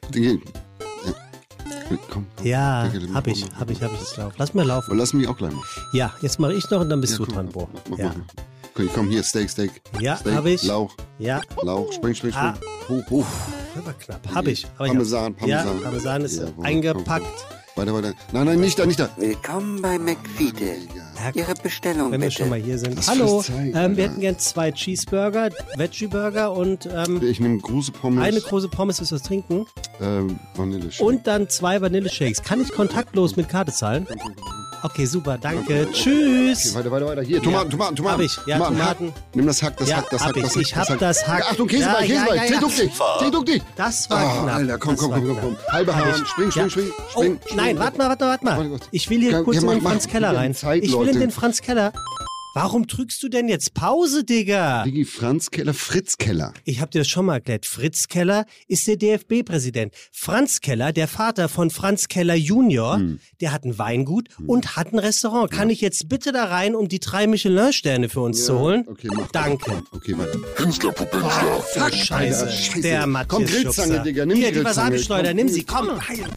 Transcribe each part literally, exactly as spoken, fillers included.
Dinge. Komm, komm. Ja, Danke, hab ich, hab ich, hab ich das drauf. Lass mir laufen. Und lass mich auch gleich mal. Ja, jetzt mache ich noch und dann bist Ja, du komm, dran, Bo. Mach, mach, Ja. mach. Komm, komm, hier, Steak, Steak. Ja, Steak, hab ich. Lauch, Ja, Lauch, spring, spring, spring. Ah. Hoch, hoch. das war knapp. Hab ich. Aber ich Parmesan, hab, ja, Parmesan. Parmesan ist Jawohl, eingepackt. Weiter, weiter. Nein, nein, nicht da, nicht da. Willkommen bei McFeede. Ja, Ihre Bestellung wenn wir bitte. schon mal hier sind. Das Hallo, frisst Zeit, ähm, wir Alter. hätten gern zwei Cheeseburger, Veggie-Burger und ähm, Ich nehme große Pommes. eine große Pommes, willst du was trinken? Ähm, Vanille. Und dann zwei Vanilleshakes. Kann ich kontaktlos mit Karte zahlen? Okay, super, danke. Tschüss. Okay, weiter, weiter, weiter. Hier, Tomaten, Tomaten, Tomaten. Hab ich. Ja, Tomaten. Hack. Nimm das Hack, das Ja, Hack, das hab Hack, ich. das Hack. Ich hab Hack. das Hack. Achtung, Käseball, Ja, ja, Käseball. ja, ja. Dreh duck dich, dreh duck dich. Das war Ah, knapp. Alter, komm, Das komm, war komm, komm, knapp. komm. Halber Hab Hahn, ich. spring, spring, Ja. spring, Oh, spring, nein, spring. warte mal, warte mal, warte Warte mal. kurz. Ich will hier Ja, kurz ja, in mach- den mach Franz Keller wieder rein. Zeit, Ich will in Leute. den Franz Keller. Warum drückst du denn jetzt Pause, Digga? Digi, Franz Keller, Fritz Keller. Ich hab dir das schon mal erklärt. Fritz Keller ist der D F B-Präsident. Franz Keller, der Vater von Franz Keller Junior, Hm. der hat ein Weingut und hat ein Restaurant. Kann ich jetzt bitte da rein, um die drei Michelin-Sterne für uns zu holen? Okay, mach. Danke. Okay, warte. Oh, fuck, Scheiße. Alter, Scheiße. Der Komm, Matthias Grillzange, Schubser. Digga, nimm die Hier, die Grillzange. Wasabi-Schleuder, Komm. nimm sie, komm.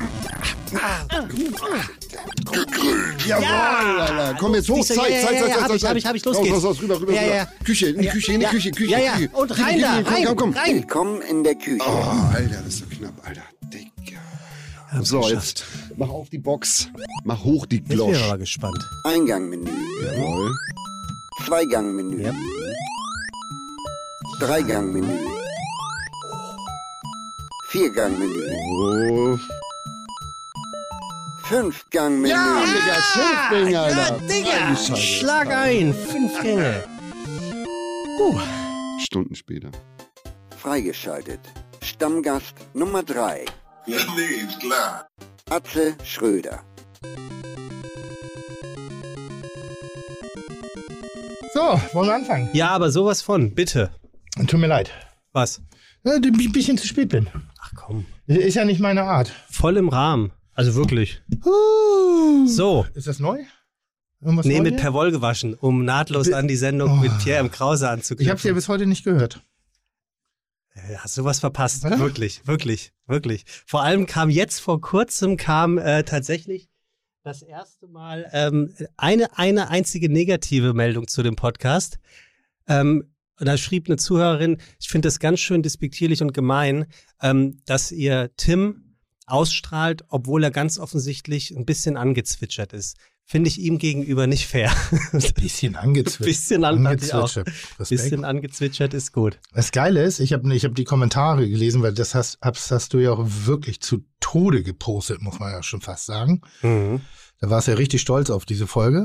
Jawohl, Ja. Alter. Komm jetzt hoch, Siehst du, Zeit, ja, ja, Zeit, ja, Zeit, ja, Zeit, hab ich, Zeit. hab ich, hab ich, los raus, geht's. Raus, raus, rüber, rüber, Ja, rüber. ja. Küche, in die Ja, Küche, in die ja, Küche, Küche, ja, ja. Küche. Und Küche, rein Küche, da, Küche, rein, Komm, komm. rein. Willkommen in der Küche. Oh, Alter, das ist so knapp, Alter. Digga. Hab's So, geschafft. jetzt mach auf die Box. Mach hoch die Jetzt bin ich Glosch. aber gespannt. Eingangmenü. Jawohl. Zweigangmenü. Ja. Dreigangmenü. Viergangmenü. Oh. Fünfgangmenü. Ja, Digga, Schilfding, Alter. Ja, Digga, Meine Scheiße. schlag ein. Fünf Gänge. Uh. Stunden später. Freigeschaltet. Stammgast Nummer drei. Ja, nee, ist klar. Atze Schröder. So, wollen wir anfangen? Ja, aber sowas von, bitte. Tut mir leid, Was? dass ich ein bisschen zu spät bin. Ach komm. Ist ja nicht meine Art. Voll im Rahmen. Also wirklich. Uh, So. Ist das neu? Irgendwas Nee, neu mit hier? Per Woll gewaschen, um nahtlos Bi- an die Sendung Oh. mit Pierre M. Krause anzuknüpfen. Ich habe es ja bis heute nicht gehört. Äh, Hast du was verpasst? Was? Wirklich, wirklich, wirklich. Vor allem kam jetzt vor kurzem kam äh, tatsächlich das erste Mal ähm, eine, eine einzige negative Meldung zu dem Podcast. Ähm, und da schrieb eine Zuhörerin, ich finde das ganz schön despektierlich und gemein, ähm, dass ihr Tim ausstrahlt, obwohl er ganz offensichtlich ein bisschen angezwitschert ist. Finde ich ihm gegenüber nicht fair. Bisschen angezwitschert. Bisschen an- angezwitschert. Respekt. bisschen angezwitschert ist gut. Das Geile ist, ich habe ich hab die Kommentare gelesen, weil das hast, hast, hast du ja auch wirklich zu Tode gepostet, muss man ja schon fast sagen. Mhm. Da warst du ja richtig stolz auf diese Folge.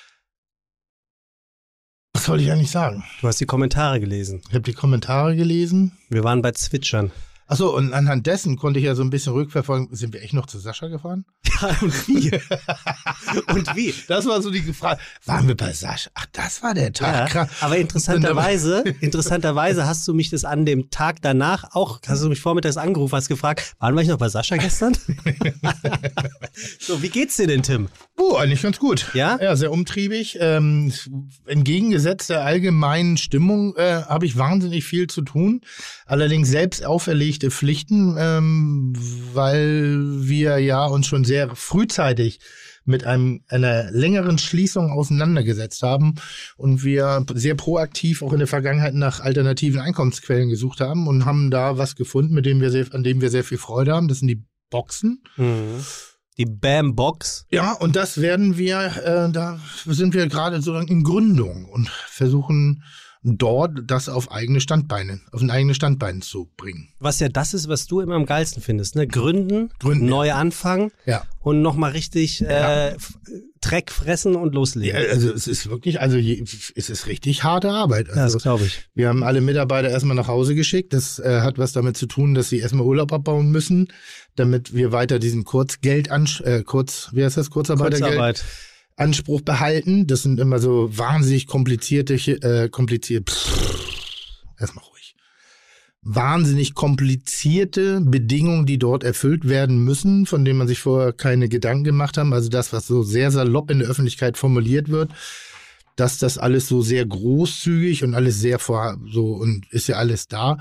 Was wollte ich eigentlich sagen? Du hast die Kommentare gelesen. Ich habe die Kommentare gelesen. Wir waren bei Zwitschern. Achso, und anhand dessen konnte ich ja so ein bisschen rückverfolgen. Sind wir echt noch zu Sascha gefahren? Ja, und wie? Und wie? Das war so die Frage. Waren wir bei Sascha? Ach, das war der Tag. Ja, Krass. aber interessanterweise, interessanterweise hast du mich das an dem Tag danach auch, hast du mich vormittags angerufen, hast gefragt, waren wir nicht noch bei Sascha gestern? So, wie geht's dir denn, Tim? Oh, eigentlich ganz gut. Ja? Ja, sehr umtriebig. Ähm, entgegengesetzt der allgemeinen Stimmung äh, habe ich wahnsinnig viel zu tun. Allerdings selbst auferlegte Pflichten, ähm, weil wir ja uns schon sehr frühzeitig mit einem, einer längeren Schließung auseinandergesetzt haben und wir sehr proaktiv auch in der Vergangenheit nach alternativen Einkommensquellen gesucht haben und haben da was gefunden, mit dem wir sehr, an dem wir sehr viel Freude haben. Das sind die Boxen. Mhm. Die Bam-Box. Ja, und das werden wir, äh, da sind wir gerade so in Gründung und versuchen dort das auf eigene Standbeine, auf ein eigenes Standbein zu bringen. Was ja das ist, was du immer am geilsten findest, ne? Gründen, Gründen, neu anfangen Ja. und nochmal richtig äh, f- Dreck fressen und Ja, loslegen. also es ist wirklich, also je, es ist richtig harte Arbeit. Ja, Also, das glaube ich. wir haben alle Mitarbeiter erstmal nach Hause geschickt. Das äh, hat was damit zu tun, dass sie erstmal Urlaub abbauen müssen, damit wir weiter diesen Kurzgeld, äh, kurz, wie heißt das, Kurzarbeitergeld? Kurzarbeit. Anspruch behalten. Das sind immer so wahnsinnig komplizierte, äh, kompliziert, erstmal ruhig. Wahnsinnig komplizierte Bedingungen, die dort erfüllt werden müssen, von denen man sich vorher keine Gedanken gemacht haben. Also das, was so sehr salopp in der Öffentlichkeit formuliert wird, dass das alles so sehr großzügig und alles sehr vor, so, und ist ja alles da.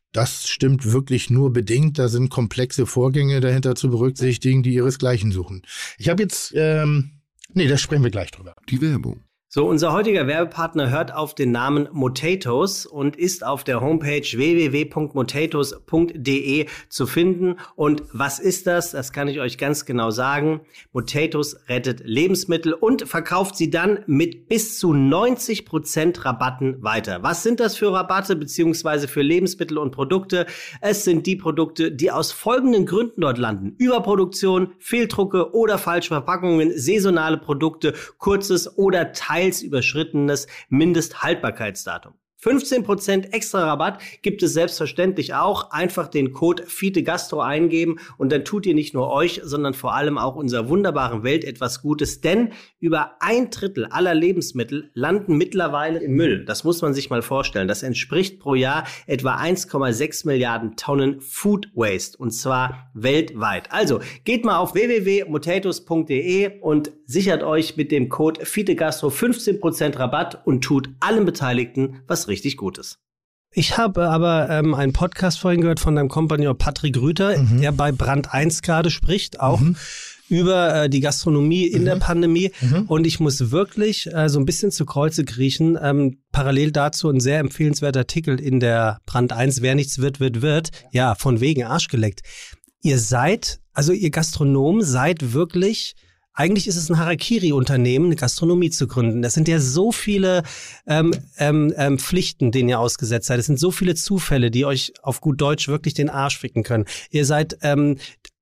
das stimmt wirklich nur bedingt. Da sind komplexe Vorgänge dahinter zu berücksichtigen, die ihresgleichen suchen. Ich habe jetzt, ähm, nee, da sprechen wir gleich drüber. Die Werbung. So, unser heutiger Werbepartner hört auf den Namen Motatos und ist auf der Homepage w w w punkt motatos punkt d e zu finden. Und was ist das? Das kann ich euch ganz genau sagen. Motatos rettet Lebensmittel und verkauft sie dann mit bis zu neunzig Prozent Rabatten weiter. Was sind das für Rabatte beziehungsweise für Lebensmittel und Produkte? Es sind die Produkte, die aus folgenden Gründen dort landen. Überproduktion, Fehldrucke oder falsche Verpackungen, saisonale Produkte, kurzes oder teils überschrittenes Mindesthaltbarkeitsdatum. fünfzehn Prozent extra Rabatt gibt es selbstverständlich auch. Einfach den Code FITEGASTRO eingeben und dann tut ihr nicht nur euch, sondern vor allem auch unserer wunderbaren Welt etwas Gutes. Denn über ein Drittel aller Lebensmittel landen mittlerweile im Müll. Das muss man sich mal vorstellen. Das entspricht pro Jahr etwa eins Komma sechs Milliarden Tonnen Food Waste und zwar weltweit. Also geht mal auf w w w punkt motatos punkt d e und sichert euch mit dem Code FITEGASTRO fünfzehn Prozent Rabatt und tut allen Beteiligten was richtig Gutes. Ich habe aber ähm, einen Podcast vorhin gehört von deinem Kompagnon Patrick Rüther, mhm. der bei Brand eins gerade spricht, auch mhm. über äh, die Gastronomie in mhm. der Pandemie. Mhm. Und ich muss wirklich äh, so ein bisschen zu Kreuze kriechen. Ähm, parallel dazu ein sehr empfehlenswerter Artikel in der Brand eins, wer nichts wird, wird, wird. Ja, von wegen Arsch geleckt. Ihr seid, also ihr Gastronomen seid wirklich... Eigentlich ist es ein Harakiri-Unternehmen, eine Gastronomie zu gründen. Das sind ja so viele ähm, ähm, ähm, Pflichten, denen ihr ausgesetzt seid. Es sind so viele Zufälle, die euch auf gut Deutsch wirklich den Arsch ficken können. Ihr seid ähm,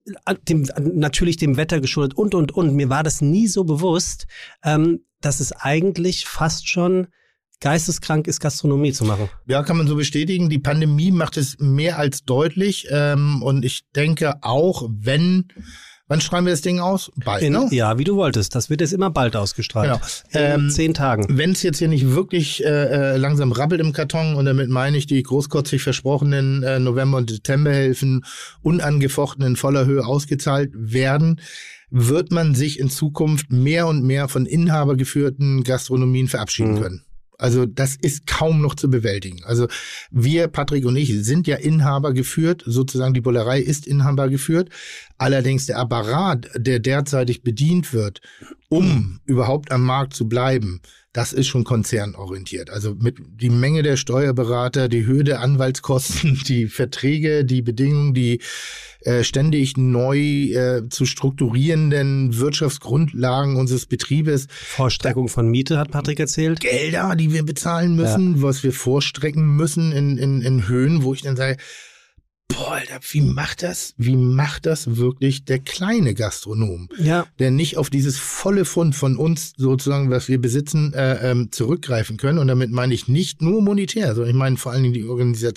dem, natürlich dem Wetter geschuldet und, und, und. Mir war das nie so bewusst, ähm, dass es eigentlich fast schon geisteskrank ist, Gastronomie zu machen. Ja, kann man so bestätigen. Die Pandemie macht es mehr als deutlich. Ähm, und ich denke auch, wenn... Wann schreiben wir das Ding aus? Bald, in, ne? Ja, wie du wolltest. Das wird jetzt immer bald ausgestrahlt. Genau. In ähm, zehn Tagen. Wenn es jetzt hier nicht wirklich äh, langsam rabbelt im Karton, und damit meine ich die großkotzig versprochenen äh, November- und Dezemberhilfen unangefochten in voller Höhe ausgezahlt werden, wird man sich in Zukunft mehr und mehr von inhabergeführten Gastronomien verabschieden mhm. können. Also das ist kaum noch zu bewältigen. Also wir, Patrick und ich, sind ja Inhaber geführt, sozusagen die Bullerei ist Inhaber geführt. Allerdings der Apparat, der derzeitig bedient wird, um mhm. überhaupt am Markt zu bleiben, das ist schon konzernorientiert. Also mit die Menge der Steuerberater, die Höhe der Anwaltskosten, die Verträge, die Bedingungen, die äh, ständig neu äh, zu strukturierenden Wirtschaftsgrundlagen unseres Betriebes. Vorstreckung von Miete, hat Patrick erzählt. Gelder, die wir bezahlen müssen, ja. was wir vorstrecken müssen in, in, in Höhen, wo ich dann sage, boah, Alter, wie macht das, wie macht das wirklich der kleine Gastronom, ja. der nicht auf dieses volle Fund von uns sozusagen, was wir besitzen, äh, ähm, zurückgreifen können. Und damit meine ich nicht nur monetär, sondern ich meine vor allen Dingen die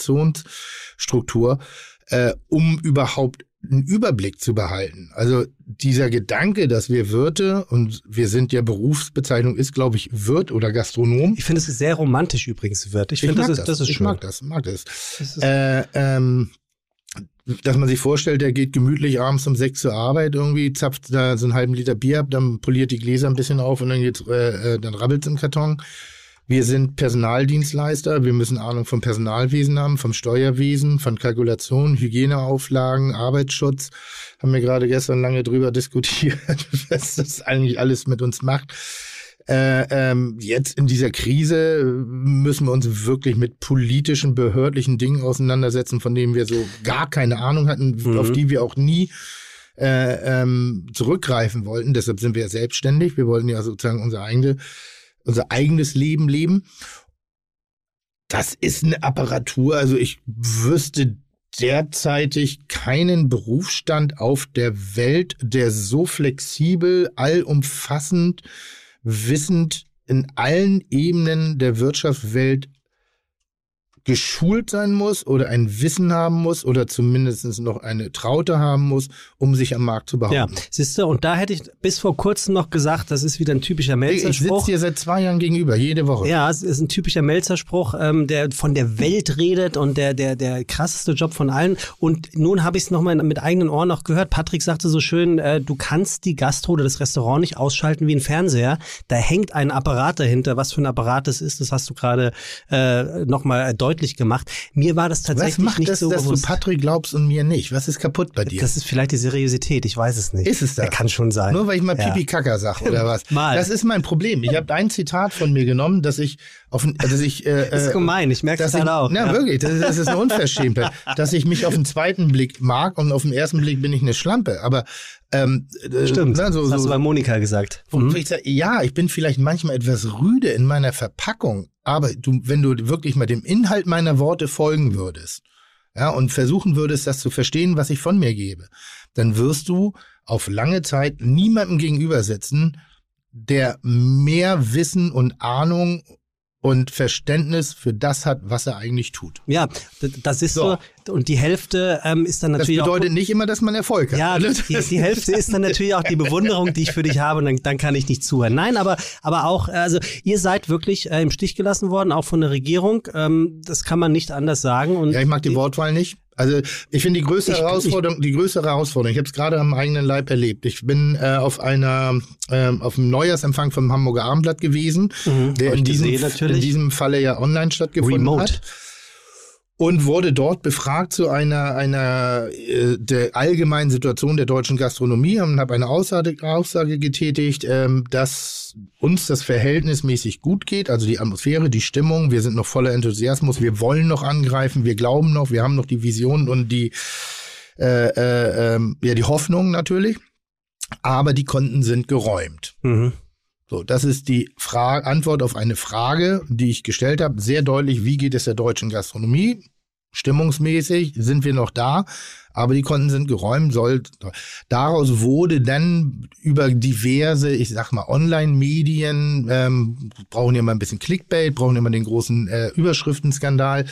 Organisationsstruktur, äh, um überhaupt einen Überblick zu behalten. Also dieser Gedanke, dass wir Wirte, und wir sind ja Berufsbezeichnung ist, glaube ich, Wirt oder Gastronom. Ich finde es sehr romantisch übrigens, Wirt. Ich, ich finde, das, das, das ist ich schön. mag das, mag das. das ist äh, ähm, dass man sich vorstellt, der geht gemütlich abends um sechs zur Arbeit, irgendwie zapft da so einen halben Liter Bier ab, dann poliert die Gläser ein bisschen auf und dann geht's, äh, dann rabbelt's im Karton. Wir sind Personaldienstleister, wir müssen Ahnung vom Personalwesen haben, vom Steuerwesen, von Kalkulation, Hygieneauflagen, Arbeitsschutz. Haben wir gerade gestern lange drüber diskutiert, was das eigentlich alles mit uns macht. Äh, ähm, jetzt in dieser Krise müssen wir uns wirklich mit politischen, behördlichen Dingen auseinandersetzen, von denen wir so gar keine Ahnung hatten, mhm. auf die wir auch nie äh, ähm, zurückgreifen wollten. Deshalb sind wir ja selbstständig. Wir wollten ja sozusagen unser, eigene, unser eigenes Leben leben. Das ist eine Apparatur. Also ich wüsste derzeitig keinen Berufsstand auf der Welt, der so flexibel, allumfassend, wissend in allen Ebenen der Wirtschaftswelt geschult sein muss oder ein Wissen haben muss oder zumindest noch eine Traute haben muss, um sich am Markt zu behaupten. Ja, siehst du, und da hätte ich bis vor kurzem noch gesagt, das ist wieder ein typischer Melzer-Spruch. Ich sitze dir seit zwei Jahren gegenüber, jede Woche. Ja, es ist ein typischer Melzer-Spruch, ähm, der von der Welt redet und der der der krasseste Job von allen. Und nun habe ich es nochmal mit eigenen Ohren noch gehört. Patrick sagte so schön, äh, du kannst die Gastro oder das Restaurant nicht ausschalten wie ein Fernseher. Da hängt ein Apparat dahinter. Was für ein Apparat das ist, das hast du gerade äh, nochmal deutlich deutlich gemacht. Mir war das tatsächlich Was macht nicht das, so dass bewusst. du Patrick glaubst und mir nicht? Was ist kaputt bei dir? Das ist vielleicht die Seriosität, ich weiß es nicht. Ist es das? Kann schon sein. Nur weil ich mal Ja. Pipi-Kaka sage oder was? Mal. Das ist mein Problem. Ich habe ein Zitat von mir genommen, dass ich auf, dass ich, äh, Das ist gemein, ich merke es dass ich, gerade auch. Na ja. wirklich, das ist, das ist eine Unverschämtheit, dass ich mich auf den zweiten Blick mag und auf den ersten Blick bin ich eine Schlampe. Aber ähm, äh, Stimmt, na, so, das hast so, du bei Monika gesagt. Und Mhm. ich sag, ja, ich bin vielleicht manchmal etwas rüde in meiner Verpackung, aber du, wenn du wirklich mal dem Inhalt meiner Worte folgen würdest, ja, und versuchen würdest, das zu verstehen, was ich von mir gebe, dann wirst du auf lange Zeit niemandem gegenüber sitzen, der mehr Wissen und Ahnung und Verständnis für das hat, was er eigentlich tut. Ja, d- das ist so. So. Und die Hälfte ähm, ist dann Das natürlich bedeutet auch... nicht immer, dass man Erfolg hat. Ja, die, die Hälfte ist dann natürlich auch die Bewunderung, die ich für dich habe, und dann, dann kann ich nicht zuhören. Nein, aber, aber auch, also ihr seid wirklich äh, im Stich gelassen worden, auch von der Regierung. Ähm, das kann man nicht anders sagen. Und Ja, ich mag die Wortwahl nicht. Also ich finde die größte Ich- Herausforderung, die größere Herausforderung, ich habe es gerade am eigenen Leib erlebt. Ich bin äh, auf einer äh, auf einem Neujahrsempfang vom Hamburger Abendblatt gewesen, Mhm, der hab in ich diesem, gesehen, natürlich. in diesem Falle ja online stattgefunden Remote. hat. Und wurde dort befragt zu einer einer äh, der allgemeinen Situation der deutschen Gastronomie und habe eine Aussage, Aussage getätigt, ähm, dass uns das verhältnismäßig gut geht, also die Atmosphäre, die Stimmung, wir sind noch voller Enthusiasmus, wir wollen noch angreifen, wir glauben noch, wir haben noch die Vision und die äh, äh, ähm, ja die Hoffnung natürlich, aber die Konten sind geräumt. Mhm. So, das ist die Frage, Antwort auf eine Frage, die ich gestellt habe. Sehr deutlich, wie geht es der deutschen Gastronomie? Stimmungsmäßig sind wir noch da, aber die Konten sind geräumt. Soll, daraus wurde dann über diverse, ich sag mal, Online-Medien, ähm, brauchen ja mal ein bisschen Clickbait, brauchen immer den großen äh, Überschriftenskandal,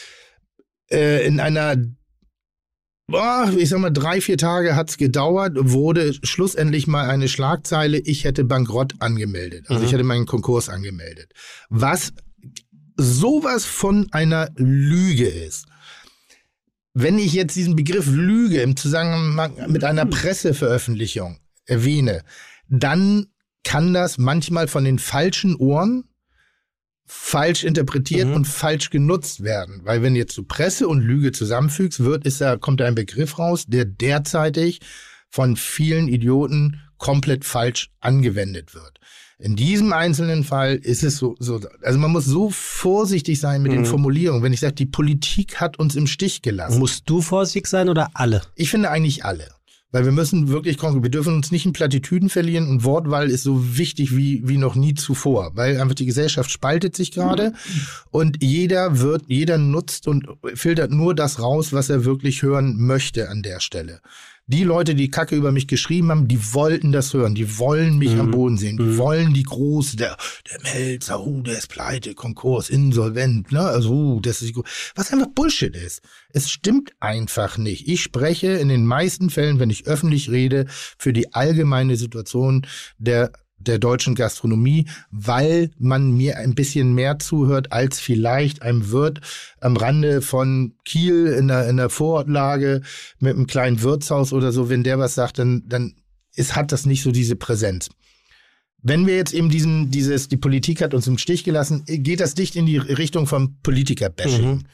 äh, in einer Boah, ich sag mal, drei, vier Tage hat's gedauert, wurde schlussendlich mal eine Schlagzeile, ich hätte Bankrott angemeldet. Also Mhm. ich hätte meinen Konkurs angemeldet. Was sowas von einer Lüge ist. Wenn ich jetzt diesen Begriff Lüge im Zusammenhang mit einer Presseveröffentlichung erwähne, dann kann das manchmal von den falschen Ohren falsch interpretiert Mhm. und falsch genutzt werden. Weil wenn jetzt du Presse und Lüge zusammenfügst, wird, ist da, kommt da ein Begriff raus, der derzeitig von vielen Idioten komplett falsch angewendet wird. In diesem einzelnen Fall ist es so, so also man muss so vorsichtig sein mit Mhm. den Formulierungen. Wenn ich sage, die Politik hat uns im Stich gelassen. Musst du vorsichtig sein oder alle? Ich finde eigentlich alle. Weil wir müssen wirklich konkret, wir dürfen uns nicht in Plattitüden verlieren und Wortwahl ist so wichtig wie, wie noch nie zuvor, weil einfach die Gesellschaft spaltet sich gerade und jeder wird, jeder nutzt und filtert nur das raus, was er wirklich hören möchte an der Stelle. Die Leute, die Kacke über mich geschrieben haben, die wollten das hören, die wollen mich Mhm. am Boden sehen, die Mhm. wollen die Große, der, der Melzer, oh, der ist pleite, Konkurs, insolvent, ne, also, oh, das ist gut. Was einfach Bullshit ist. Es stimmt einfach nicht. Ich spreche in den meisten Fällen, wenn ich öffentlich rede, für die allgemeine Situation der der deutschen Gastronomie, weil man mir ein bisschen mehr zuhört als vielleicht einem Wirt am Rande von Kiel in der, in der Vorortlage mit einem kleinen Wirtshaus oder so. Wenn der was sagt, dann, dann ist, hat das nicht so diese Präsenz. Wenn wir jetzt eben diesen, dieses, die Politik hat uns im Stich gelassen, geht das dicht in die Richtung vom Politiker-Bashing. Mhm.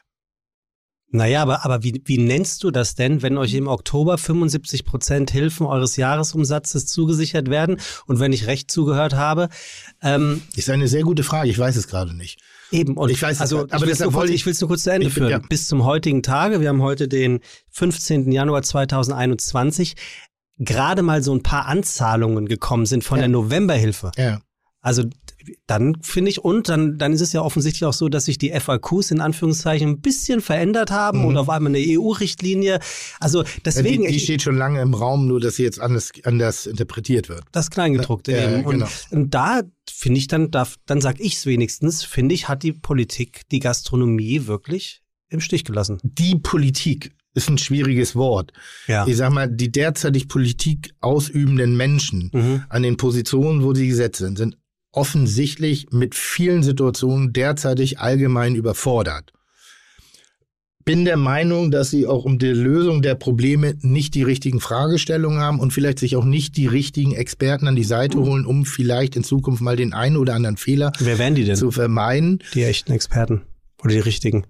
Naja, aber, aber wie, wie nennst du das denn, wenn euch im Oktober fünfundsiebzig Prozent Hilfen eures Jahresumsatzes zugesichert werden? Und wenn ich recht zugehört habe, ähm, Ist eine sehr gute Frage, ich weiß es gerade nicht. eben. Und Ich weiß es also, nicht, aber ich will es deshalb nur, kurz- wollte ich- ich will's nur kurz zu Ende ich bin- führen. ja. Bis zum heutigen Tage, wir haben heute den fünfzehnten Januar zweitausendeinundzwanzig, gerade mal so ein paar Anzahlungen gekommen sind von Ja. der Novemberhilfe. Ja. Also dann finde ich, und dann, dann ist es ja offensichtlich auch so, dass sich die F A Qs in Anführungszeichen ein bisschen verändert haben Mhm. und auf einmal eine E U-Richtlinie. Also deswegen, die, die ich, steht schon lange im Raum, nur dass sie jetzt anders, anders interpretiert wird. das Kleingedruckte Ja, eben. Und, genau. und da finde ich dann, darf, dann sag ich es wenigstens, finde ich, hat die Politik die Gastronomie wirklich im Stich gelassen. Die Politik ist ein schwieriges Wort. Ja. Ich sag mal, die derzeitig Politik ausübenden Menschen Mhm. an den Positionen, wo sie gesetzt sind, sind offensichtlich mit vielen Situationen derzeitig allgemein überfordert. Bin der Meinung, dass sie auch um die Lösung der Probleme nicht die richtigen Fragestellungen haben und vielleicht sich auch nicht die richtigen Experten an die Seite holen, um vielleicht in Zukunft mal den einen oder anderen Fehler Wer wären die denn, zu vermeiden. die echten Experten? Oder die richtigen?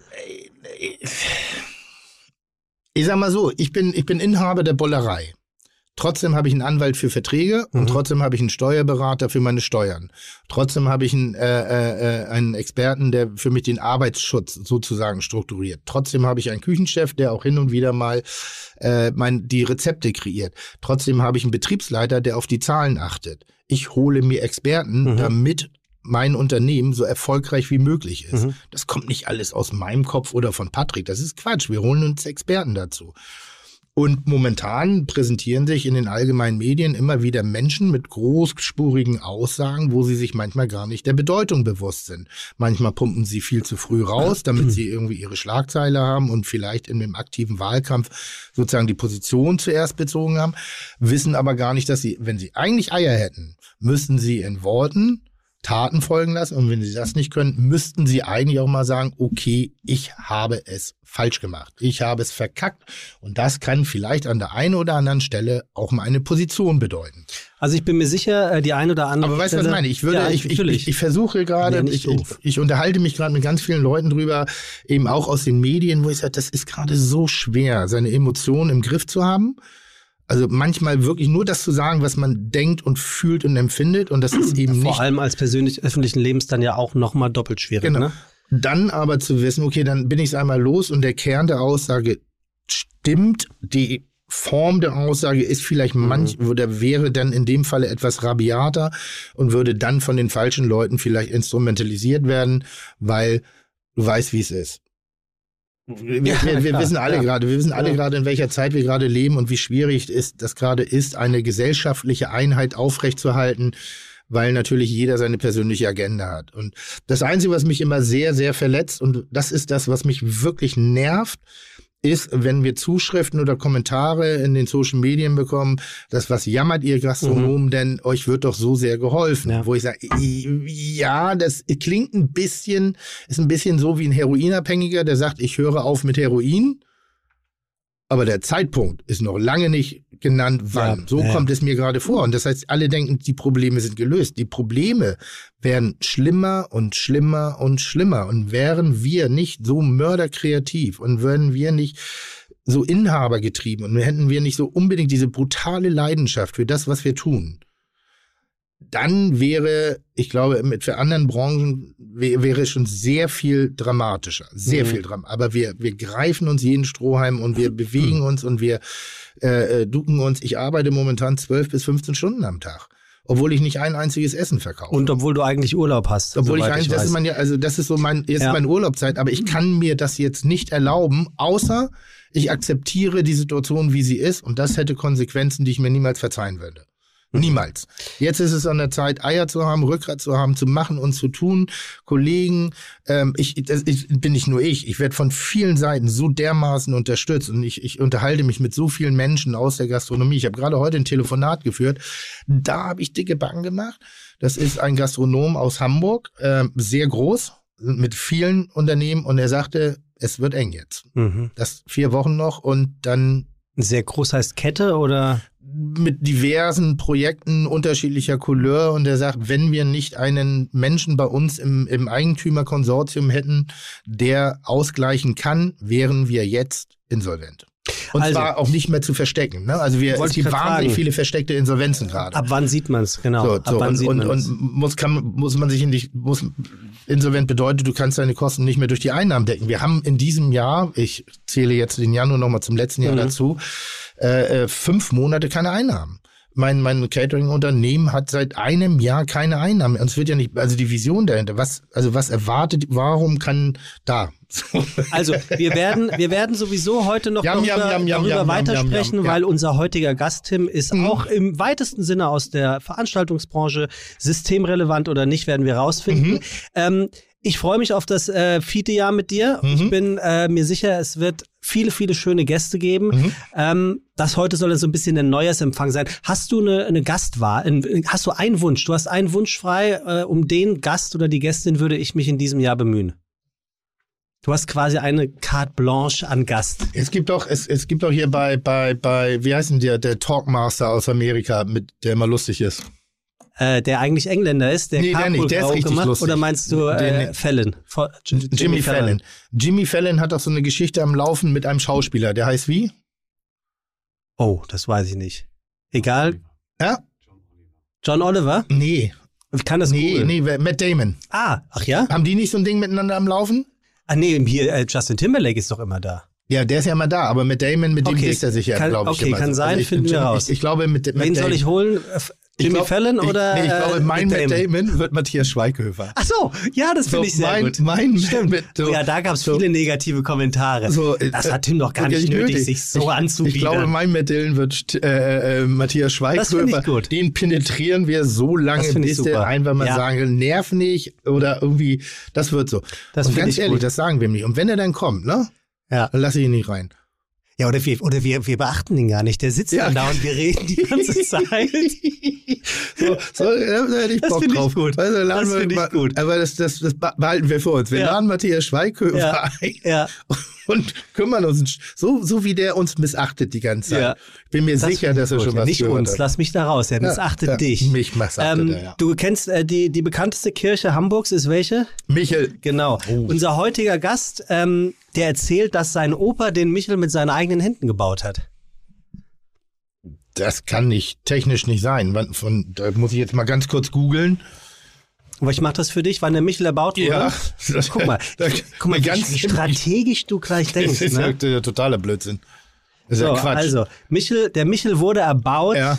Ich sag mal so, ich bin, ich bin Inhaber der Bollerei. Trotzdem habe ich einen Anwalt für Verträge und mhm. trotzdem habe ich einen Steuerberater für meine Steuern. Trotzdem habe ich einen, äh, äh, einen Experten, der für mich den Arbeitsschutz sozusagen strukturiert. Trotzdem habe ich einen Küchenchef, der auch hin und wieder mal äh, mein, die Rezepte kreiert. Trotzdem habe ich einen Betriebsleiter, der auf die Zahlen achtet. Ich hole mir Experten, mhm. damit mein Unternehmen so erfolgreich wie möglich ist. Mhm. Das kommt nicht alles aus meinem Kopf oder von Patrick. Das ist Quatsch. Wir holen uns Experten dazu. Und momentan präsentieren sich in den allgemeinen Medien immer wieder Menschen mit großspurigen Aussagen, wo sie sich manchmal gar nicht der Bedeutung bewusst sind. Manchmal pumpen sie viel zu früh raus, damit sie irgendwie ihre Schlagzeile haben und vielleicht in dem aktiven Wahlkampf sozusagen die Position zuerst bezogen haben, wissen aber gar nicht, dass sie, wenn sie eigentlich Eier hätten, müssten sie in Worten Taten folgen lassen. Und wenn sie das nicht können, müssten sie eigentlich auch mal sagen, okay, ich habe es falsch gemacht. Ich habe es verkackt. Und das kann vielleicht an der einen oder anderen Stelle auch mal eine Position bedeuten. Also ich bin mir sicher, die eine oder andere Aber weißt du, was ich meine? Ich würde, ja, ich, ich, ich, ich versuche gerade, ja, ich, ich, ich unterhalte mich gerade mit ganz vielen Leuten drüber, eben auch aus den Medien, wo ich sage, das ist gerade so schwer, seine Emotionen im Griff zu haben. Also manchmal wirklich nur das zu sagen, was man denkt und fühlt und empfindet. Und das ist eben Vor nicht... allem als persönlich öffentlichen Lebens dann ja auch nochmal doppelt schwierig. Genau. Ne? Dann aber zu wissen, okay, dann bin ich es einmal los und der Kern der Aussage stimmt. Die Form der Aussage ist vielleicht manch, mhm. oder wäre dann in dem Falle etwas rabiater und würde dann von den falschen Leuten vielleicht instrumentalisiert werden, weil du weißt, wie es ist. Wir, ja, wir, wir klar, wissen alle ja. gerade, wir wissen alle ja. gerade, in welcher Zeit wir gerade leben und wie schwierig es ist, das gerade ist, eine gesellschaftliche Einheit aufrechtzuerhalten, weil natürlich jeder seine persönliche Agenda hat. Und das Einzige, was mich immer sehr, sehr verletzt, und das ist das, was mich wirklich nervt, ist, wenn wir Zuschriften oder Kommentare in den Social Medien bekommen, das, was jammert ihr Gastronomen, mhm. denn euch wird doch so sehr geholfen. Ja. Wo ich sage, ja, das klingt ein bisschen, ist ein bisschen so wie ein Heroinabhängiger, der sagt, ich höre auf mit Heroin, aber der Zeitpunkt ist noch lange nicht genannt, wann. Ja, so ja. kommt es mir gerade vor. Und das heißt, alle denken, die Probleme sind gelöst. Die Probleme werden schlimmer und schlimmer und schlimmer. Und wären wir nicht so mörderkreativ und würden wir nicht so inhabergetrieben und hätten wir nicht so unbedingt diese brutale Leidenschaft für das, was wir tun, dann wäre, ich glaube, mit für anderen Branchen wäre schon sehr viel dramatischer, sehr mhm. viel dramatischer. Aber wir, wir greifen uns jeden Strohhalm und wir bewegen mhm. uns und wir äh, ducken uns. Ich arbeite momentan zwölf bis fünfzehn Stunden am Tag, obwohl ich nicht ein einziges Essen verkaufe. Und obwohl du eigentlich Urlaub hast. Obwohl ich eigentlich, ich das ist man ja, also das ist so mein, jetzt ja. meine Urlaubszeit, aber ich kann mir das jetzt nicht erlauben, außer ich akzeptiere die Situation, wie sie ist, und das hätte Konsequenzen, die ich mir niemals verzeihen würde. Niemals. Jetzt ist es an der Zeit, Eier zu haben, Rückgrat zu haben, zu machen und zu tun. Kollegen, ähm, ich, das ich, bin nicht nur ich, ich werde von vielen Seiten so dermaßen unterstützt und ich, ich unterhalte mich mit so vielen Menschen aus der Gastronomie. Ich habe gerade heute ein Telefonat geführt, da habe ich dicke Backen gemacht. Das ist ein Gastronom aus Hamburg, äh, sehr groß, mit vielen Unternehmen, und er sagte, es wird eng jetzt. Mhm. Das vier Wochen noch und dann... Sehr groß heißt Kette oder? Mit diversen Projekten unterschiedlicher Couleur, und er sagt, wenn wir nicht einen Menschen bei uns im, im Eigentümerkonsortium hätten, der ausgleichen kann, wären wir jetzt insolvent. Und also, zwar auch nicht mehr zu verstecken. Ne? Also wir, es gibt wahnsinnig fragen. viele versteckte Insolvenzen gerade. Ab wann sieht man es, genau. So, Ab so, wann und, sieht und, man's? und muss, kann, muss man sich in die, muss, insolvent bedeutet, du kannst deine Kosten nicht mehr durch die Einnahmen decken. Wir haben in diesem Jahr, ich zähle jetzt den Januar nochmal zum letzten Jahr mhm. dazu, äh, fünf Monate keine Einnahmen. Mein, mein Catering-Unternehmen hat seit einem Jahr keine Einnahmen. Und es wird ja nicht, also die Vision dahinter, was, also was erwartet, warum kann da? Also wir werden, wir werden sowieso heute noch jam, darüber, jam, jam, darüber jam, weitersprechen, jam, jam, weil ja. unser heutiger Gast, Tim, ist mhm. auch im weitesten Sinne aus der Veranstaltungsbranche, systemrelevant oder nicht, werden wir rausfinden. Mhm. Ähm, ich freue mich auf das äh, vierte Jahr mit dir. Mhm. Ich bin äh, mir sicher, es wird viele, viele schöne Gäste geben. Mhm. Ähm, das heute soll so ein bisschen ein Neujahrsempfang sein. Hast du eine, eine Gastwahl? Hast du einen Wunsch? Du hast einen Wunsch frei. Äh, um den Gast oder die Gästin würde ich mich in diesem Jahr bemühen. Du hast quasi eine Carte Blanche an Gast. Es gibt doch, es, es gibt doch hier bei, bei, bei, wie heißt denn der, der Talkmaster aus Amerika, mit der immer lustig ist. äh, der eigentlich Engländer ist, der Nee, der Carpool nicht, der ist Karaoke richtig macht? lustig. Oder meinst du äh, Den- Fallon? Vor- J- Jimmy Fallon. Jimmy Fallon hat doch so eine Geschichte am Laufen mit einem Schauspieler. Der heißt wie? Oh, das weiß ich nicht. Egal. Ja? John Oliver? Nee. Ich kann das Nee, googeln. nee, wer- Matt Damon. Ah, ach ja? Haben die nicht so ein Ding miteinander am Laufen? Ah nee, hier, äh, Justin Timberlake ist doch immer da. Ja, der ist ja immer da, aber Matt Damon, mit dem Okay, ist er sich ja, kann- glaube ich, okay, immer kann so. sein, ich, finden wir ich, raus. Ich, ich glaube, mit Matt Wen soll Damon- ich holen? Äh, Ich Jimmy glaub- Fallon ich, oder nee, ich glaube, äh, mein Matt Matt Damon? Damon wird Matthias Schweighöfer. Ach so, ja, das finde ich sehr mein, gut. Mein Stimmt. Mit, so, Oh ja, da gab es so- viele negative Kommentare. so, äh, das hat Tim doch gar okay, nicht nötig, sich so ich, anzubieten. Ich glaube, mein Matt Damon wird äh, äh, Matthias Das finde Schweighöfer. ich gut. Den penetrieren wir so lange, Das finde ich bis der super. einfach mal Ja. sagen, nerv nicht oder irgendwie, das wird so. Das Und finde ganz ich ehrlich, gut. das sagen wir ihm nicht. Und wenn er dann kommt, ne, Ja. dann lasse ich ihn nicht rein. Ja, oder wir, oder wir, wir beachten ihn gar nicht. Der sitzt Ja. dann da und wir reden die ganze Zeit. So, so da, da hätte ich Das Bock finde ich drauf. gut. Also, laden Das wir finde ich mal- gut. Aber das, das, das behalten wir für uns. Wir Ja. laden Matthias Schweighöfer Ja. ein Ja. und kümmern uns, so, so wie der uns missachtet die ganze Zeit. Ja. Ich bin mir Das sicher, finde dass ich er gut. schon was Nicht gehört uns, hat. lass mich da raus. Er Ja, missachtet ja, dich. mich missachtet ähm, er, ja. Du kennst äh, die, die bekannteste Kirche Hamburgs ist welche? Michel, Genau. Oh. Unser heutiger Gast, ähm, der erzählt, dass sein Opa den Michel mit seinen eigenen Händen gebaut hat. das kann nicht, technisch nicht sein. Wann- Von, da muss ich jetzt mal ganz kurz googeln. Aber ich mache das für dich, wann der Michel erbaut wurde. das, Guck mal, da- guck mal, ganz wie strategisch du gleich Das denkst. ist ja Ne? der totale Blödsinn. Das ist So, ja Quatsch. also, Michel, der Michel wurde erbaut ja.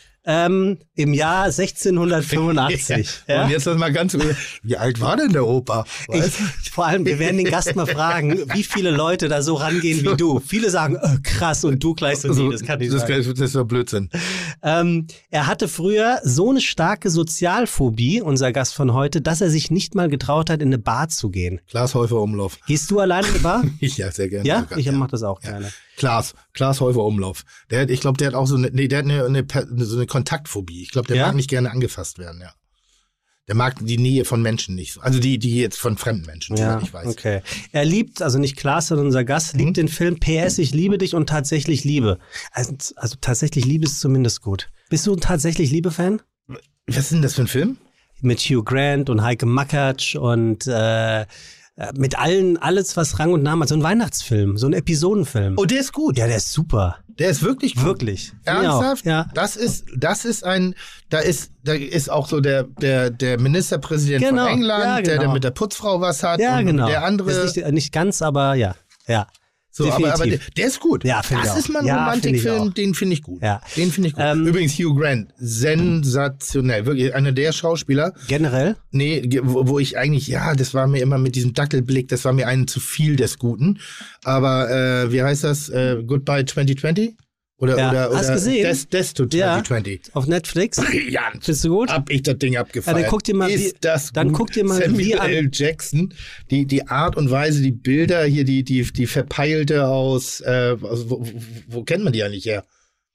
ähm, im Jahr sechzehnhundertfünfundachtzig. Ja? Und jetzt lass mal ganz, wie alt war denn der Opa? Weißt Ich, vor allem, wir werden den Gast mal fragen, wie viele Leute da so rangehen wie du. Viele sagen, äh, krass, und du gleich so, nee, das kann nicht das, sein. das ist doch Blödsinn. Ähm, er hatte früher so eine starke Sozialphobie, unser Gast von heute, dass er sich nicht mal getraut hat, in eine Bar zu gehen. Klaas Häufer Umlauf. Gehst du alleine in eine Bar? Ja, sehr gerne. Ja, sogar, ich mach das auch gerne. Klaas, Klaas Häufer Umlauf. Der hat, ich glaube, der hat auch so eine, nee, der hat eine, eine, Per- so eine Kontaktphobie. Ich glaube, der Ja? mag nicht gerne angefasst werden, ja. Der mag die Nähe von Menschen nicht so. Also die, die jetzt von fremden Menschen, Ja, soweit ich weiß. okay. Er liebt, also nicht Klaas, sondern unser Gast, liebt den Film P S, ich liebe dich und tatsächlich Liebe. Also, also tatsächlich Liebe ist zumindest gut. Bist du ein tatsächlich Liebe-Fan? Was ist denn das für ein Film? Mit Hugh Grant und Heike Makatsch und äh, mit allen, alles, was Rang und Namen hat. So ein Weihnachtsfilm, so ein Episodenfilm. Oh, der ist gut. Ja, der ist super. Der ist wirklich gut. Wirklich. Finde ich Ernsthaft? auch. Ja. Das ist, das ist ein, da ist, da ist auch so der, der, der Ministerpräsident Genau, von England, ja, der, der genau. mit der Putzfrau was hat. Ja, und genau. Der andere. Ist nicht, nicht ganz, aber ja. Ja. so, aber, aber der, definitiv. der ist gut. Ja, finde ich Das auch. ist mal ein Ja, finde ich Romantikfilm, auch. den finde ich gut. Ja. Den finde ich gut. Ähm, Übrigens Hugh Grant, sensationell. Wirklich einer der Schauspieler. Generell? Nee, ge- wo, wo ich eigentlich, ja, das war mir immer mit diesem Dackelblick, das war mir einen zu viel des Guten. Aber äh, wie heißt das? Äh, Goodbye zwanzig zwanzig? Oder, Ja. oder, oder Hast du gesehen? Des, Desto Ja. zwanzig zwanzig. Auf Netflix? Brillant. Findest du gut? Hab ich das Ding abgefeiert. Ja, dann guck dir mal, ist wie- das dann gut? guck dir mal, Samuel wie an- L. Jackson, die, die Art und Weise, die Bilder hier, die, die, die verpeilte aus, äh, aus wo, wo, wo kennt man die eigentlich her?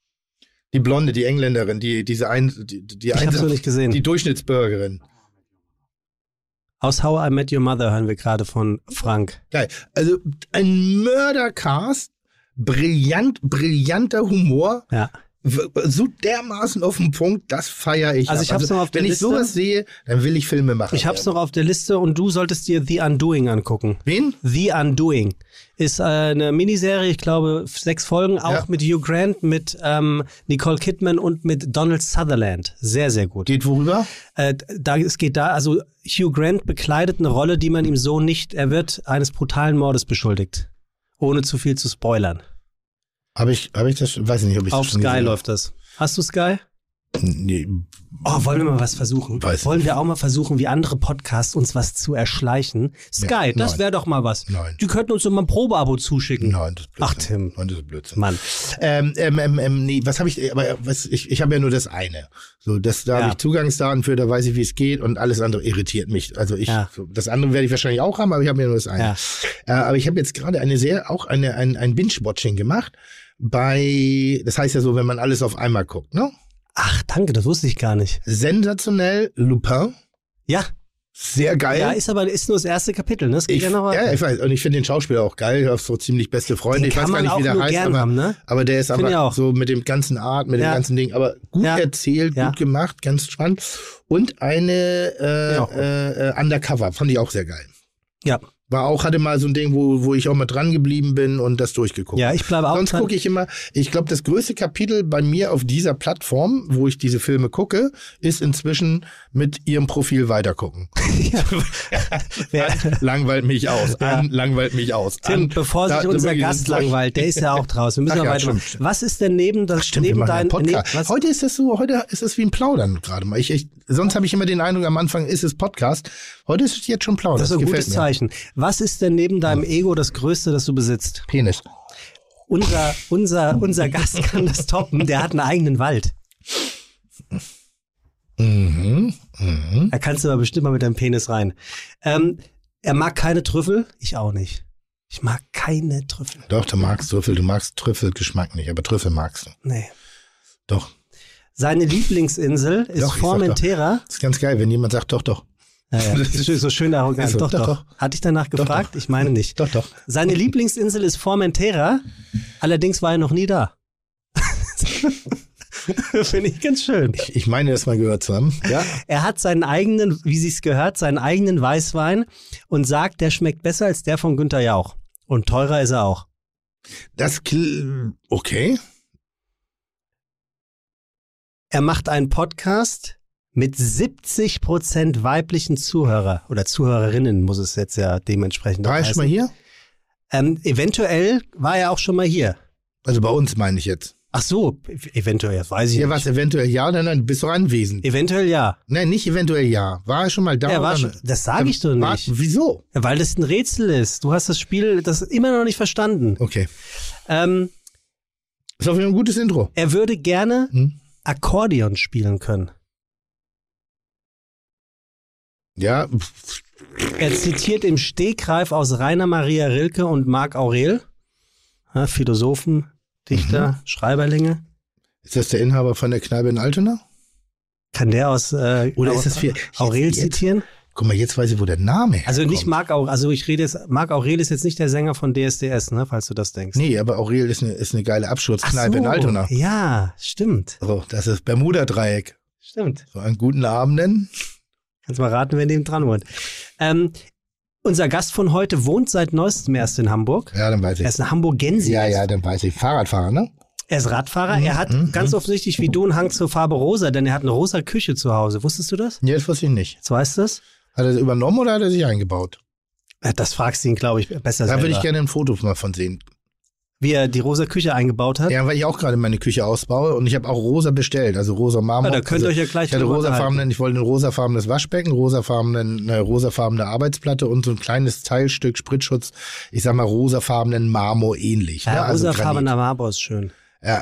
Die Blonde, die Engländerin, die, diese ein, die, die, Ich hab's Einsatz- noch nicht gesehen. die Durchschnittsbürgerin. Aus How I Met Your Mother hören wir gerade von Frank. Geil. Also ein Mördercast, brillant, brillanter Humor, Ja. w- so dermaßen auf den Punkt, das feiere ich. Also ab. ich hab's noch auf der Wenn ich Liste. sowas sehe, dann will ich Filme machen. Ich hab's noch auf der Liste und du solltest dir The Undoing angucken. Wen? The Undoing ist äh, eine Miniserie, ich glaube sechs Folgen, auch Ja. mit Hugh Grant, mit ähm, Nicole Kidman und mit Donald Sutherland. Sehr, sehr gut. Geht worüber? Äh, da, es geht da, also Hugh Grant bekleidet eine Rolle, die man ihm so nicht, er wird eines brutalen Mordes beschuldigt. Ohne zu viel zu spoilern. Habe ich, habe ich das schon? Weiß ich nicht, ob ich Auf das schon Sky gesehen läuft das. Hast du Sky? habe. Nee, Oh, wollen wir mal was versuchen? Weiß wollen nicht. wir auch mal versuchen, wie andere Podcasts uns was zu erschleichen? Sky, Nee, das nein. wäre doch mal was. Nein. Die könnten uns doch mal ein Probeabo zuschicken. nein, das ist Blödsinn. Ach, Tim. Nein, das ist Blödsinn. Mann. Ähm, ähm, ähm, ähm, nee, was habe ich, aber was, ich, ich habe ja nur das eine. So, das, da Ja. habe ich Zugangsdaten für, da weiß ich, wie es geht und alles andere irritiert mich. Also ich, Ja. so, das andere werde ich wahrscheinlich auch haben, aber ich habe ja nur das eine. Ja. Äh, aber ich habe jetzt gerade eine sehr, auch eine, ein, ein Binge-Watching gemacht bei, das heißt ja so, wenn man alles auf einmal guckt, ne? Ach, danke, das wusste ich gar nicht. Sensationell, Lupin. Ja, Sehr geil. Ja, ist aber ist nur das erste Kapitel, ne? Es geht Ich, ja noch weiter. ja, ich weiß. Und ich finde den Schauspieler auch geil. Ich habe so ziemlich beste Freunde. Den Ich weiß kann gar man nicht, auch wie der nur heißt. gern Aber, haben, ne? aber der ist Finde ich aber auch. so mit dem ganzen Art, mit Ja. dem ganzen Ding. Aber gut Ja. erzählt, Ja. gut gemacht, ganz spannend. Und eine äh, Ja. äh, äh, Undercover. Fand ich auch sehr geil. Ja. War auch, hatte mal so ein Ding, wo, wo ich auch mal dran geblieben bin und das durchgeguckt. Ja, ich bleibe auch Sonst dran. gucke ich immer, ich glaube, das größte Kapitel bei mir auf dieser Plattform, wo ich diese Filme gucke, ist inzwischen mit ihrem Profil weitergucken. Wer, Langweilt mich aus. An, langweilt mich aus. Tim, An, bevor sich da- unser wirklich, Gast das ist- langweilt, der ist ja auch draußen. Wir müssen Ach mal ja, weitermachen. stimmt, stimmt. Was ist denn neben das Stimmt, wir neben machen einen dein Podcast. ne, was, Heute ist es so, heute ist es wie ein Plaudern gerade mal. Ich, ich, sonst habe ich immer den Eindruck, am Anfang ist es Podcast. Heute ist es jetzt schon Plaudern. das ist ein gefällt gutes mir. Zeichen. Was ist denn neben deinem Ego das Größte, das du besitzt? Penis. Unser, unser, unser Gast kann das toppen. Der hat einen eigenen Wald. Mhm. Mhm. Da kannst du aber bestimmt mal mit deinem Penis rein. Ähm, er mag keine Trüffel. Ich auch nicht. Ich mag keine Trüffel. Doch, du magst Trüffel, du magst Trüffelgeschmack nicht, aber Trüffel magst du. Nee. Doch. Seine Lieblingsinsel ist Doch, ich sag Formentera. Das ist ganz geil, wenn jemand sagt, doch, doch. Ja, ja. Das ist so schön arrogant. Ist so. Doch, Doch, doch, doch. Hatte ich danach gefragt? doch. Ich meine nicht. Doch, doch. Seine Lieblingsinsel ist Formentera. Allerdings war er noch nie da. Finde ich ganz schön. Ich, ich meine, das mal gehört zu haben. Ja. Er hat seinen eigenen, wie sich's gehört, seinen eigenen Weißwein und sagt, der schmeckt besser als der von Günther Jauch. Und teurer ist er auch. Das, kl- okay. Er macht einen Podcast mit siebzig Prozent weiblichen Zuhörer oder Zuhörerinnen, muss es jetzt ja dementsprechend War auch er schon mal heißen. hier? Ähm, eventuell war er auch schon mal hier. Also bei uns meine ich jetzt. Ach so, ev- eventuell, das weiß ich Ja, nicht. was eventuell ja oder nein? Du bist doch anwesend. Eventuell ja. Nein, nicht eventuell ja. War er schon mal da? Er war oder schon, nicht? das sage ich doch War- nicht. Wieso? Ja, weil das ein Rätsel ist. Du hast das Spiel das immer noch nicht verstanden. Okay. Ähm, Ist auf jeden Fall ein gutes Intro. er würde gerne Hm? Akkordeon spielen können. Ja, pff, Er zitiert im Stegreif aus Rainer Maria Rilke und Marc Aurel, ja, Philosophen, Dichter, Mhm. Schreiberlinge. ist das der Inhaber von der Kneipe in Altona? Kann der aus äh, Oder Au- ist das für- Aurel jetzt- jetzt- zitieren? Guck mal, jetzt weiß ich, wo der Name herkommt. Also nicht Marc Aurel, also ich rede jetzt, Marc Aurel ist jetzt nicht der Sänger von D S D S, ne, falls du das denkst. Nee, aber Aurel ist eine, ist eine geile Ach Absturzkneipe so, in Altona. ja, stimmt, So, das ist Bermuda-Dreieck. stimmt. So einen guten Abenden. Kannst mal raten, wer neben dran wohnt. Ähm, unser Gast von heute wohnt seit neuestem erst in Hamburg. Ja, dann weiß ich. Er ist ein Hamburgensi. Ja, ja, dann weiß ich. Fahrradfahrer, ne? Er ist Radfahrer. Er hat Mhm, ganz mhm. offensichtlich wie du einen Hang zur Farbe rosa, denn er hat eine rosa Küche zu Hause. Wusstest du das? Nee, das wusste ich nicht. Jetzt weißt du es? Hat er das übernommen oder hat er sich eingebaut? Äh, Das fragst du ihn, glaube ich, besser Da selber. würde ich gerne ein Foto mal von sehen. Wie er die rosa Küche eingebaut hat. Ja, weil ich auch gerade meine Küche ausbaue und ich habe auch rosa bestellt, also rosa Marmor. Ja, da könnt ihr also, euch ja gleich Ich hatte drüber rosafarbenen, ich wollte ein rosafarbenes Waschbecken, rosafarbenen, eine rosafarbene Arbeitsplatte und so ein kleines Teilstück Spritzschutz, ich sag mal rosafarbenen Marmor ähnlich. Ja, ne? Also rosafarbener Granit. Marmor ist schön. Ja.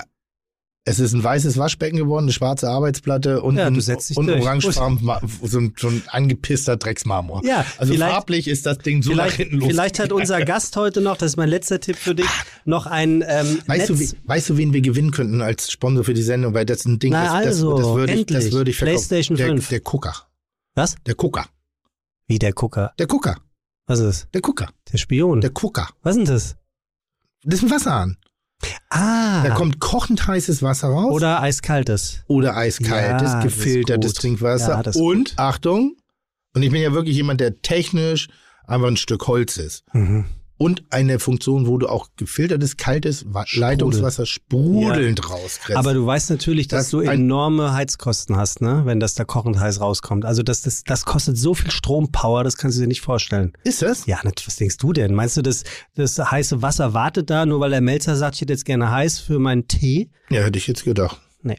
Es ist ein weißes Waschbecken geworden, eine schwarze Arbeitsplatte und Ja, ein, du setzt dich und durch. orangefarben, Ma- so ein, so ein angepisster Drecksmarmor. Ja, Also vielleicht- farblich ist das Ding so nach Vielleicht, hinten los. vielleicht hat unser Gast heute noch, das ist mein letzter Tipp für dich, noch ein ähm, Weißt du, Netz. wie, weißt du, wen wir gewinnen könnten als Sponsor für die Sendung? Weil das ein Ding Na ist, das, also, das würde ich, endlich. das würde ich verkaufen. PlayStation der, fünf. Der Gucker. Was? Der Gucker. Wie der Gucker. Der Gucker. Was ist? Der Gucker. Der Spion. Der Gucker. Was ist denn das? Das ist ein Wasserhahn. Ah. Da kommt kochend heißes Wasser raus. Oder eiskaltes. oder eiskaltes, Ja, das ist gefiltertes gut. Trinkwasser. Ja, das ist und, Achtung, und ich bin ja wirklich jemand, der technisch einfach ein Stück Holz ist. Mhm. Und eine Funktion, wo du auch gefiltertes, kaltes Wa- Leitungswasser sprudelnd rauskriegst. Aber du weißt natürlich, dass Das du ein- enorme Heizkosten hast, ne? Wenn das da kochend heiß rauskommt. Also das, das, das kostet so viel Strompower, das kannst du dir nicht vorstellen. ist das? Ja, nicht, was denkst du denn? Meinst du, das, das heiße Wasser wartet da, nur weil der Melzer sagt, ich hätte jetzt gerne heiß für meinen Tee? Ja, hätte ich jetzt gedacht. Nee.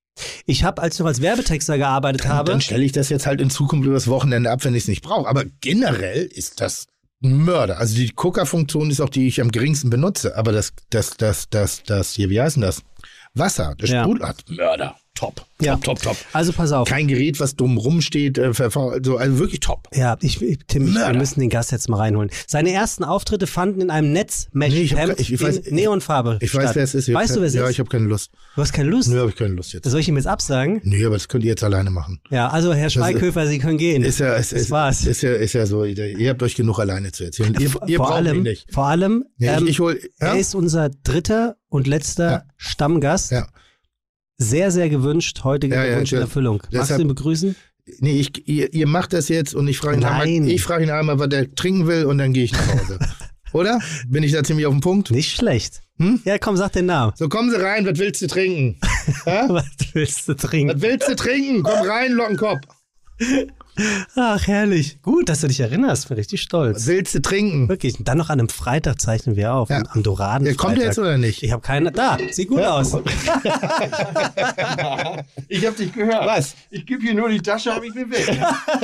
Ich habe, als ich noch als Werbetexter gearbeitet Dann, habe, dann stelle ich das jetzt halt in Zukunft übers Wochenende ab, wenn ich es nicht brauche. Aber generell ist das ein Mörder. Also die Gucker-Funktion ist auch die, die ich am geringsten benutze. Aber das, das, das, das, das, hier, wie heißt denn das? Wasser, das Ja. sprudelt. Mörder. top. Ja. Top, top, top. Also pass auf. Kein Gerät, was dumm rumsteht, äh, also, also wirklich top. Ja, ich, ich, Tim, ich, wir Mörder. müssen den Gast jetzt mal reinholen. Seine ersten Auftritte fanden in einem Netzmesh Nee, ich hab Hemd ke- ich- ich weiß- in Neonfarbe Ich weiß, statt. wer es ist. Ich hab Weißt du, kein- wer es Ja, ist? ich habe keine Lust. Du hast keine Lust? Nö, habe ich keine Lust jetzt. Soll ich ihm jetzt absagen? Nee, aber das könnt ihr jetzt alleine machen. Ja, also Herr Schweighöfer, Sie können gehen. Ist ja, ist, das ist, war's. Ist ja, ist ja so, ihr habt euch genug alleine zu erzählen. Ihr, ihr vor braucht allem, mich nicht. vor allem, Ja, ähm, ich, ich hol, ja? er ist unser dritter und letzter Ja. Stammgast. Ja. Sehr, sehr gewünscht. Heute geht Ja, der ja, Wunsch in der- Erfüllung. Magst deshalb- du ihn begrüßen? Nee, ich, ihr, ihr macht das jetzt und ich frage ihn, Nein. einmal, ich frage ihn einmal, was der trinken will und dann gehe ich nach Hause. Oder? Bin ich da ziemlich auf den Punkt? Nicht schlecht. Hm? Ja, komm, sag den Namen. So, kommen Sie rein, was willst du trinken? Ja? Was willst du trinken? Was willst du trinken? Komm rein, Lockenkopf. Ach, herrlich. Gut, dass du dich erinnerst. Bin richtig Was stolz. willst du trinken? Wirklich. Und dann noch an einem Freitag zeichnen wir auf. Ja. Am- Am Doraden. Ja, kommt der jetzt oder nicht? Ich habe keine. Da, sieht gut aus. Ich hab dich gehört. Was? Ich gebe hier nur die Tasche, hab ich mir weg.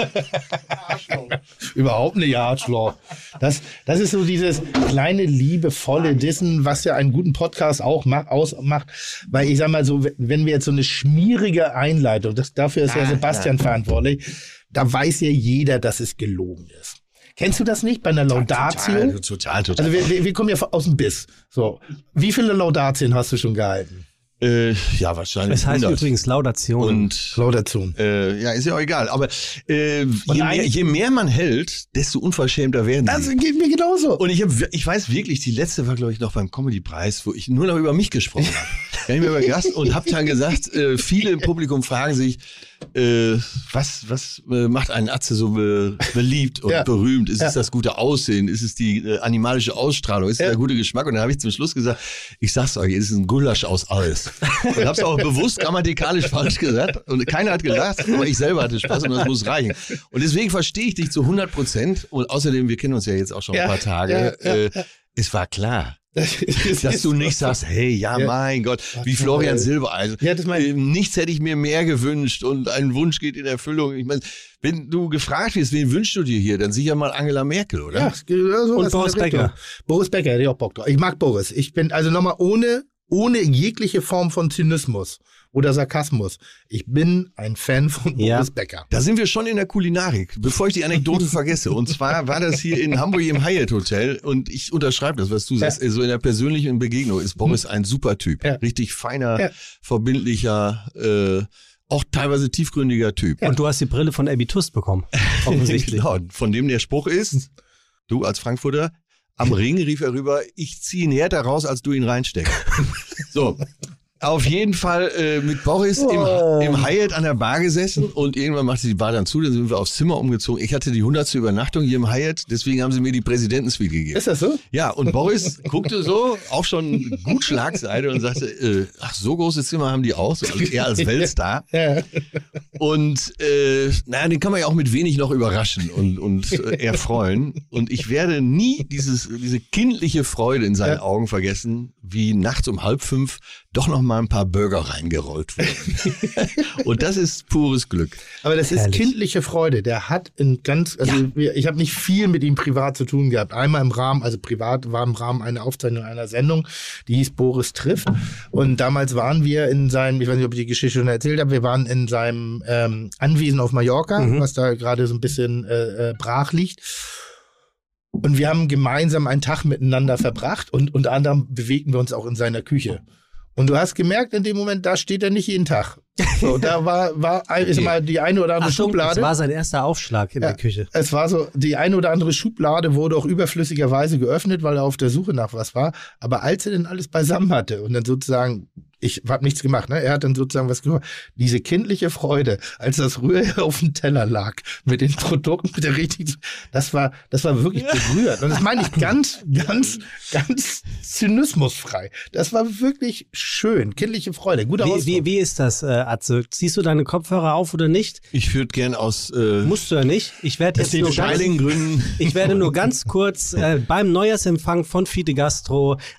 Überhaupt nicht, Arschloch. Das, das ist so dieses kleine, liebevolle Dissen, was ja einen guten Podcast auch mach, ausmacht. Weil ich sag mal so, wenn wir jetzt so eine schmierige Einleitung, das, dafür ist ja Sebastian verantwortlich, da weiß ja jeder, dass es gelogen ist. Kennst du das nicht bei einer Laudatio? Total, total, total. Also wir, wir, wir kommen ja aus dem Biss. So, wie viele Laudatien hast du schon gehalten? äh, ja, wahrscheinlich Es heißt hundert. übrigens Laudation. Und Laudatio. äh, ja, ist ja auch egal. Aber äh, je, mehr, eigentlich- je mehr man hält, desto unverschämter werden Das sie. geht mir genauso. Und ich, hab, ich weiß wirklich, die letzte war, glaube ich, noch beim Comedy-Preis, wo ich nur noch über mich gesprochen habe. Da hab ich mir über Gast und habe dann gesagt, äh, viele im Publikum fragen sich, äh, was, was äh, macht einen Atze so be, beliebt und Ja. berühmt? Ist Ja. es das gute Aussehen? Ist es die äh, animalische Ausstrahlung? Ist es Ja. der gute Geschmack? Und dann habe ich zum Schluss gesagt, ich sag's euch, es ist ein Gulasch aus alles. Und habe es auch bewusst grammatikalisch falsch gesagt. Und keiner hat gelacht, aber ich selber hatte Spaß und das muss reichen. Und deswegen verstehe ich dich zu hundert Prozent. Und außerdem, wir kennen uns ja jetzt auch schon ein Ja. paar Tage. Ja, ja, äh, es war klar. Das ist- Dass du nicht sagst, hey, ja, Ja. mein Gott, wie Florian Silbereisen. Ja, das mein- Ähm, Nichts hätte ich mir mehr gewünscht und ein Wunsch geht in Erfüllung. Ich meine, wenn du gefragt wirst, wen wünschst du dir hier, dann sicher mal Angela Merkel, oder? Ja, sowas Und in Boris der Richtung. Becker. Boris Becker hätte ich auch Bock drauf. Ich mag Boris. Ich bin also nochmal ohne, ohne jegliche Form von Zynismus oder Sarkasmus. Ich bin ein Fan von Ja. Boris Becker. Da sind wir schon in der Kulinarik, bevor ich die Anekdote vergesse. Und zwar war das hier in Hamburg im Hyatt Hotel und ich unterschreibe das, was du sagst. So in der persönlichen Begegnung ist Boris ein super Typ. Ja. Richtig feiner, Ja. verbindlicher, äh, auch teilweise tiefgründiger Typ. Und du hast die Brille von Abby Tust bekommen. Offensichtlich. Genau, von dem der Spruch ist, du als Frankfurter, am Ring rief er rüber, ich ziehe ihn härter raus, als du ihn reinsteckst. So. Auf jeden Fall äh, mit Boris im, im Hyatt an der Bar gesessen und irgendwann machte die Bar dann zu, dann sind wir aufs Zimmer umgezogen. Ich hatte die hundertste Übernachtung hier im Hyatt, deswegen haben sie mir die Präsidentensuite gegeben. Ist das so? Ja, und Boris guckte so, auch schon gut Schlagseite und sagte, äh, ach, so großes Zimmer haben die auch, so als, eher als Weltstar. Ja. Und äh, naja, den kann man ja auch mit wenig noch überraschen und, und äh, erfreuen. Und ich werde nie dieses, diese kindliche Freude in seinen Ja. Augen vergessen, wie nachts um halb fünf doch noch mal ein paar Burger reingerollt wurden. Und das ist pures Glück. Aber das ist Herrlich. kindliche Freude. Der hat in ganz, also wir, ich habe nicht viel mit ihm privat zu tun gehabt. Einmal im Rahmen, also privat war im Rahmen einer Aufzeichnung einer Sendung, die hieß Boris trifft. Und damals waren wir in seinem, ich weiß nicht, ob ich die Geschichte schon erzählt habe, wir waren in seinem ähm, Anwesen auf Mallorca, Mhm. was da gerade so ein bisschen äh, äh, brach liegt. Und wir haben gemeinsam einen Tag miteinander verbracht und unter anderem bewegten wir uns auch in seiner Küche. Und du hast gemerkt, in dem Moment, da steht er nicht jeden Tag. So, da war, war ein- ist mal die eine oder andere Achtung, Schublade. das war sein erster Aufschlag in Ja. der Küche. Es war so, die eine oder andere Schublade wurde auch überflüssigerweise geöffnet, weil er auf der Suche nach was war. Aber als er denn alles beisammen hatte und dann sozusagen, ich habe nichts gemacht, ne? Er hat dann sozusagen was gemacht. Diese kindliche Freude, als das Rührei auf dem Teller lag, mit den Produkten, mit der richtigen, das war, das war wirklich berührend. Und das meine ich ganz, ganz, ganz zynismusfrei. Das war wirklich schön. Kindliche Freude. Guter Wie, Ausdruck. wie, wie ist das, äh, Atze? Ziehst du deine Kopfhörer auf oder nicht? Ich würde gern aus äh, Musst du ja nicht. Ich werde jetzt nur ganz, steiligen Gründen. ich werde nur ganz kurz äh, beim Neujahrsempfang von Fide Gastro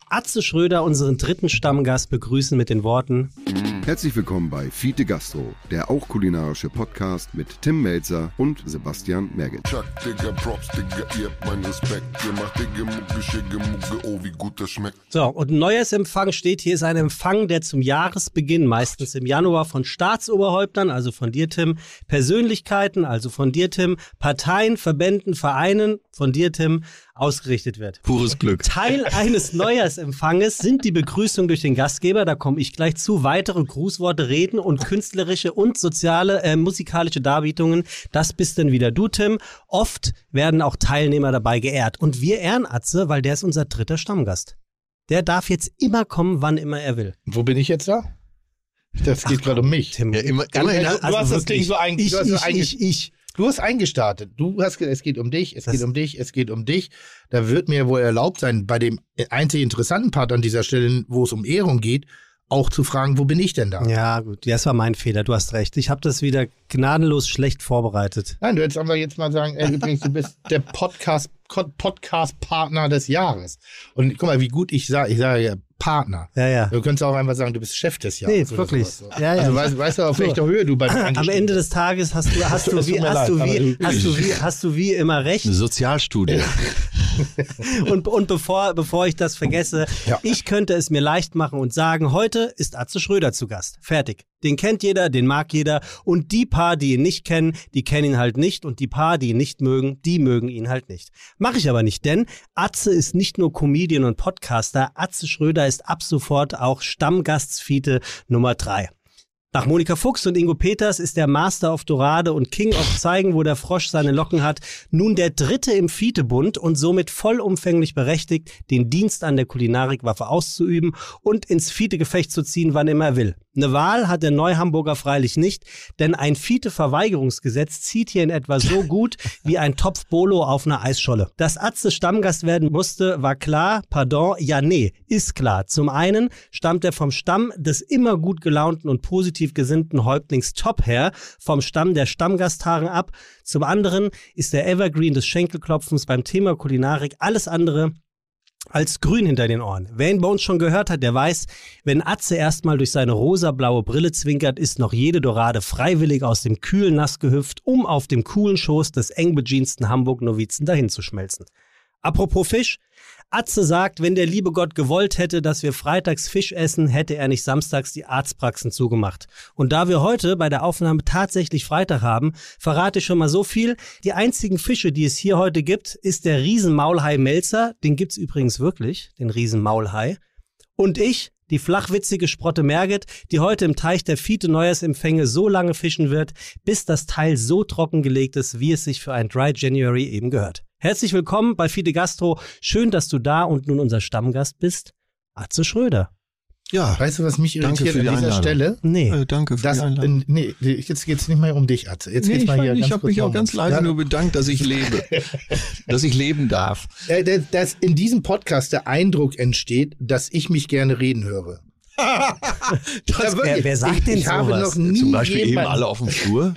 Atze Schröder, unseren dritten Stammgast, begrüßen mit den Worten: Herzlich willkommen bei Fiete Gastro, der auch kulinarische Podcast mit Tim Melzer und Sebastian Merget. Chuck, Digga, Props, Digga, ihr habt meinen Respekt. Ihr macht Digga, Mucke, Schicke, Mucke, oh, wie gut das schmeckt. So, und ein neues Empfang steht hier, ist ein Empfang, der zum Jahresbeginn, meistens im Januar, von Staatsoberhäuptern, also von dir, Tim, Persönlichkeiten, also von dir, Tim, Parteien, Verbänden, Vereinen, von dir, Tim, ausgerichtet wird. Pures Glück. Teil eines Neujahrsempfanges sind die Begrüßung durch den Gastgeber, da komme ich gleich zu, weitere Grußworte, Reden und künstlerische und soziale, äh, musikalische Darbietungen. Das bist dann wieder du, Tim. Oft werden auch Teilnehmer dabei geehrt. Und wir ehren Atze, weil der ist unser dritter Stammgast. Der darf jetzt immer kommen, wann immer er will. Wo bin ich jetzt da? Das geht gerade um mich. Tim, Ja, immer, ganz- immerhin, du hast das Ding so ein, ich, du hast so ich, einge- ich, ich. Du hast eingestartet. Du hast gesagt, es geht um dich, es Das- geht um dich, es geht um dich. Da wird mir wohl erlaubt sein, bei dem einzig interessanten Part an dieser Stelle, wo es um Ehrung geht, auch zu fragen, wo bin ich denn da? Ja, gut, das war mein Fehler, du hast recht. Ich habe das wieder gnadenlos schlecht vorbereitet. Nein, du hättest einfach jetzt mal sagen, ey, übrigens, du bist der Podcast, Podcast-Partner des Jahres. Und guck mal, wie gut ich sage, ich sage ja Partner. Ja, ja. Du könntest auch einfach sagen, du bist Chef des Jahres. Nee, oder wirklich. sowas so. Ja, ja. Also weißt, weißt du, auf So. welcher Höhe du bei Am Ende des Tages hast du, hast du, Es tut wie, mir hast, du leid, wie, aber du- hast, du wie, hast du wie immer recht. eine Sozialstudie. Und, und bevor, bevor ich das vergesse, Ja. ich könnte es mir leicht machen und sagen, heute ist Atze Schröder zu Gast. Fertig. Den kennt jeder, den mag jeder. Und die paar, die ihn nicht kennen, die kennen ihn halt nicht. Und die paar, die ihn nicht mögen, die mögen ihn halt nicht. Mache ich aber nicht, denn Atze ist nicht nur Comedian und Podcaster. Atze Schröder ist ab sofort auch Stammgastsfiete Nummer drei. Nach Monika Fuchs und Ingo Peters ist der Master of Dorade und King of Zeigen, wo der Frosch seine Locken hat, nun der dritte im Fiete-Bund und somit vollumfänglich berechtigt, den Dienst an der Kulinarikwaffe auszuüben und ins Fiete-Gefecht zu ziehen, wann immer er will. Eine Wahl hat der Neuhamburger freilich nicht, denn ein Fiete-Verweigerungsgesetz zieht hier in etwa so gut wie ein Topf Bolo auf einer Eisscholle. Dass Atze Stammgast werden musste, war klar, pardon, ja nee, ist klar. Zum einen stammt er vom Stamm des immer gut gelaunten und positiv gesinnten Häuptlings Top her, vom Stamm der Stammgasthaaren ab. Zum anderen ist der Evergreen des Schenkelklopfens beim Thema Kulinarik alles andere als grün hinter den Ohren. Wer ihn bei uns schon gehört hat, der weiß, wenn Atze erstmal durch seine rosa-blaue Brille zwinkert, ist noch jede Dorade freiwillig aus dem kühlen Nass gehüpft, um auf dem coolen Schoß des eng bejeansten Hamburg-Novizen dahin zu schmelzen. Apropos Fisch, Atze sagt, wenn der liebe Gott gewollt hätte, dass wir freitags Fisch essen, hätte er nicht samstags die Arztpraxen zugemacht. Und da wir heute bei der Aufnahme tatsächlich Freitag haben, verrate ich schon mal so viel. Die einzigen Fische, die es hier heute gibt, ist der Riesenmaulhai Melzer. Den gibt's übrigens wirklich, den Riesenmaulhai. Und ich, die flachwitzige Sprotte Merget, die heute im Teich der Fiete-Neujahrsempfänge so lange fischen wird, bis das Teil so trockengelegt ist, wie es sich für ein Dry January eben gehört. Herzlich willkommen bei Fiete Gastro. Schön, dass du da und nun unser Stammgast bist, Atze Schröder. Ja, Weißt du, was mich Danke irritiert für die an dieser Einladung. Stelle? Nee. äh, danke für Das, die Einladung. in, nee, jetzt geht's nicht mehr um dich, Atze. Jetzt Nee, geht's ich mal hier ich ganz habe kurz mich auch um ganz uns. leise Ja, nur bedankt, dass ich lebe. dass ich leben darf. äh, dass- dass in diesem Podcast der Eindruck entsteht, dass ich mich gerne reden höre. Ja, wirklich. wer, wer sagt ich, denn ich habe sowas? noch nie Zum Beispiel eben jemanden, alle auf dem Flur.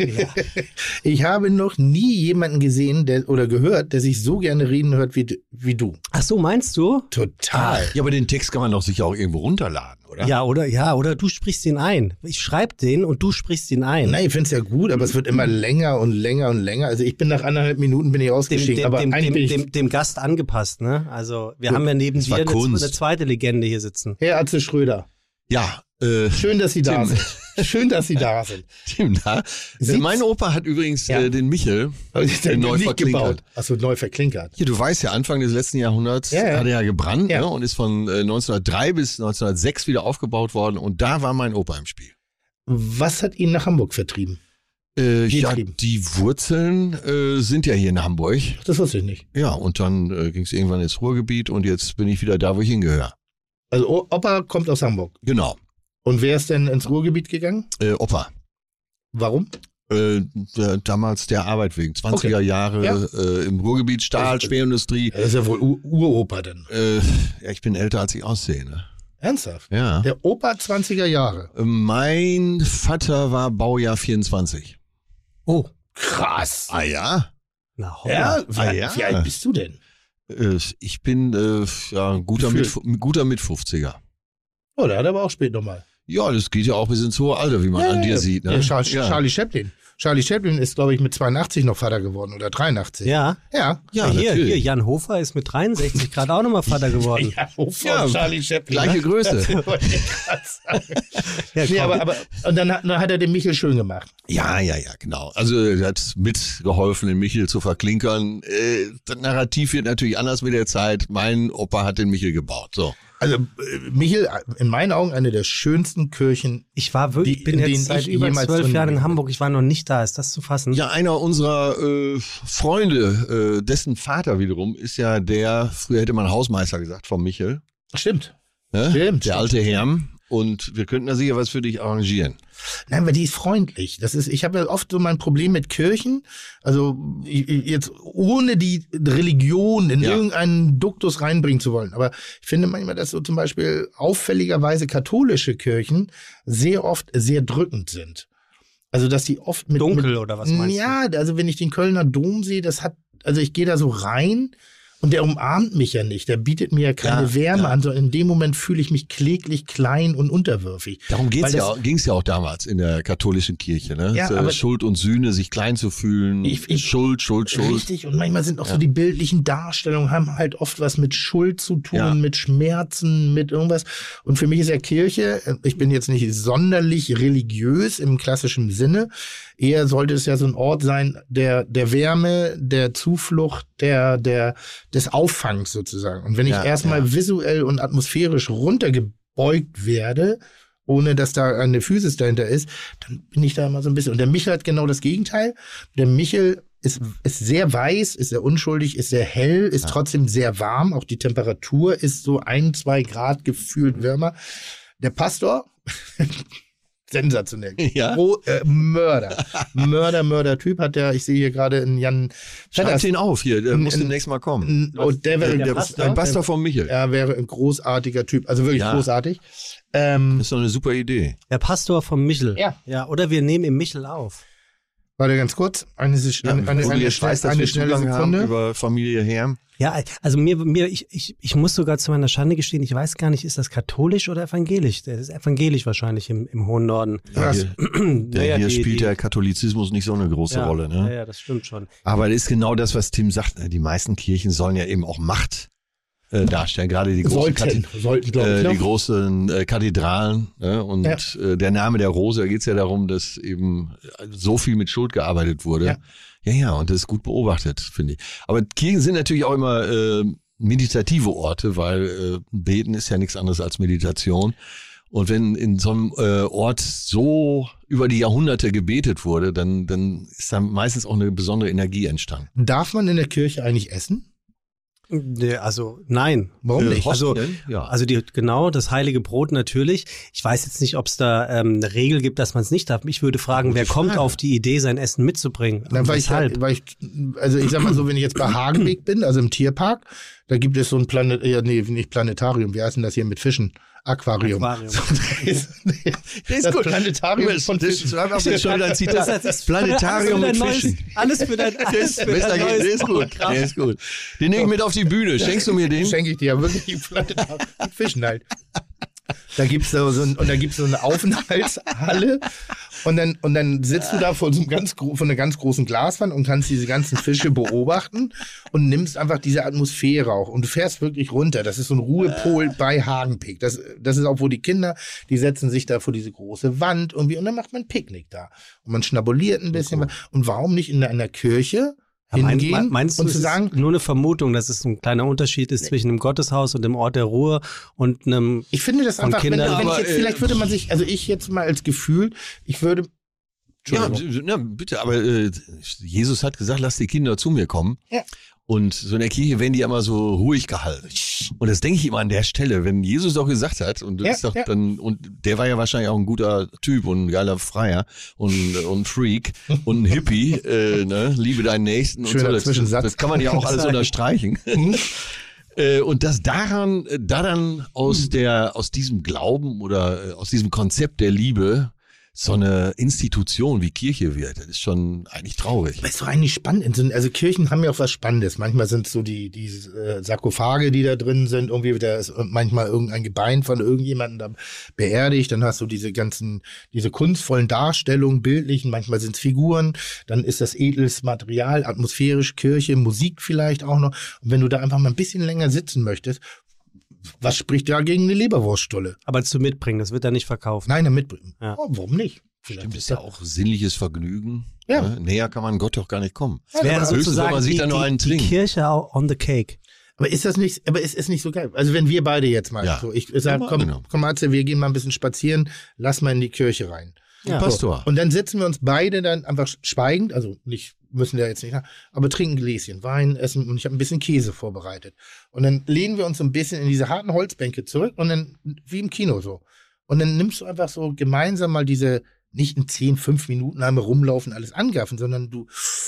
Ich habe noch nie jemanden gesehen der, oder gehört, der sich so gerne reden hört wie, du- wie du. Ach so, meinst du? Total. Ja, aber den Text kann man doch sicher auch irgendwo runterladen, oder? Ja, oder ja, oder du sprichst ihn ein. Ich schreibe den und du sprichst ihn ein. Nein, ich finde es ja gut, aber es wird immer länger und länger und länger. Also ich bin nach anderthalb Minuten bin ich dem, ausgestiegen, dem, aber dem, eigentlich dem, bin ich... dem, dem Gast angepasst, ne? Also wir Gut, haben ja neben das dir war eine, Kunst. eine zweite Legende hier sitzen. Herr Atze Schröder, Ja, äh, schön, dass Sie da Tim. sind. Schön, dass Sie da sind. Tim, da. Äh, Sitz- mein Opa hat übrigens Ja. äh, den Michel Aber ich äh, neu nicht verklinkert. gebaut. Achso, neu verklinkert. Hier, du weißt ja, Anfang des letzten Jahrhunderts Ja, ja. hat er ja gebrannt Ja. Ne, und ist von äh, neunzehnhundertdrei bis neunzehnhundertsechs wieder aufgebaut worden und da war mein Opa im Spiel. Was hat ihn nach Hamburg vertrieben? Äh, ja, Getrieben. die Wurzeln äh, sind ja hier in Hamburg. Das wusste ich nicht. Ja, und dann äh, ging es irgendwann ins Ruhrgebiet und jetzt bin ich wieder da, wo ich hingehöre. Also O- Opa kommt aus Hamburg. Genau, Und wer ist denn ins Ruhrgebiet gegangen? äh, Opa. Warum? Äh, der, damals der Arbeit wegen. zwanziger Jahre Ja. äh, im Ruhrgebiet, Stahl, Also, Schwerindustrie. Das ist ja wohl U- Uropa dann. Äh, ja, ich bin älter, als ich aussehe. Ne? Ernsthaft? Ja. Der Opa zwanziger Jahre. Mein Vater war Baujahr vierundzwanzig. Oh, Krass. Ah ja? na holla. Ja, wie, Ah, ja. wie alt bist du denn? Äh, ich bin äh, ja ein guter, mit, guter Mit-fünfziger. Oh, der hat aber auch spät nochmal. Ja, das geht ja auch bis ins hohe Alter, wie man Ja, an dir ja, sieht. Ne? Ja, Charlie, ja. Charlie Chaplin. Charlie Chaplin ist, glaube ich, mit zweiundachtzig noch Vater geworden oder dreiundachtzig. Ja. Ja. Ja, hier, natürlich. hier, Jan Hofer ist mit dreiundsechzig gerade auch nochmal Vater geworden. Ja, Hofer Ja, und Charlie Chaplin. Gleiche ne? Größe. Wollte ich grad sagen. Ja, Nee, komm. aber, aber, und dann hat, dann hat er den Michel schön gemacht. Ja, ja, ja, genau. Also er hat mitgeholfen, den Michel zu verklinkern. Äh, das Narrativ wird natürlich anders mit der Zeit. Mein Opa hat den Michel gebaut. So. Also äh, Michel, in meinen Augen eine der schönsten Kirchen. Ich war wirklich, Die- bin in denen jetzt seit ich über jemals zwölf drin Jahren in bin. Hamburg. Ich war noch nicht da. Ist das zu fassen? Ja, einer unserer äh, Freunde, äh, dessen Vater wiederum, ist ja der, früher hätte man Hausmeister gesagt, vom Michel. Stimmt. Ne? Stimmt, Der stimmt. alte Herm. Und wir könnten da sicher was für dich arrangieren. Nein, weil die ist freundlich. Das ist, ich habe ja oft so mein Problem mit Kirchen. Also ich- ich- jetzt ohne die Religion in Ja. irgendeinen Duktus reinbringen zu wollen. Aber ich finde manchmal, dass so zum Beispiel auffälligerweise katholische Kirchen sehr oft sehr drückend sind. Also dass die oft mit Dunkel mit, oder was meinst ja, also wenn ich den Kölner Dom sehe, das hat, also ich gehe da so rein. Und der umarmt mich ja nicht, der bietet mir ja keine Ja, Wärme ja. an, sondern in dem Moment fühle ich mich kläglich klein und unterwürfig. Darum Weil geht's ja, das- auch- ging's ja auch damals in der katholischen Kirche. Ne? Ja, So, aber- Schuld und Sühne, sich klein zu fühlen. Ich- ich- Schuld, Schuld, Schuld. Richtig, und manchmal sind auch so die bildlichen Darstellungen, haben halt oft was mit Schuld zu tun, Ja. mit Schmerzen, mit irgendwas. Und für mich ist ja Kirche, ich bin jetzt nicht sonderlich religiös im klassischen Sinne, eher sollte es ja so ein Ort sein, der, der Wärme, der Zuflucht, der, der, des Auffangs sozusagen. Und wenn ich Ja, erstmal ja. visuell und atmosphärisch runtergebeugt werde, ohne dass da eine Physis dahinter ist, dann bin ich da immer so ein bisschen. Und der Michel hat genau das Gegenteil. Der Michel ist, ist sehr weiß, ist sehr unschuldig, ist sehr hell, ist trotzdem sehr warm. Auch die Temperatur ist so ein, zwei Grad gefühlt wärmer. Der Pastor, sensationell. Ja. Pro, äh, Mörder. Mörder, Mörder-Typ hat der, ich sehe hier gerade einen Jan Schreib Vetters. den auf hier, der N- muss n- demnächst mal kommen. N- Oh, der wäre Der der, Pastor? Ein Pastor von Michel. er wäre ein großartiger Typ, also wirklich Ja. großartig. Ähm, Das ist doch eine super Idee. Der Pastor vom Michel. Ja. Ja, oder wir nehmen im Michel auf. warte ganz kurz, eine, Sek- eine, eine, Wo du eine, jetzt weißt, dass eine wir schnelle Zugang haben Sekunde. über Familie Herm. Ja, also mir, mir ich, ich, ich muss sogar zu meiner Schande gestehen, ich weiß gar nicht, ist das katholisch oder evangelisch? Das ist evangelisch wahrscheinlich im, im hohen Norden. Ja, Was? hier, der, Naja, hier die- spielt die- der Katholizismus nicht so eine große ja, Rolle. Ne? Ja, ja, das stimmt schon. Aber das ist genau das, was Tim sagt. ne? Die meisten Kirchen sollen ja eben auch Macht äh, darstellen. Gerade die großen, Sollten, Kathe- sollten, glaube ich. äh, die noch. großen äh, Kathedralen. Ne? Und Ja. äh, der Name der Rose, da geht es ja darum, dass eben so viel mit Schuld gearbeitet wurde. Ja. Ja, ja, und das ist gut beobachtet, finde ich. Aber Kirchen sind natürlich auch immer äh, meditative Orte, weil äh, Beten ist ja nichts anderes als Meditation. Und wenn in so einem äh, Ort so über die Jahrhunderte gebetet wurde, dann, dann ist da meistens auch eine besondere Energie entstanden. Darf man in der Kirche eigentlich essen? Nee, also nein. Warum Äh, nicht? Also, Hostien? ja. also die, genau, das heilige Brot natürlich. Ich weiß jetzt nicht, ob es da ähm, eine Regel gibt, dass man es nicht darf. Ich würde fragen, Gute wer kommt Frage. auf die Idee, sein Essen mitzubringen? Dann, weil, ich, Weshalb? weil ich, also ich sag mal so, wenn ich jetzt bei Hagenbeek bin, also im Tierpark, da gibt es so ein Planet, ja, nee, nicht Planetarium, wie heißt denn das hier mit Fischen? Aquarium. Aquarium. das, das Planetarium von Fischen. Das ist schon wieder ein Zitat. Das ist- Planetarium alles mit für dein Fischen. Neues, alles für dein, alles für Bester dein geht, neues der ist gut. Programm. Der ist gut. Den nehme ich mit auf die Bühne. Schenkst du mir den? Schenke ich dir ja wirklich ein Planetarium mit Fischen halt. Da gibt's so, so ein, und da gibt's so eine Aufenthaltshalle und dann und dann sitzt du da vor so einem ganz gro- vor einer ganz großen Glaswand und kannst diese ganzen Fische beobachten und nimmst einfach diese Atmosphäre auch und du fährst wirklich runter. Das ist so ein Ruhepol bei Hagenbeek. Das das ist auch, wo die Kinder, die setzen sich da vor diese große Wand irgendwie und dann macht man ein Picknick da und man schnabuliert ein bisschen. Und warum nicht in einer Kirche Ja, mein- hingehen meinst du, und es zu ist sagen, nur eine Vermutung, dass es ein kleiner Unterschied ist zwischen einem Gotteshaus und dem Ort der Ruhe und einem. ich finde das von einfach, wenn, Kindern. wenn ich Aber, jetzt, äh, vielleicht würde man sich, also ich jetzt mal als Gefühl, ich würde, Ja, Entschuldigung. ja, bitte, aber äh, Jesus hat gesagt, lass die Kinder zu mir kommen. Ja. Und so in der Kirche werden die immer so ruhig gehalten. Und das denke ich immer an der Stelle, wenn Jesus doch gesagt hat, und das Ja, ist doch ja. dann, und der war ja wahrscheinlich auch ein guter Typ und ein geiler Freier und, und ein Freak und ein Hippie, äh, ne? Liebe deinen Nächsten und Schöner so. Das, Zwischensatz. das kann man ja auch alles unterstreichen. Äh, Und dass daran, äh, da dann aus der, aus diesem Glauben oder äh, aus diesem Konzept der Liebe so eine Institution wie Kirche wird. Das ist schon eigentlich traurig. Aber ist doch eigentlich spannend. Also Kirchen haben ja auch was Spannendes. Manchmal sind es so die, die äh, Sarkophage, die da drin sind. Irgendwie da ist manchmal irgendein Gebein von irgendjemandem da beerdigt. Dann hast du diese ganzen, diese kunstvollen Darstellungen, bildlichen. Manchmal sind es Figuren. Dann ist das edles Material, atmosphärisch, Kirche, Musik vielleicht auch noch. Und wenn du da einfach mal ein bisschen länger sitzen möchtest, was spricht da gegen eine Leberwurststulle? Aber zu mitbringen, das wird da nicht verkauft. Nein, dann mitbringen. Ja. Oh, warum nicht? Vielleicht Stimmt, ist ja auch sinnliches Vergnügen. Ja. Ne? Näher kann man Gott doch gar nicht kommen. Es wäre Höchstens, wenn sozusagen man sich die, da nur einen die, die trinkt. Kirche auch on the cake. Aber ist das nicht, aber ist es nicht so geil? Also wenn wir beide jetzt mal Ja. so, ich sage, Ja, komm, genau. komm Matze, wir gehen mal ein bisschen spazieren, lass mal in die Kirche rein. Ja. Pastor. Und dann setzen wir uns beide dann einfach schweigend, also nicht, müssen wir jetzt nicht, aber trinken ein Gläschen Wein, essen und ich habe ein bisschen Käse vorbereitet. Und dann lehnen wir uns so ein bisschen in diese harten Holzbänke zurück und dann, wie im Kino so. Und dann nimmst du einfach so gemeinsam mal diese, nicht in zehn, fünf Minuten einmal rumlaufen, alles angaffen, sondern du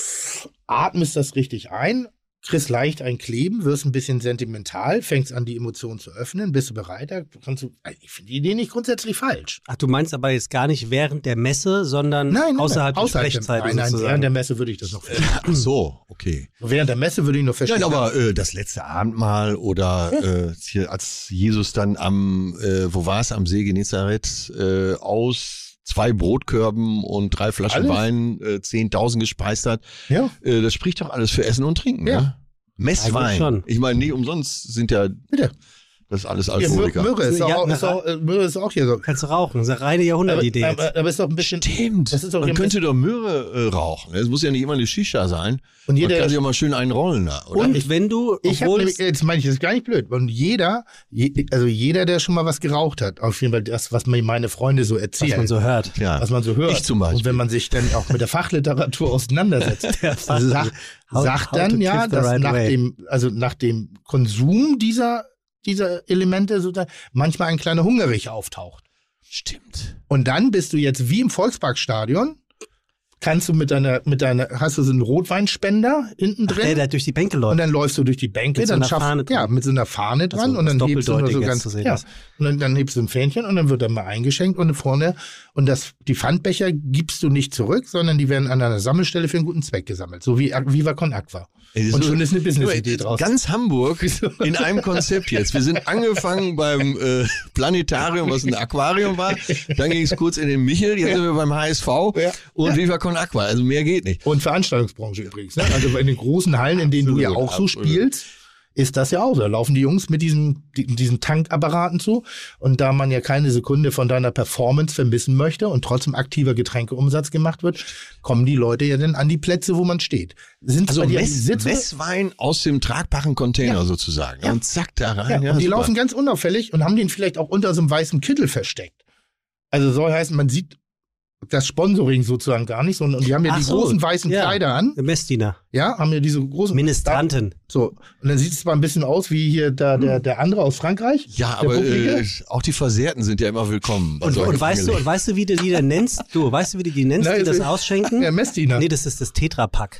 atmest das richtig ein, kriegst leicht ein Kleben, wirst ein bisschen sentimental, fängst an, die Emotionen zu öffnen, bist du bereit? Da kannst du, ich finde die Idee nicht grundsätzlich falsch. Ach, du meinst aber jetzt gar nicht während der Messe, sondern Nein, nein, außerhalb, nein, der Sprechzeiten Nein, nein, sozusagen. während der Messe würde ich das noch verstehen. Ach so, okay. Während der Messe würde ich noch verstehen. Nein, aber äh, das letzte Abendmahl oder äh, hier, als Jesus dann am, äh, wo war es, am See Genezareth, äh, aus zwei Brotkörben und drei Flaschen Alles? Wein äh, zehntausend gespeist hat, Ja. äh, das spricht doch alles für Essen und Trinken. Ja. Ne? Messwein. Eigentlich schon. Ich meine, nie umsonst sind ja Bitte. das ist alles Ja, Mö- Alkoholiker. Myrrhe ist, Ja, auch, na, ist, auch, äh, Myrrhe ist auch hier so. Kannst du rauchen, das ist eine reine Jahrhundertidee. Aber, aber, aber ist doch ein bisschen. Stimmt. Das ist doch Man ein könnte doch Myrrhe äh, rauchen. Es muss ja nicht immer eine Shisha sein. Und Man jeder, kann sich auch mal schön einen rollen da, oder? Und Ich- wenn du, ich habe obwohl nämlich, jetzt meine ich, das ist gar nicht blöd. Und jeder, je, also jeder, der schon mal was geraucht hat, auf jeden Fall das, was mir meine Freunde so erzählen, was man so hört. ja. was man so hört. Ich zum Beispiel. Und wenn man sich dann auch mit der Fachliteratur auseinandersetzt, Fach- sag, How- sagt how dann to ja, kiss the dass right nach way. dem, also nach dem Konsum dieser, dieser Elemente sozusagen manchmal ein kleiner Hungerich auftaucht. Stimmt. Und dann bist du jetzt wie im Volksparkstadion, kannst du mit deiner, mit deiner, hast du so einen Rotweinspender hinten Ach, drin. der, der durch die Bänke Und läuft. dann läufst du durch die Bänke, Mit so dann einer schaffst Fahne dran. ja, mit so einer Fahne dran Also, und dann was hebst du nur so doppeldeutiger ganz, zu sehen ja, ist. und dann, dann hebst du ein Fähnchen und dann wird dann mal eingeschenkt und vorne, und das, die Pfandbecher gibst du nicht zurück, sondern die werden an einer Sammelstelle für einen guten Zweck gesammelt. So wie Viva Con Aqua. Ey, das Und ist schon nur- ist eine Business-Idee draus. Ganz Hamburg in einem Konzept jetzt. Wir sind angefangen beim äh, Planetarium, was ein Aquarium war. Dann ging es kurz in den Michel, jetzt sind wir beim H S V Ja. und Viva Con Aqua. Also mehr geht nicht. Und Veranstaltungsbranche übrigens. Ne? Also in den großen Hallen, in denen du ja Absolut, auch so absolut. spielst, ist das ja auch so. Da laufen die Jungs mit diesen, die- diesen Tankapparaten zu. Und da man ja keine Sekunde von deiner Performance vermissen möchte und trotzdem aktiver Getränkeumsatz gemacht wird, kommen die Leute ja dann an die Plätze, wo man steht. Sind Also bei dir Mess, Sitze? Messwein aus dem tragbaren Container Ja. sozusagen. Ja. Und zack, da rein. Ja, Ja, und die super. laufen ganz unauffällig und haben den vielleicht auch unter so einem weißen Kittel versteckt. Also soll heißen, man sieht das Sponsoring sozusagen gar nicht, sondern und die haben ja Ach die so, großen weißen ja. Kleider an. Messdiener, Ja, haben ja diese großen Ministranten. So, und dann sieht es zwar ein bisschen aus wie hier da, der, der andere aus Frankreich. Ja, der aber Bucklige. äh, auch die Versehrten sind ja immer willkommen. bei Und, solchen und weißt du, und Angelegenheiten. weißt du, wie du die denn nennst? Du, weißt du, wie du die nennst, Na, die das jetzt- ausschenken? Ja, Messdiener. Nee, das ist das Tetrapack.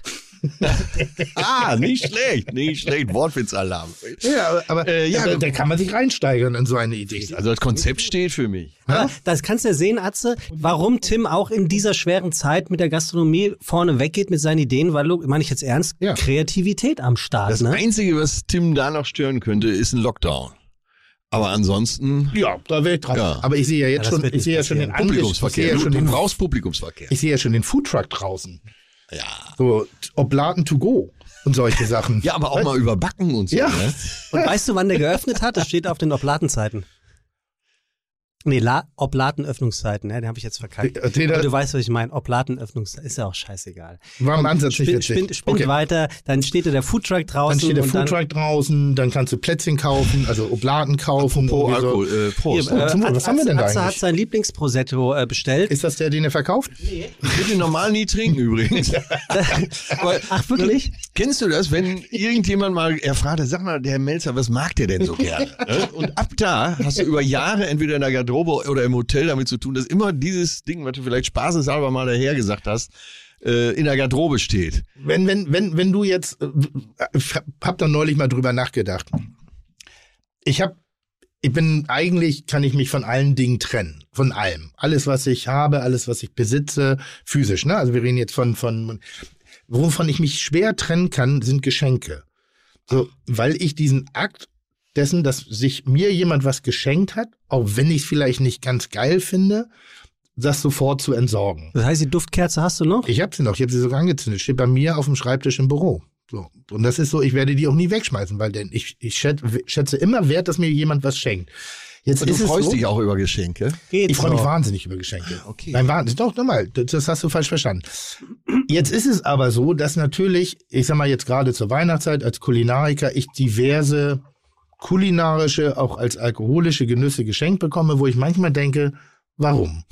Ah, nicht schlecht, nicht schlecht. Wortwitzalarm. Ja, aber, aber Äh, ja, da, da kann man sich reinsteigern in so eine Idee. Also das Konzept steht für mich. Aber das kannst du ja sehen, Atze, warum Tim auch in dieser schweren Zeit mit der Gastronomie vorne weggeht mit seinen Ideen, weil du, meine ich jetzt ernst, Ja. Kreativität am Start. Das Ne? Einzige, was Tim da noch stören könnte, ist ein Lockdown. Aber ansonsten Ja, da wäre ich dran. Ja. Aber ich sehe ja Ja, jetzt das schon, wird ich sehe ja nicht schon den passieren. Angesch- ich sehe Publikumsverkehr. ja Du, schon du den, brauchst Publikumsverkehr. ich sehe ja schon den Foodtruck draußen. Ja. So Oblaten to go und solche Sachen. Ja, aber auch mal überbacken und so. Ja. Ne? Und weißt du, wann der geöffnet hat? Das steht auf den Oblatenzeiten. Nee, La Oblatenöffnungszeiten, ne? Den habe ich jetzt verkackt. Den- den- Und du weißt, was ich meine. Oblatenöffnungszeiten, ist ja auch scheißegal. War im Ansatz nicht Spinn, witzig. spinn, spinn Okay. weiter, dann steht da der Foodtruck draußen. Dann steht der und dann- Foodtruck draußen, dann kannst du Plätzchen kaufen, also Oblaten kaufen. Pro irgendwie so. Alkohol. Äh, Prost. Hier, äh, zum Wohl, was haben wir denn da Atze hat eigentlich? sein Lieblingsprosetto äh, bestellt. Ist das der, den er verkauft? Ich würde den normal nie trinken übrigens. Aber Ach, wirklich? kennst du das, wenn irgendjemand mal erfragt, sag mal, der Herr Melzer, was mag der denn so gerne? Ne? Und ab da hast du über Jahre entweder in der Garderobe oder im Hotel damit zu tun, dass immer dieses Ding, was du vielleicht spaßeshalber mal daher gesagt hast, äh, in der Garderobe steht. Wenn, wenn, wenn, wenn du jetzt, äh, ich hab da neulich mal drüber nachgedacht. Ich habe ich bin, eigentlich kann ich mich von allen Dingen trennen. Von allem. Alles, was ich habe, alles, was ich besitze, physisch, ne? Also wir reden jetzt von, von, wovon ich mich schwer trennen kann, sind Geschenke. So, weil ich diesen Akt dessen, dass sich mir jemand was geschenkt hat, auch wenn ich es vielleicht nicht ganz geil finde, das sofort zu entsorgen. Das heißt, die Duftkerze hast du noch? Ich habe sie noch, ich habe sie sogar angezündet. Steht bei mir auf dem Schreibtisch im Büro. So. Und das ist so, ich werde die auch nie wegschmeißen, weil denn ich, ich schätze immer wert, dass mir jemand was schenkt. Jetzt Und ist du es freust so, dich auch über Geschenke? Geht ich freue mich so. wahnsinnig über Geschenke. Okay. Nein, wahnsinnig. Doch, nochmal, das, das hast du falsch verstanden. Jetzt ist es aber so, dass natürlich, ich sag mal jetzt gerade zur Weihnachtszeit als Kulinariker, ich diverse kulinarische, auch als alkoholische Genüsse geschenkt bekomme, wo ich manchmal denke, warum?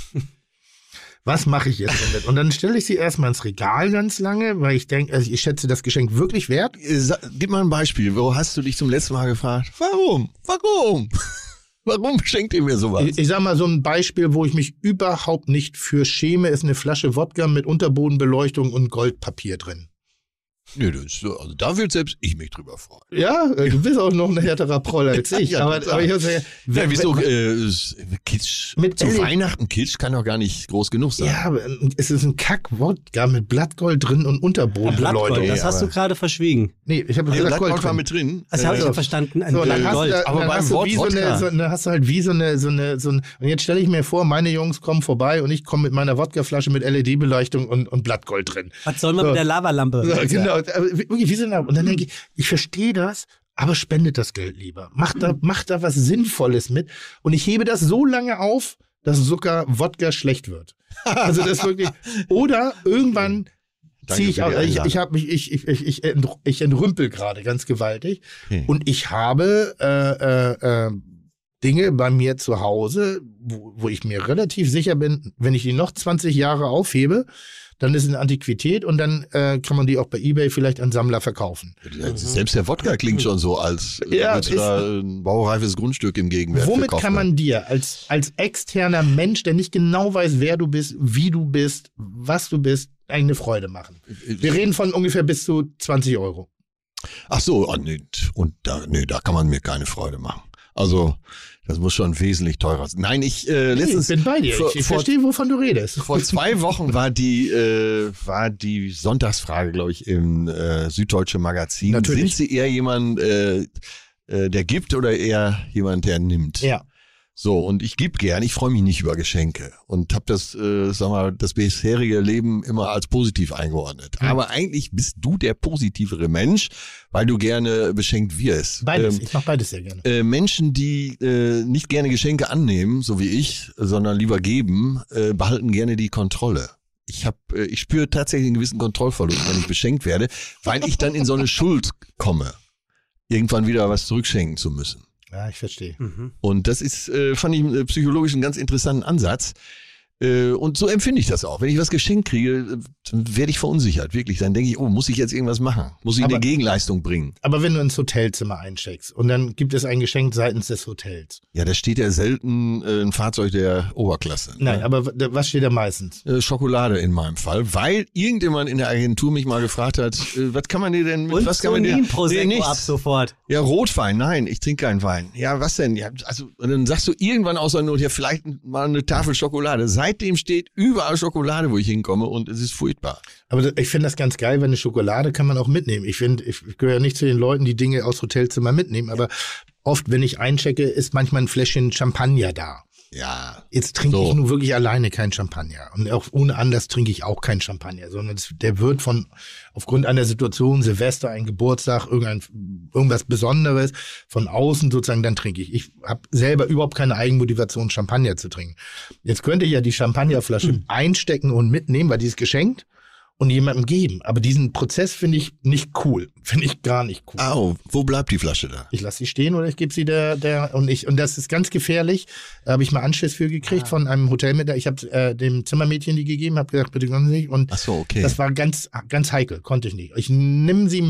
Was mache ich jetzt damit? Und dann stelle ich sie erstmal ins Regal ganz lange, weil ich denke, also ich schätze das Geschenk wirklich wert. Äh, sa- Gib mal ein Beispiel. Wo hast du dich zum letzten Mal gefragt? Warum? Warum? Warum schenkt ihr mir sowas? Ich, ich sag mal so ein Beispiel, wo ich mich überhaupt nicht für schäme, ist eine Flasche Wodka mit Unterbodenbeleuchtung und Goldpapier drin. Nö, das ist so, also da wird selbst ich mich drüber freuen. Ja, äh, du bist auch noch ein härterer Proll als ich. Ja, aber, total. aber ich muss sagen, Ja, wieso? wenn- Äh, s- Kitsch. Mit Zu L E D. Weihnachten Kitsch kann doch gar nicht groß genug sein. Ja, aber es ist ein Kack-Wodka mit Blattgold drin und Unterbodenbeleuchtung. Blattgold, das Ja, hast du aber- gerade verschwiegen. Nee, ich habe Nee, Blattgold Blattgold war drin. mit drin. Das habe ich Äh, ja verstanden. Ein So, dann hast, Gold. du, aber dann beim hast du Wort wie so eine, Wodka. so, dann hast du halt wie so eine, so eine, so ein, und jetzt stelle ich mir vor, meine Jungs kommen vorbei und ich komme mit meiner Wodkaflasche mit L E D-Beleuchtung und, und Blattgold drin. Was soll man So. mit der Lavalampe? So, genau, aber wirklich wie so eine, und dann denke ich, ich verstehe das, aber spendet das Geld lieber. Macht da, macht da was Sinnvolles mit und ich hebe das so lange auf, dass sogar Wodka schlecht wird. Also das wirklich, oder irgendwann Danke ziehe ich für auch, die ich, Einladung. ich habe mich, ich, ich, ich, ich, ent- ich entrümpel gerade ganz gewaltig Okay. und ich habe äh, äh, äh, Dinge bei mir zu Hause, wo, wo ich mir relativ sicher bin, wenn ich die noch zwanzig Jahre aufhebe, dann ist es eine Antiquität und dann äh, kann man die auch bei eBay vielleicht an Sammler verkaufen. Selbst der Wodka klingt schon so, als äh, Ja, würdest du ist- da ein baureifes Grundstück im Gegenwert Womit verkaufen. kann man dir als, als externer Mensch, der nicht genau weiß, wer du bist, wie du bist, was du bist, eine Freude machen? Wir reden von ungefähr bis zu zwanzig Euro. Ach so, oh, nee, und da, nee, da kann man mir keine Freude machen. Also, das muss schon wesentlich teurer sein. Nein, ich äh, letztens ich bin bei dir. vor- Ich, ich vor- verstehe, wovon du redest. vor zwei Wochen war die äh, war die Sonntagsfrage, glaube ich, im äh, Süddeutsche Magazin. Natürlich. Sind Sie eher jemand, äh, äh, der gibt oder eher jemand, der nimmt? Ja. So, und ich gebe gern, ich freue mich nicht über Geschenke und habe das, äh, sag mal, das bisherige Leben immer als positiv eingeordnet. Hm. Aber eigentlich bist du der positivere Mensch, weil du gerne beschenkt wirst. Beides. Ähm, Ich mache beides sehr gerne. äh, Menschen, die äh, nicht gerne Geschenke annehmen, so wie ich, sondern lieber geben, äh, behalten gerne die Kontrolle. Ich habe, äh, ich spüre tatsächlich einen gewissen Kontrollverlust, wenn ich beschenkt werde, weil ich dann in so eine Schuld komme, irgendwann wieder was zurückschenken zu müssen. Ja, ich verstehe. Mhm. Und das ist, äh, fand ich äh, psychologisch einen ganz interessanten Ansatz. Äh, und so empfinde ich das auch. Wenn ich was geschenkt kriege, äh, dann werde ich verunsichert, wirklich. Dann denke ich, oh, muss ich jetzt irgendwas machen? Muss ich Aber- eine Gegenleistung bringen? Aber wenn du ins Hotelzimmer eincheckst und dann gibt es ein Geschenk seitens des Hotels. Ja, da steht ja selten äh, ein Fahrzeug der Oberklasse. Nein, ne? aber w- was steht da meistens? Äh, Schokolade in meinem Fall, weil irgendjemand in der Agentur mich mal gefragt hat, äh, was kann man dir denn mit, Und was kann man dir? Sonin Prosecco nichts. ab sofort. Ja, Rotwein, nein, ich trinke keinen Wein. Ja, was denn? Ja, also, und dann sagst du irgendwann außer Not, ja, vielleicht mal eine Tafel Schokolade. Seitdem steht überall Schokolade, wo ich hinkomme und es ist furchtbar. Aber das- ich finde das ganz geil, weil eine Schokolade kann man auch mitnehmen. Ich finde, ich gehöre nicht zu den Leuten, die Dinge aus Hotelzimmer mitnehmen, aber oft, wenn ich einchecke, ist manchmal ein Fläschchen Champagner da. Ja, Jetzt trinke So. ich nur wirklich alleine kein Champagner. Und auch ohne Anlass trinke ich auch kein Champagner, sondern es, der wird von, aufgrund einer Situation, Silvester, ein Geburtstag, irgendein, irgendwas Besonderes, von außen sozusagen, dann trinke ich. Ich habe selber überhaupt keine Eigenmotivation, Champagner zu trinken. Jetzt könnte ich ja die Champagnerflasche Hm. einstecken und mitnehmen, weil die ist geschenkt und jemandem geben. Aber diesen Prozess finde ich nicht cool. Finde ich gar nicht cool. au, wo bleibt die Flasche da? Ich lasse sie stehen oder ich gebe sie der, der und ich und das ist ganz gefährlich. Da habe ich mal Anschiss für gekriegt von einem Hotelmitarbeiter. Ich habe äh, dem Zimmermädchen die gegeben, habe gesagt, bitte gönnen Sie sich. Und Ach so, okay. das war ganz ganz heikel, konnte ich nicht. Ich nehme sie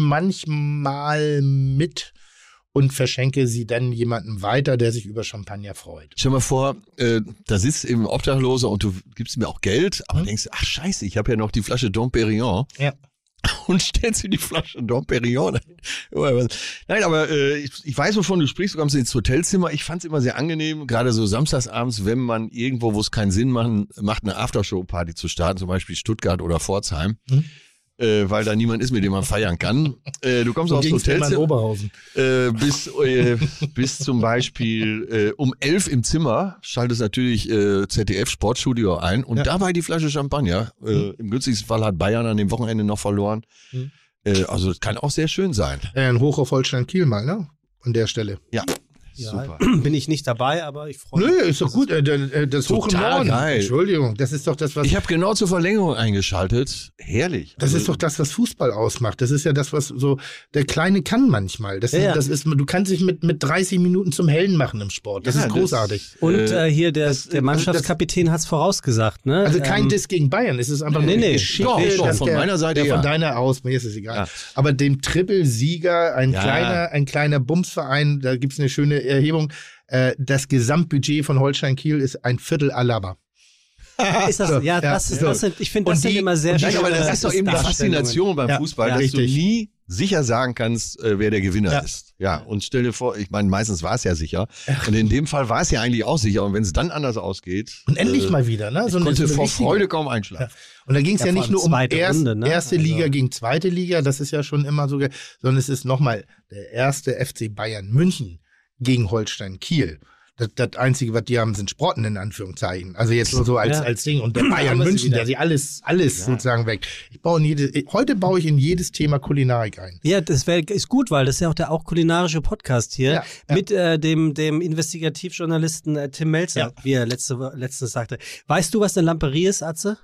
manchmal mit und verschenke sie dann jemandem weiter, der sich über Champagner freut. Stell mal vor, äh, da sitzt eben ein Obdachloser und du gibst mir auch Geld, aber Hm? denkst, ach scheiße, ich habe ja noch die Flasche Dom Perignon. Ja. und stellst dir die Flasche Dom Perignon ein. Nein, aber äh, ich, ich weiß, wovon du sprichst. Du kommst ins Hotelzimmer. Ich fand es immer sehr angenehm, gerade so samstagsabends, wenn man irgendwo, wo es keinen Sinn machen, macht, eine Aftershow-Party zu starten, zum Beispiel Stuttgart oder Pforzheim. Hm. Äh, weil da niemand ist, mit dem man feiern kann. Äh, du kommst so aufs Hotelzimmer. Oberhausen. Äh, bis, äh, bis zum Beispiel äh, um elf im Zimmer schaltest natürlich äh, Z D F Sportstudio ein und ja. dabei die Flasche Champagner. Äh, mhm. Im günstigsten Fall hat Bayern an dem Wochenende noch verloren. Mhm. Äh, also das kann auch sehr schön sein. Äh, ein Hoch auf Holstein Kiel mal, ne? An der Stelle. Ja. Ja, super. Bin ich nicht dabei, aber ich freue mich. Nö, ist doch gut. Äh, das das Hoch im Norden. Geil. Entschuldigung, das ist doch das, was... Ich habe genau zur Verlängerung eingeschaltet. Herrlich. Das also, ist doch das, was Fußball ausmacht. Das ist ja das, was so der Kleine kann manchmal. Das, ja, ist, ja. das ist, du kannst dich mit, mit dreißig Minuten zum Hellen machen im Sport. Das ja, ist großartig. Und äh, hier der, das, der Mannschaftskapitän hat es vorausgesagt. Ne? Also kein ähm, Diss gegen Bayern. Es ist einfach nee, eine nee. Geschichte. Doch, doch, dass von der, meiner Seite der ja. Von deiner aus, mir ist es egal. Ja. Aber dem Triple-Sieger, ein, Ja. kleiner, ein kleiner Bumsverein, da gibt's eine schöne Erhebung, äh, das Gesamtbudget von Holstein Kiel ist ein Viertel Alaba. Ist das, ja, das, ja, das sind, ich finde, das Und die- sind immer sehr und die- Nein, schöne aber das ist doch eben die Faszination beim Ja, Fußball, ja, dass du richtig. nie sicher sagen kannst, äh, wer der Gewinner Ja. ist. Ja, und stell dir vor, ich meine, meistens war es ja sicher. Und in dem Fall war es ja eigentlich auch sicher. Und wenn es dann anders ausgeht. Und endlich äh, mal wieder, ne? So ich konnte so eine vor richtige- Freude kaum einschlafen. Und da ging es Ja, ja, vor nicht allem nur um zweite erst, Runde, ne? erste Also- Liga gegen zweite Liga, das ist ja schon immer so, ge- sondern es ist nochmal der erste F C Bayern München gegen Holstein Kiel. Das, das Einzige, was die haben, sind Sprotten in Anführungszeichen. Also jetzt nur so als, Ja. als Ding. Und der Bayern haben wir sie München, wieder. der sie alles, alles Ja. sozusagen weg. Ich baue in jede, heute baue ich in jedes Thema Kulinarik ein. Ja, das wär, ist gut, weil das ist ja auch der auch kulinarische Podcast hier Ja, ja. mit äh, dem, dem Investigativjournalisten äh, Tim Melzer, Ja. wie er letzte, Wo- letztens sagte. Weißt du, was eine Lamperie ist, Atze?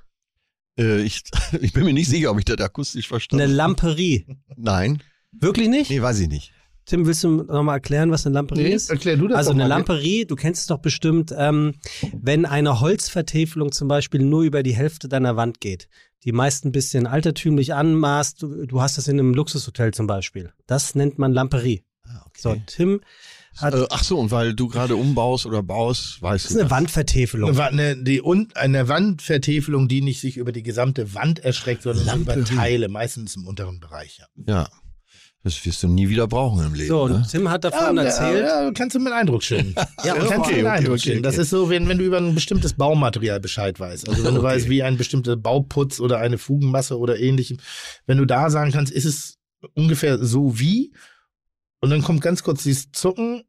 Äh, ich, ich bin mir nicht sicher, ob ich das akustisch verstanden Eine habe. Lamperie. Nein. Wirklich nicht? Nee, weiß ich nicht. Tim, willst du nochmal erklären, was eine Lamperie ist? erklär du das Also doch eine mal. Lamperie, du kennst es doch bestimmt, ähm, wenn eine Holzvertäfelung zum Beispiel nur über die Hälfte deiner Wand geht, die meist ein bisschen altertümlich anmaßt, du, du hast das in einem Luxushotel zum Beispiel. Das nennt man Lamperie. Ah, okay. So, Tim hat, Äh, ach so, und weil du gerade umbaust oder baust, weißt das du. ist eine das. Wandvertäfelung. Eine, Wa- eine, die, und eine Wandvertäfelung, die nicht sich über die gesamte Wand erstreckt, sondern Lamperie. über Teile, meistens im unteren Bereich. Ja. Ja. Das wirst du nie wieder brauchen im Leben. So, und ne? Tim hat davon Ja, erzählt. Ja, ja, kannst du mit Eindruck schildern. Ja, kannst okay, du mit okay, Eindruck okay, schildern. Das okay. ist so, wenn, wenn du über ein bestimmtes Baumaterial Bescheid weißt. Also wenn du Okay. weißt, wie ein bestimmter Bauputz oder eine Fugenmasse oder ähnlichem. Wenn du da sagen kannst, ist es ungefähr so wie, und dann kommt ganz kurz dieses Zucken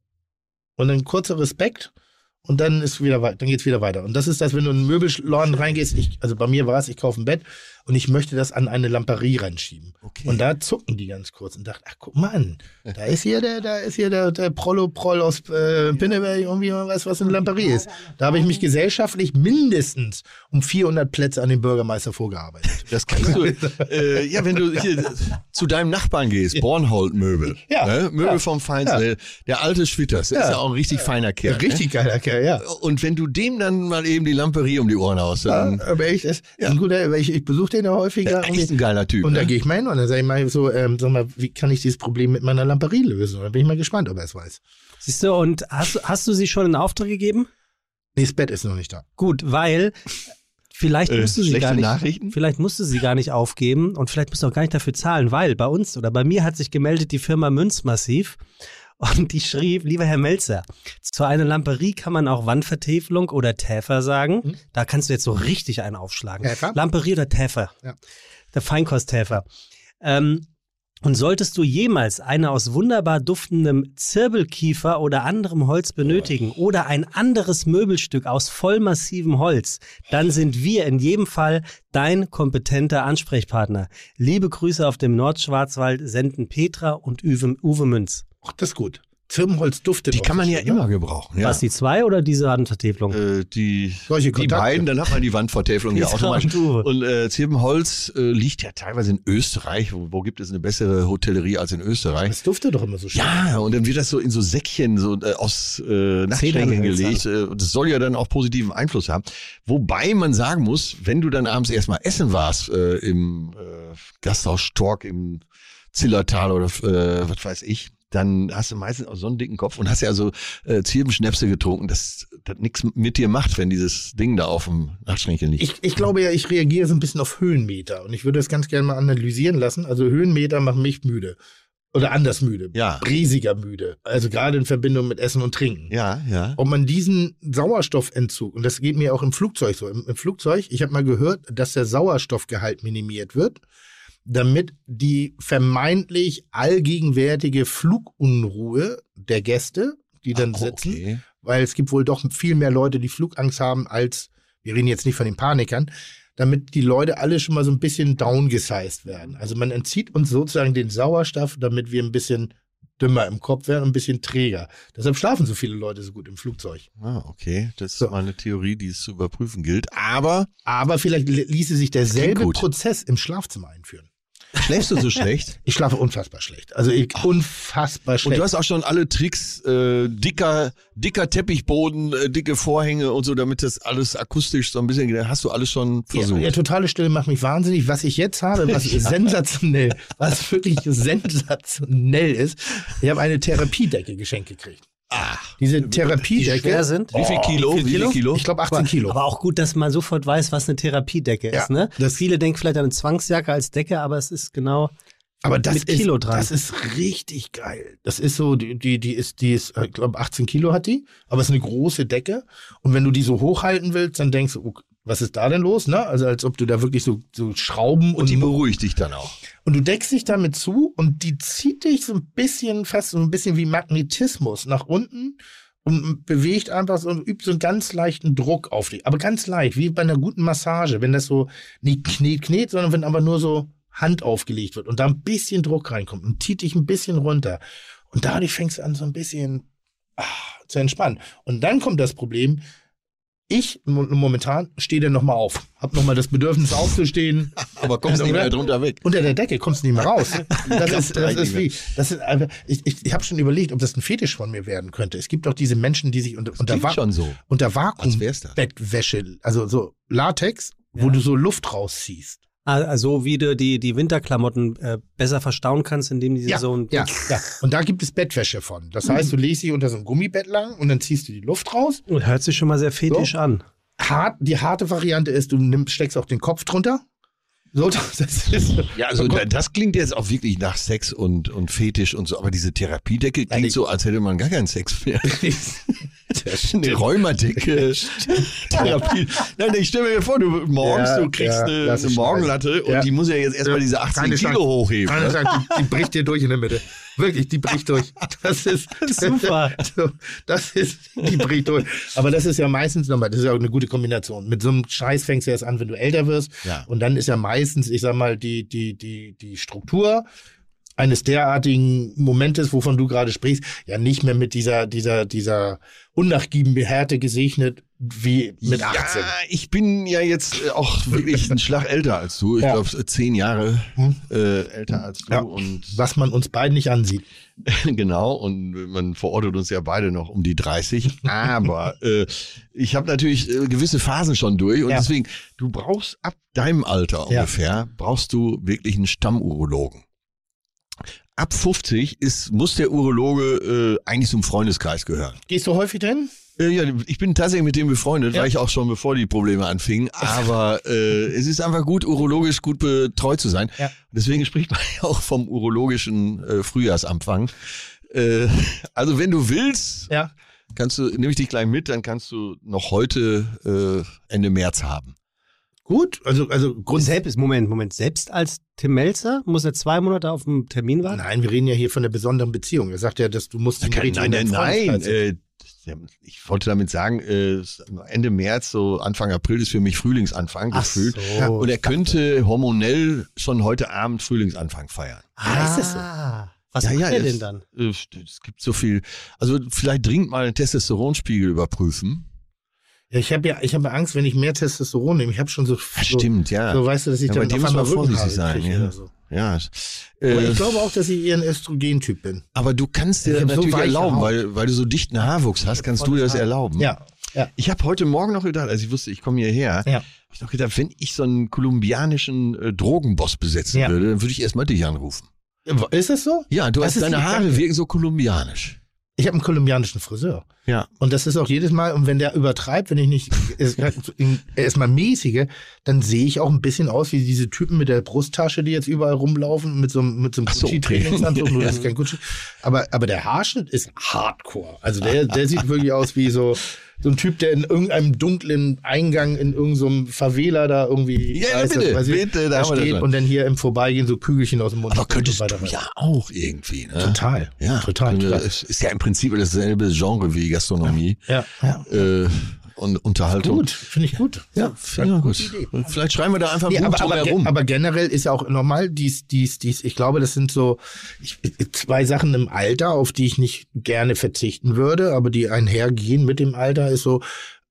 und dann kurzer Respekt. Und dann ist wieder wei- dann geht's wieder weiter. Und das ist das, wenn du in einen Möbelladen reingehst, ich, also bei mir war es, ich kaufe ein Bett und ich möchte das an eine Lamperie reinschieben. Okay. Und da zucken die ganz kurz und dachten, ach guck mal an, da ist hier der, da ist hier der, der Prollo-Proll aus äh, Pinneberg, irgendwie man weiß, was eine Lamperie ist. Da habe ich mich gesellschaftlich mindestens um vierhundert Plätze an den Bürgermeister vorgearbeitet. Das kannst du, äh, ja, wenn du hier zu deinem Nachbarn gehst, Bornhold-Möbel. Ja, Ne? Möbel ja, vom Feinsten. ja. Der, der alte Schwitters, der Ja. ist ja auch ein richtig feiner Kerl. Richtig geiler Kerl, ja. Ne? Und wenn du dem dann mal eben die Lamperie um die Ohren haust, Ja, dann aber echt, das ist ein guter, weil ich, ich besuche den ja häufiger. der ist ein geiler Typ. Und da ne? gehe ich mal hin und dann sage ich mal so, ähm, sag mal, wie kann ich dieses Problem mit meiner Lamperie lösen? Und dann bin ich mal gespannt, ob er es weiß. Siehst du, und hast, hast du sie schon in Auftrag gegeben? Nee, das Bett ist noch nicht da. Gut, weil vielleicht Äh, musst du sie schlechte gar nicht, Nachrichten? vielleicht musst du sie gar nicht aufgeben und vielleicht musst du auch gar nicht dafür zahlen, weil bei uns oder bei mir hat sich gemeldet die Firma Münzmassiv und die schrieb, lieber Herr Melzer, zu einer Lamperie kann man auch Wandvertäfelung oder Täfer sagen. Mhm. Da kannst du jetzt so richtig einen aufschlagen. Täfer? Lamperie oder Täfer. Ja. Der Feinkosttäfer. Ähm, Und solltest du jemals eine aus wunderbar duftendem Zirbelkiefer oder anderem Holz benötigen oder ein anderes Möbelstück aus vollmassivem Holz, dann sind wir in jedem Fall dein kompetenter Ansprechpartner. Liebe Grüße auf dem Nordschwarzwald senden Petra und Uwe, Uwe Münz. Ach, das ist gut. Zirbenholz duftet. Die auch kann man so ja schön, ne? immer gebrauchen. Ja. Was, die zwei oder diese Wandvertäfelung? Äh, die, Solche die Kontakte. beiden, dann hat man die Wandvertäfelung ja Petra automatisch. und Uwe. Und äh, Zirbenholz äh, liegt ja teilweise in Österreich. Wo, wo gibt es eine bessere Hotellerie als in Österreich? Das duftet doch immer so schön. Ja, und dann wird das so in so Säckchen so äh, aus äh, Nachtschränken Zedernhölzer. gelegt. Äh, und das soll ja dann auch positiven Einfluss haben. Wobei man sagen muss, wenn du dann abends erstmal essen warst äh, im äh, Gasthaus Stork im Zillertal oder äh, was weiß ich, dann hast du meistens auch so einen dicken Kopf und hast ja so äh, Zirbenschnäpse getrunken, dass das nichts mit dir macht, wenn dieses Ding da auf dem Nachtschränkchen liegt. Ich, ich glaube ja, ich reagiere so ein bisschen auf Höhenmeter und ich würde das ganz gerne mal analysieren lassen. Also Höhenmeter machen mich müde. Oder anders müde. Ja. Riesiger müde. Also gerade in Verbindung mit Essen und Trinken. Ja, ja. Ob man diesen Sauerstoffentzug, und das geht mir auch im Flugzeug so, im, im Flugzeug, ich habe mal gehört, dass der Sauerstoffgehalt minimiert wird, damit die vermeintlich allgegenwärtige Flugunruhe der Gäste, die dann Ach, sitzen, okay. weil es gibt wohl doch viel mehr Leute, die Flugangst haben, als, wir reden jetzt nicht von den Panikern, damit die Leute alle schon mal so ein bisschen downgesized werden. Also man entzieht uns sozusagen den Sauerstoff, damit wir ein bisschen dümmer im Kopf werden und ein bisschen träger. Deshalb schlafen so viele Leute so gut im Flugzeug. Ah, okay. Das ist So. mal eine Theorie, die es zu überprüfen gilt. Aber Aber vielleicht ließe sich derselbe gut. Prozess im Schlafzimmer einführen. schläfst du so schlecht? Ich schlafe unfassbar schlecht. Also ich, unfassbar Und schlecht. du hast auch schon alle Tricks, äh, dicker, dicker Teppichboden, äh, dicke Vorhänge und so, damit das alles akustisch so ein bisschen, hast du alles schon versucht? Ja, ja, totale Stille macht mich wahnsinnig. Was ich jetzt habe, was sensationell, was wirklich sensationell ist, ich habe eine Therapiedecke geschenkt gekriegt. Ah, Diese Die Therapiedecke, schwer sind. wie viel Kilo? wie viel Wie viel Kilo? ich glaube achtzehn Kilo. Aber auch gut, dass man sofort weiß, was eine Therapiedecke Ja, ist. Ne? das- Viele denken vielleicht an eine Zwangsjacke als Decke, aber es ist genau Aber das mit ist, Kilo dran. das ist richtig geil. Das ist so, die, die, die ist, die ist, ich glaube, achtzehn Kilo hat die, aber es ist eine große Decke. Und wenn du die so hochhalten willst, dann denkst du, okay, was ist da denn los? Ne? Also als ob du da wirklich so, so Schrauben Und die beruhigt dich dann auch. Und du deckst dich damit zu und die zieht dich so ein bisschen fast, so ein bisschen wie Magnetismus nach unten und bewegt einfach so und übt so einen ganz leichten Druck auf dich. Aber ganz leicht, wie bei einer guten Massage, wenn das so nicht knet, knet, sondern wenn aber nur so Hand aufgelegt wird und da ein bisschen Druck reinkommt und zieht dich ein bisschen runter. Und dadurch fängst du an, so ein bisschen ah, zu entspannen. Und dann kommt das Problem, ich mo- momentan stehe dann nochmal auf. Hab nochmal das Bedürfnis aufzustehen. Aber kommst Also, nicht mehr oder? drunter weg. Unter der Decke kommst du nicht mehr raus. Das ist, das nicht ist mehr. wie, das ist einfach, ich, ich, ich habe schon überlegt, ob das ein Fetisch von mir werden könnte. Es gibt doch diese Menschen, die sich unter, unter, Klingt Va schon so. unter Als wär's das. Vakuumbettwäsche, also so Latex, wo Ja. du so Luft rausziehst. also wie du die, die Winterklamotten äh, besser verstauen kannst, indem die Ja, so ein ja, ja. Und da gibt es Bettwäsche von. Das heißt, du legst dich unter so ein Gummibett lang und dann ziehst du die Luft raus. Und hört sich schon mal sehr fetisch So. an. Hart, die harte Variante ist, du nimmst, steckst auch den Kopf drunter. So, das ist, Ja, also da- das klingt jetzt auch wirklich nach Sex und, und Fetisch und so, aber diese Therapiedecke klingt ich- so, als hätte man gar keinen Sex mehr. das Eine Rheumadecke, Therapie. Nein, ich stelle mir vor, du morgens, Ja, du kriegst ja, eine, das eine ist Morgenlatte und Ja. die muss ja jetzt erstmal Ja, diese achtzehn keine Kilo Chance. hochheben. Keine Ne? Chance, die, die bricht dir durch in der Mitte. Wirklich, die bricht durch. Das ist Super. Das ist, die bricht durch. Aber das ist ja meistens nochmal, das ist ja auch eine gute Kombination. Mit so einem Scheiß fängst du erst an, wenn du älter wirst. Ja. Und dann ist ja meistens, ich sag mal, die, die, die, die Struktur eines derartigen Momentes, wovon du gerade sprichst, ja nicht mehr mit dieser, dieser, dieser unnachgiebenen Härte gesegnet wie mit achtzehn. Ja, ich bin ja jetzt äh, auch wirklich einen Schlag älter als du. Ich Ja. glaube, zehn Jahre Hm. äh, älter als du. Ja. Und Was man uns beiden nicht ansieht. genau, und man verortet uns ja beide noch um die dreißig. Aber äh, ich habe natürlich äh, gewisse Phasen schon durch und Ja. deswegen, du brauchst ab deinem Alter Ja. ungefähr, brauchst du wirklich einen Stammurologen. Ab fünfzig ist, muss der Urologe äh, eigentlich zum Freundeskreis gehören. Gehst du häufig drin? Äh, ja, ich bin tatsächlich mit dem befreundet, Ja. war ich auch schon bevor die Probleme anfingen. Aber äh, es ist einfach gut, urologisch gut betreut zu sein. Ja. Deswegen spricht man ja auch vom urologischen äh, Frühjahrsanfang. Äh, also wenn du willst, Ja. kannst du, nehme ich dich gleich mit, dann kannst du noch heute äh, Ende März haben. Gut, also, also Grund. Selbst, Moment, Moment. Selbst als Tim Melzer muss er zwei Monate auf einen Termin warten? Nein, wir reden ja hier von einer besonderen Beziehung. Er sagt ja, dass du musst ihn richtig nein, nein, unter den nein. Freundeskreis Äh, ich wollte damit sagen, äh, Ende März, so Anfang April ist für mich Frühlingsanfang Ach gefühlt. so. Und er könnte hormonell schon heute Abend Frühlingsanfang feiern. Ah, ist das so? Was Ja, macht ja, er es- denn dann? Äh, Es gibt so viel. Also vielleicht dringend mal einen Testosteronspiegel überprüfen. Ja, ich habe ja, ich habe Angst, wenn ich mehr Testosteron nehme. Ich habe schon so, Ja, so, stimmt, ja. so weißt du, dass ich Ja, bei dann dir auf muss einmal man vorsichtig Rückenhaare sein, kriege ja. oder so. Ja. Aber Äh, ich glaube auch, dass ich eher ein Östrogentyp bin. aber du kannst Ich dir hab so natürlich weiche erlauben, Haut. weil, weil du so dichten Haarwuchs hast, kannst du dir das erlauben. Ja, ja. Ich habe heute Morgen noch gedacht, als ich wusste, ich komme hierher, Ja. habe ich noch gedacht, wenn ich so einen kolumbianischen äh, Drogenboss besetzen Ja. würde, dann würde ich erstmal dich anrufen. Ist das so? Ja, du Das hast ist deine die- Haare wirken so kolumbianisch. Ich habe einen kolumbianischen Friseur. Ja. Und das ist auch jedes Mal, und wenn der übertreibt, wenn ich nicht erstmal mäßige, dann sehe ich auch ein bisschen aus wie diese Typen mit der Brusttasche, die jetzt überall rumlaufen, mit so, einem- mit so einem Ach so, okay. Gucci-Trainingsanzug. Nur das ist kein Gucci. Aber, aber der Haarschnitt ist hardcore. Also der, der sieht wirklich aus wie so, so ein Typ, der in irgendeinem dunklen Eingang in irgendeinem Favela da irgendwie Ja, ja, weiß, bitte, weiß ich, bitte, da da haben wir das steht schon. und dann hier im Vorbeigehen so Kügelchen aus dem Mund. Aber könntest und du so weiter. ja auch irgendwie, ne? Total. Ja, Total, total. Es ist ja im Prinzip dasselbe Genre wie Gastronomie Ja, ja. äh, und Unterhaltung. Gut, finde ich gut. Ja, finde ich gut. Idee. Und vielleicht schreiben wir da einfach ein Nee, Buch aber, drum aber, ge- herum. aber generell ist ja auch normal dies, dies, dies. Ich glaube, das sind so ich, zwei Sachen im Alter, auf die ich nicht gerne verzichten würde, aber die einhergehen mit dem Alter, ist so,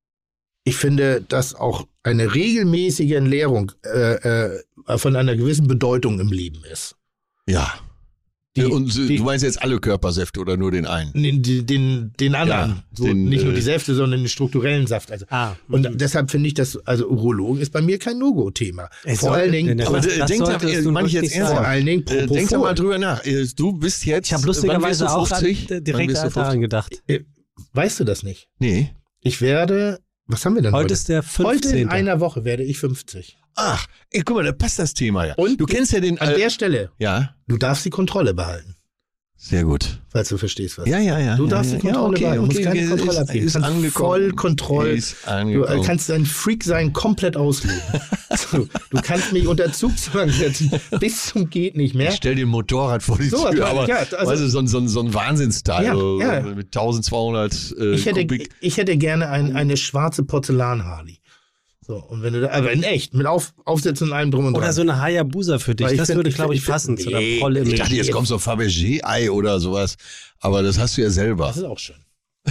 ich finde, dass auch eine regelmäßige Entleerung äh, äh, von einer gewissen Bedeutung im Leben ist. Ja. Die- und äh, die- du meinst jetzt alle Körpersäfte oder nur den einen? Den, den, den anderen. Ja, so, den, nicht nur äh, die Säfte, sondern den strukturellen Saft. Also, Ah, und mhm. deshalb finde ich, dass, also Urologen ist bei mir kein No-Go-Thema. Es Vor soll- allen Dingen, das- Aber das äh, denk da, solltest äh, du meine ich wirklich jetzt sagen. vor ernsthaft. allen Dingen Äh, denk da Propofol. mal drüber nach. Äh, Du bist jetzt. Ich habe wann lustigerweise bist du auch an, fünfzig? äh, Wann direkt bist du daran fünfzig? gedacht. Äh, Weißt du das nicht? Nee. Ich werde, was haben wir denn heute? Heute ist der Heute in fünfzehnte einer Woche werde ich fünfzig. Ach, ey, guck mal, da passt das Thema ja. Und du kennst ja den. An äh, der Stelle, ja, du darfst die Kontrolle behalten, sehr gut. falls du verstehst, was. Ja, ja, ja. Du ja, darfst ja, die Kontrolle ja, okay, behalten. Du musst okay, keine ist- Kontrolle ist, abgeben. ist Du kannst angekommen. voll Kontrolle. Ist Du angekommen. äh, kannst dein Freak-Sein komplett ausleben. so, du kannst mich unter Zugzwang setzen, bis zum geht nicht mehr. Ich stell dir ein Motorrad vor die So, Tür, also, aber ja, also- weißt du, so ein, so ein, so ein Wahnsinnsteil Ja, so, ja. mit eintausendzweihundert äh, Ich hätte, Kubik. ich hätte gerne ein, eine schwarze Porzellan-Harley. So, und wenn du da, aber in echt, mit Auf, Aufsätzen und allem drum und dran. Oder so eine Hayabusa für dich. Weil ich Das find- würde, ich glaube ich, find- passen zu der nee, Prolle im Ich dachte, jetzt Leben. kommt so ein Fabergé-Ei oder sowas, aber das hast du ja selber. Das ist auch schön.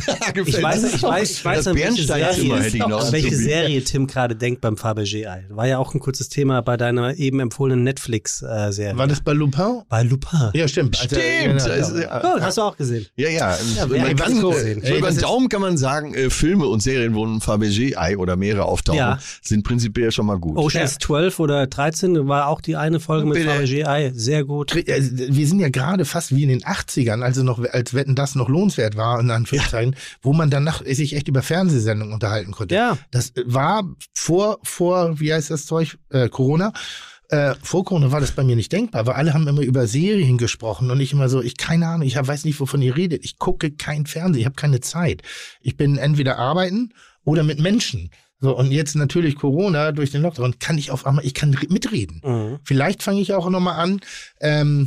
Ich weiß, ich weiß, ich weiß, das an welche Bernsteinzimmer Serie, hätte ich noch. an welche Serie Tim gerade denkt beim Fabergé-Ei. War ja auch ein kurzes Thema bei deiner eben empfohlenen Netflix-Serie. War das bei Lupin? Bei Lupin. Ja, stimmt. Also, Stimmt. ja, das ist- ja. ja, Oh, hast du auch gesehen. ja, ja. Ja, So wer über hat den- das so gesehen? über Ey, das den ist- Daumen kann man sagen, äh, Filme und Serien, wo ein Fabergé-Ei oder mehrere auftauchen, Ja. sind prinzipiell schon mal gut. Oceans zwölf oder dreizehn war auch die eine Folge mit Bitte. Fabergé-Ei. Sehr gut. Also, wir sind ja gerade fast wie in den achtzigern, also noch, als Wetten das noch lohnenswert war, in Anführungszeichen, wo man danach sich echt über Fernsehsendungen unterhalten konnte. Ja. Das war vor, vor, wie heißt das Zeug, äh, Corona. Äh, vor Corona war das bei mir nicht denkbar, weil alle haben immer über Serien gesprochen und ich immer so, ich keine Ahnung, ich hab, weiß nicht, wovon ihr redet. Ich gucke kein Fernsehen, ich habe keine Zeit. Ich bin entweder arbeiten oder mit Menschen. So, und jetzt natürlich Corona durch den Lockdown kann ich auf einmal, ich kann re- mitreden. Mhm. Vielleicht fange ich auch nochmal an, ähm,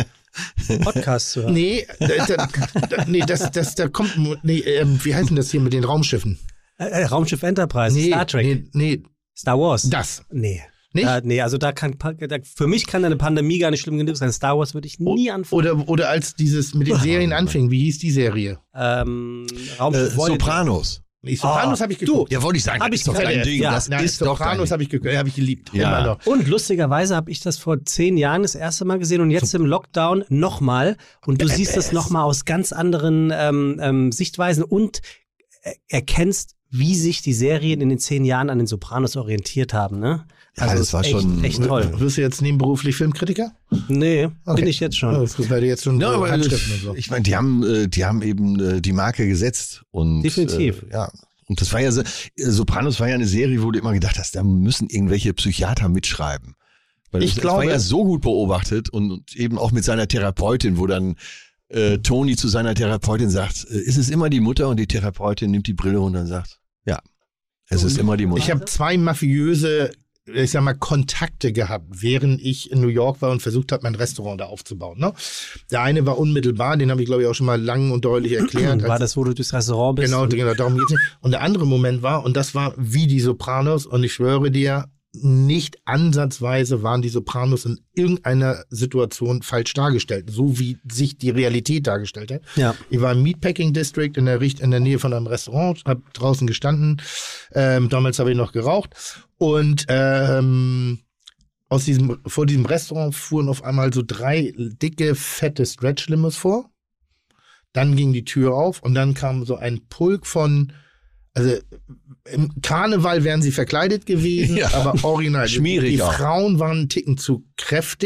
Podcast zu hören. nee, da, da, da, nee, das, das, da kommt, nee, ähm, wie heißt denn das hier mit den Raumschiffen? Äh, äh, Raumschiff Enterprise, Nee, Star Trek, nee, nee, Star Wars. das. Nee. Nicht? Da, nee, also da kann, da, für mich kann eine Pandemie gar nicht schlimm genug sein. Star Wars würde ich nie anfangen. Oder, oder als dieses mit den Serien anfing, wie hieß die Serie? Ähm, Äh, Raumschiff Voyager. Sopranos. Nee, Sopranos Ah, habe ich geguckt. Ja, wollte ich sagen, Hab das ich ist doch dein gesehen. Ding. Ja, das Nein, ist doch dein Sopranos Ding. habe ich geguckt, habe ich geliebt. Ja. Immer noch. Und lustigerweise habe ich das vor zehn Jahren das erste Mal gesehen und jetzt im Lockdown nochmal. Und du siehst das nochmal aus ganz anderen ähm, ähm, Sichtweisen und er- erkennst, wie sich die Serien in den zehn Jahren an den Sopranos orientiert haben. Ne? Ja, das ist war echt, schon- echt toll. Wirst du jetzt nebenberuflich Filmkritiker? Nee, Okay. bin ich jetzt schon. Oh, das ist, weil du jetzt schon Ja, so aber Handschriften und so. ich meine, die haben, äh, die haben eben äh, die Marke gesetzt und Definitiv. Äh, ja. Und das war ja so, äh, Sopranos war ja eine Serie, wo du immer gedacht hast, da müssen irgendwelche Psychiater mitschreiben. Weil Ich es, glaube- es war ja so gut beobachtet und, und eben auch mit seiner Therapeutin, wo dann äh, Tony zu seiner Therapeutin sagt, äh, ist es immer die Mutter, und die Therapeutin nimmt die Brille runter und sagt, ja, es ist immer die Mutter. Ich habe zwei mafiöse, ich sag mal, Kontakte gehabt, während ich in New York war und versucht habe, mein Restaurant da aufzubauen. Ne? Der eine war unmittelbar, den habe ich, glaube ich, auch schon mal lang und deutlich erklärt. War als- das, wo du durchs Restaurant bist? Genau, genau, darum geht's nicht. Und der andere Moment war, und das war wie die Sopranos, und ich schwöre dir, nicht ansatzweise waren die Sopranos in irgendeiner Situation falsch dargestellt, so wie sich die Realität dargestellt hat. Ja. Ich war im Meatpacking District in der, Richt in der Nähe von einem Restaurant, habe draußen gestanden, ähm, damals habe ich noch geraucht und ähm, aus diesem, vor diesem Restaurant fuhren auf einmal so drei dicke, fette Stretch-Limos vor. Dann ging die Tür auf und dann kam so ein Pulk von, also im Karneval wären sie verkleidet gewesen, Ja. aber original. Schmierig Die auch. Frauen waren einen Ticken zu kräftig.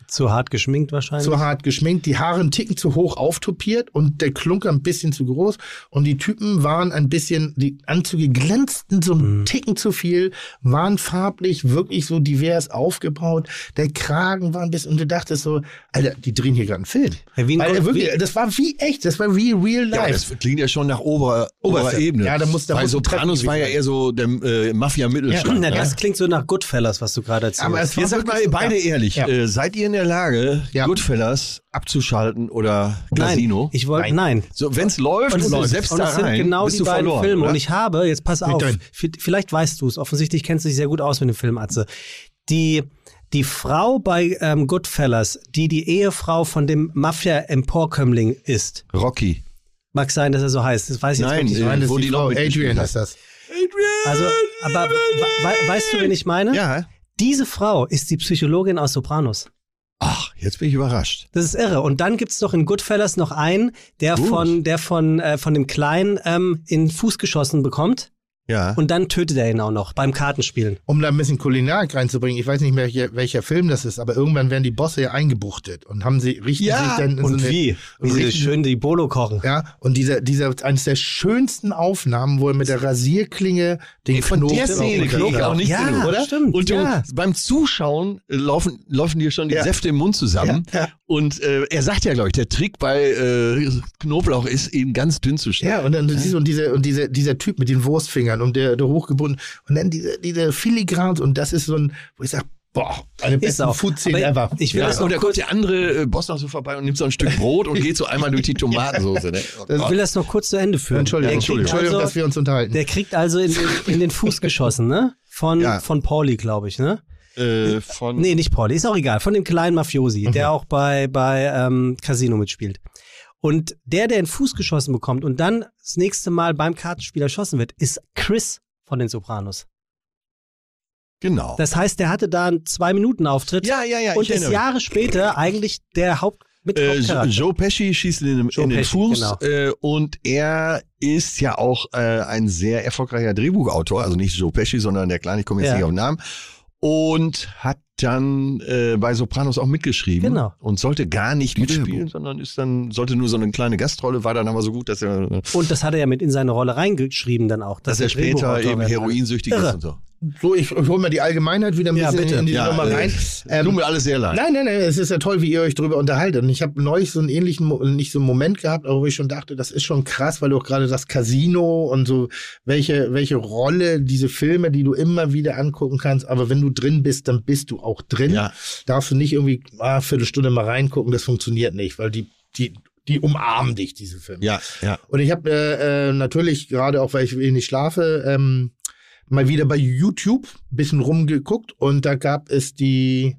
Zu hart geschminkt wahrscheinlich. Zu hart geschminkt, die Haare einen Ticken zu hoch auftopiert und der Klunker ein bisschen zu groß. Und die Typen waren ein bisschen, die Anzüge glänzten so einen mhm. Ticken zu viel, waren farblich wirklich so divers aufgebaut. Der Kragen war ein bisschen, und du dachtest so, Alter, die drehen hier gerade einen Film. Ja, wie ein Weil, Gott, wirklich, wie, das war wie echt, das war wie real life. Ja, das klingt ja schon nach oberer, oberer Ebene. Ja, da muss, da Bei muss Sopranos war ja eher so der äh, Mafia-Mittelstand. ja, Ja, das klingt so nach Goodfellas, was du gerade erzählst. Aber es war Jetzt sagt mal wirklich so, beide ja. ehrlich, Ja. äh, seid ihr in der Lage, Ja. Goodfellas abzuschalten oder Casino? Nein, ich wollte, nein. So, wenn es läuft Und und es du sind, selbst und da es sind rein, genau bist die du beiden verloren, Filme. oder? Und ich habe, jetzt pass auf, drin. v- vielleicht weißt du es, offensichtlich kennst du dich sehr gut aus mit dem Film, Atze. Die, die Frau bei ähm, Goodfellas, die die Ehefrau von dem Mafia-Emporkömmling ist, Rocky. mag sein, dass er so heißt, das weiß ich jetzt Nein, wirklich äh, nicht. Nein, das wo ist die die noch Frau mitgespielt Adrian hat. ist das. Also, aber we weißt du, wen ich meine? Ja. Diese Frau ist die Psychologin aus Sopranos. Ach, jetzt bin ich überrascht. Das ist irre. Und dann gibt's doch in Goodfellas noch einen, der Gut. von, der von, äh, von dem Kleinen ähm, in den Fuß geschossen bekommt. Ja. Und dann tötet er ihn auch noch beim Kartenspielen. Um da ein bisschen Kulinarik reinzubringen, ich weiß nicht mehr, welcher, welcher Film das ist, aber irgendwann werden die Bosse ja eingebuchtet und haben sie, richten Ja, sich dann in Und so eine, wie? Wie sie richten- schön die Bolo kochen. Ja, und dieser, dieser, eines der schönsten Aufnahmen, wo er mit der Rasierklinge den Von Knoten der auf Szene den kriege ich Knochen- auch nicht Ja, genug, oder? stimmt, Und du, ja. beim Zuschauen äh, laufen, laufen dir schon die Ja. Säfte im Mund zusammen. Ja, ja. Und äh, er sagt ja, glaube ich, der Trick bei äh, Knoblauch ist, ihn ganz dünn zu schneiden. Ja, und dann du siehst und diese und diese dieser Typ mit den Wurstfingern und der, der hochgebunden und dann diese diese Filigrans und das ist so ein, wo ich sag, boah, eine Ist beste auch. Food-Szene Aber ever. ich will Ja, das und noch da kurz, kommt der andere äh, Boss noch so vorbei und nimmt so ein Stück Brot und geht so einmal durch die Tomatensoße. Ne? Oh Das ich will das noch kurz zu Ende führen. Entschuldigung, Der Entschuldigung, kriegt Entschuldigung, also, dass wir uns unterhalten. der kriegt also in, in, in den Fuß geschossen, ne? Von, Ja. von Pauli, glaube ich, ne? Äh, von Nee, nicht Pauli, ist auch egal. Von dem kleinen Mafiosi, Mhm. der auch bei, bei ähm, Casino mitspielt. Und der, der in den Fuß geschossen bekommt und dann das nächste Mal beim Kartenspiel erschossen wird, ist Chris von den Sopranos. genau. Das heißt, der hatte da einen Zwei-Minuten-Auftritt ja, ja, ja. und ich ist erinnere mich. Jahre später eigentlich der Haupt mit Äh, Hauptcharakter. Joe Pesci schießt in den, Joe in den Pesci, Fuß genau. äh, und er ist ja auch äh, ein sehr erfolgreicher Drehbuchautor, also nicht Joe Pesci, sondern der Kleine, ich komme jetzt Ja. nicht auf den Namen, und hat dann äh, bei Sopranos auch mitgeschrieben Genau. und sollte gar nicht mitspielen, sondern ist dann sollte nur so eine kleine Gastrolle, war dann aber so gut, dass er, Und das hat er ja mit in seine Rolle reingeschrieben dann auch. dass er später Drehbuchautor eben werden kann. heroinsüchtig Irre. ist und so. So, ich, ich hole mal die Allgemeinheit wieder ein Ja, bisschen bitte. in, in diese Ja, Nummer äh, rein. Ähm, Tut mir alles sehr leid. Nein, nein, nein, es ist ja toll, wie ihr euch darüber unterhaltet. Und ich habe neulich so einen ähnlichen, Mo- nicht so einen Moment gehabt, aber wo ich schon dachte, das ist schon krass, weil du auch gerade das Casino und so, welche, welche Rolle diese Filme, die du immer wieder angucken kannst, aber wenn du drin bist, dann bist du auch drin. Ja. Darfst du nicht irgendwie ah, Viertelstunde mal reingucken, das funktioniert nicht, weil die, die, die umarmen dich, diese Filme. Ja, ja. Und ich habe äh, äh, natürlich, gerade auch weil ich wenig schlafe, ähm, mal wieder bei YouTube ein bisschen rumgeguckt und da gab es die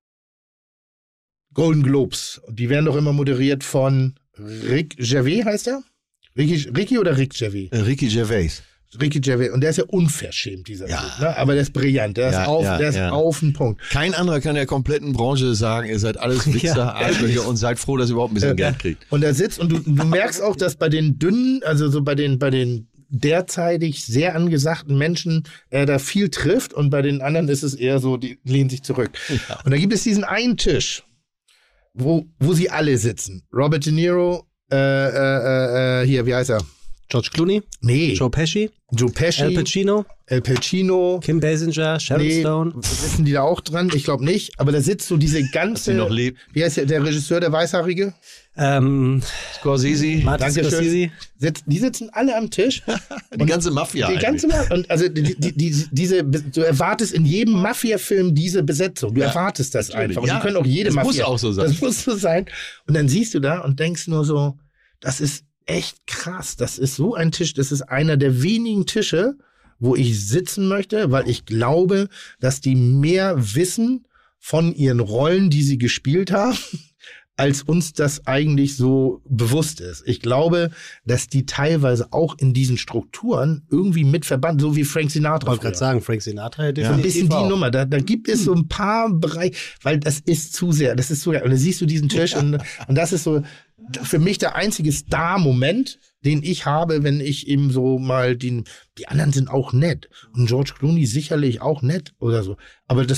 Golden Globes. Die werden doch immer moderiert von Rick Gervais, heißt er? Ricky, Ricky oder Rick Gervais? Äh, Ricky Gervais. Ricky Gervais. Und der ist ja unverschämt, dieser Ja. Typ. Ne? Aber der ist brillant. Der Ja, ist, auf, ja, der ist ja. auf den Punkt. Kein anderer kann der kompletten Branche sagen, ihr seid alles Wichser, Ja. Arschlöcher und seid froh, dass ihr überhaupt ein bisschen Geld kriegt. Und er sitzt und du, du merkst auch, dass bei den dünnen, also so bei den, bei den derzeitig sehr angesagten Menschen er da viel trifft und bei den anderen ist es eher so, die lehnen sich zurück. Und da gibt es diesen einen Tisch, wo, wo sie alle sitzen. Robert De Niro, äh, äh, äh, hier, wie heißt er? George Clooney, Nee, Joe Pesci, Joe Pesci, Al Pacino, El Pacino. Kim Basinger, Sharon Nee, Stone. sitzen die da auch dran? Ich glaube nicht. Aber da sitzt so diese Dass ganze, sie noch lebt. wie heißt der, der Regisseur, der Weißhaarige? Ähm, Scorsese, Martin Dankeschön. Scorsese. Sitz, die sitzen alle am Tisch. die ganze Mafia. Die ganze eigentlich. Ma und also die, die, die, diese, du erwartest in jedem Mafia-Film diese Besetzung. Du Ja, erwartest das natürlich. einfach. Und Ja, die können auch jede das Mafia. muss auch so sein. Das muss so sein. Und dann siehst du da und denkst nur so, das ist echt krass. Das ist so ein Tisch. Das ist einer der wenigen Tische, wo ich sitzen möchte, weil ich glaube, dass die mehr wissen von ihren Rollen, die sie gespielt haben, als uns das eigentlich so bewusst ist. Ich glaube, dass die teilweise auch in diesen Strukturen irgendwie mit verbannt, so wie Frank Sinatra. Ich wollte gerade früher. sagen, Frank Sinatra hätte So ein bisschen die auch. Nummer. Da, da gibt es so ein paar Bereiche, weil das ist zu sehr, das ist zu sehr. Und dann siehst du diesen Tisch und, und das ist so für mich der einzige Star-Moment, den ich habe, wenn ich eben so mal den, die anderen sind auch nett. Und George Clooney sicherlich auch nett oder so. Aber das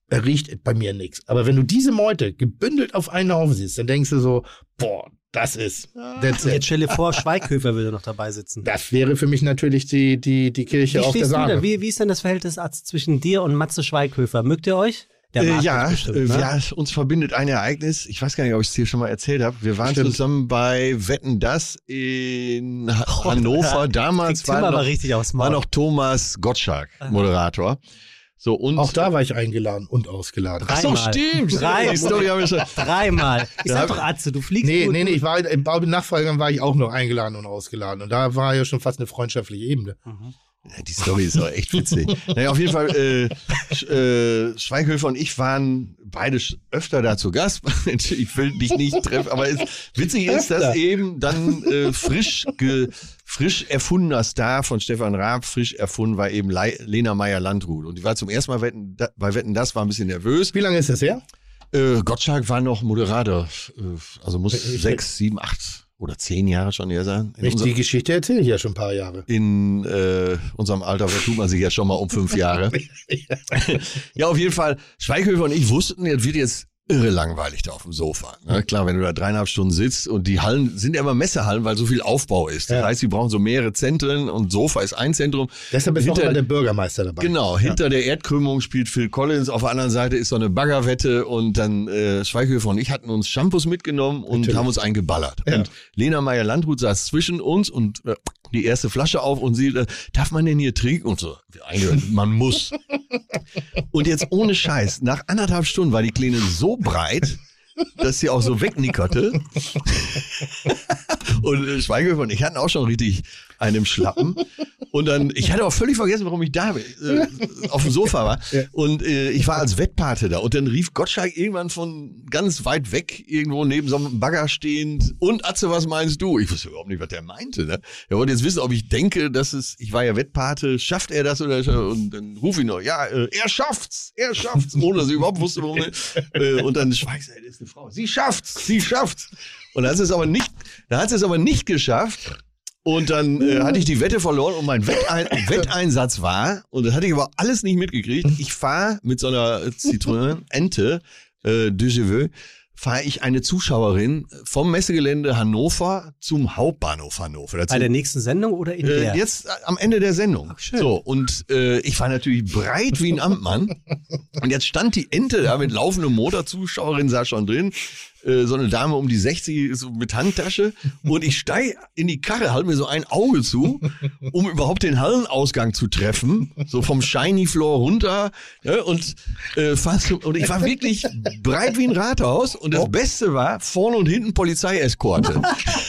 er riecht bei mir nichts. Aber wenn du diese Meute gebündelt auf einen Haufen siehst, dann denkst du so, boah, das ist. That's it. Jetzt stell dir vor, Schweighöfer würde noch dabei sitzen. Das wäre für mich natürlich die, die, die Kirche Wie auf der stehst du Sahne. da? Wie, wie ist denn das Verhältnis Arzt, zwischen dir und Matze Schweighöfer? Mögt ihr euch? Der Äh, mag ja, uns bestimmt, äh, ne? ja, uns verbindet ein Ereignis. Ich weiß gar nicht, ob ich es hier schon mal erzählt habe. Wir waren Stimmt. zusammen bei Wetten, das in ha- Hannover. Damals Kriegt war Tim aber noch, richtig aufs war Maul. noch Thomas Gottschalk Moderator. So, und Auch da war ich eingeladen und ausgeladen. Ach so, Dreimal. stimmt. Dreimal. Die Story haben wir schon. Dreimal. Ich Ja, sag doch, Atze, du fliegst Nee, gut. nee, nee, ich war im Bau den Nachfolgern war ich auch noch eingeladen und ausgeladen. Und da war ja schon fast eine freundschaftliche Ebene. Ja, die Story ist auch echt witzig. Naja, auf jeden Fall, äh, Sch- äh, Schweighöfer und ich waren beide sch- öfter da zu Gast. Ich will dich nicht treffen, aber es, witzig ist, dass eben dann äh, frisch, ge, frisch erfundener Star von Stefan Raab, frisch erfunden war eben Le- Lena Meyer-Landrut. Und die war zum ersten Mal wetten, da, bei Wetten, das war ein bisschen nervös. Wie lange ist das her? Äh, Gottschalk war noch Moderator, äh, also muss Ich- sechs, sieben, acht oder zehn Jahre schon her sein. In Ich, unser- die Geschichte erzähle ich ja schon ein paar Jahre. in äh, unserem Alter vertut man sich ja schon mal um fünf Jahre. Ja, auf jeden Fall, Schweighöfer und ich wussten, es wird jetzt irre langweilig da auf dem Sofa. Ne? Klar, wenn du da dreieinhalb Stunden sitzt und die Hallen sind ja immer Messehallen, weil so viel Aufbau ist. Das Ja. heißt, sie brauchen so mehrere Zentren und Sofa ist ein Zentrum. Deshalb ist auch Hinter- immer der Bürgermeister dabei. Genau, hinter der Erdkrümmung spielt Phil Collins, auf der anderen Seite ist so eine Baggerwette und dann äh, Schweighöfer und ich hatten uns Shampoos mitgenommen und Natürlich. haben uns einen geballert. Ja. Und Lena Meyer-Landrut saß zwischen uns und äh, die erste Flasche auf und sie, äh, darf man denn hier trinken? Und so, wir eingehört, man muss. Und jetzt ohne Scheiß, nach anderthalb Stunden war die Kleine so breit, dass sie auch so wegnickerte. Und äh, Schweighöfer und ich hatten auch schon richtig einen im Schlappen. Und dann, ich hatte auch völlig vergessen, warum ich da äh, auf dem Sofa war. Ja. Und äh, ich war als Wettpate da. Und dann rief Gottschalk irgendwann von ganz weit weg, irgendwo neben so einem Bagger stehend, und Atze, was meinst du? Ich wusste überhaupt nicht, was der meinte. Ne? Er wollte jetzt wissen, ob ich denke, dass es, ich war ja Wettpate, schafft er das oder und dann ruf ich noch, ja, äh, er schafft's, er schafft's, ohne dass ich überhaupt wusste, warum. äh, und dann schweigst er, das ist eine Frau. Sie schafft's, sie schafft's. Und dann hat sie es aber nicht, dann hat sie es aber nicht geschafft. Und dann äh, hatte ich die Wette verloren und mein Wettein Wetteinsatz war, und das hatte ich aber alles nicht mitgekriegt, ich fahre mit so einer Citroën Ente, äh, de Cheveux, fahre ich eine Zuschauerin vom Messegelände Hannover zum Hauptbahnhof Hannover. Dazu, Bei der nächsten Sendung oder in äh, der? jetzt äh, am Ende der Sendung. Ach, schön. So, und äh, ich war natürlich breit wie ein Amtmann. Und jetzt stand die Ente da mit laufendem Motor, Zuschauerin saß schon drin, äh, so eine Dame um die sechzig so mit Handtasche. Und ich steige in die Karre, halte mir so ein Auge zu, um überhaupt den Hallenausgang zu treffen. So vom Shiny Floor runter. Ja, und, äh, fast, und ich war wirklich breit wie ein Rathaus. Und das Beste war, vorne und hinten Polizeieskorte.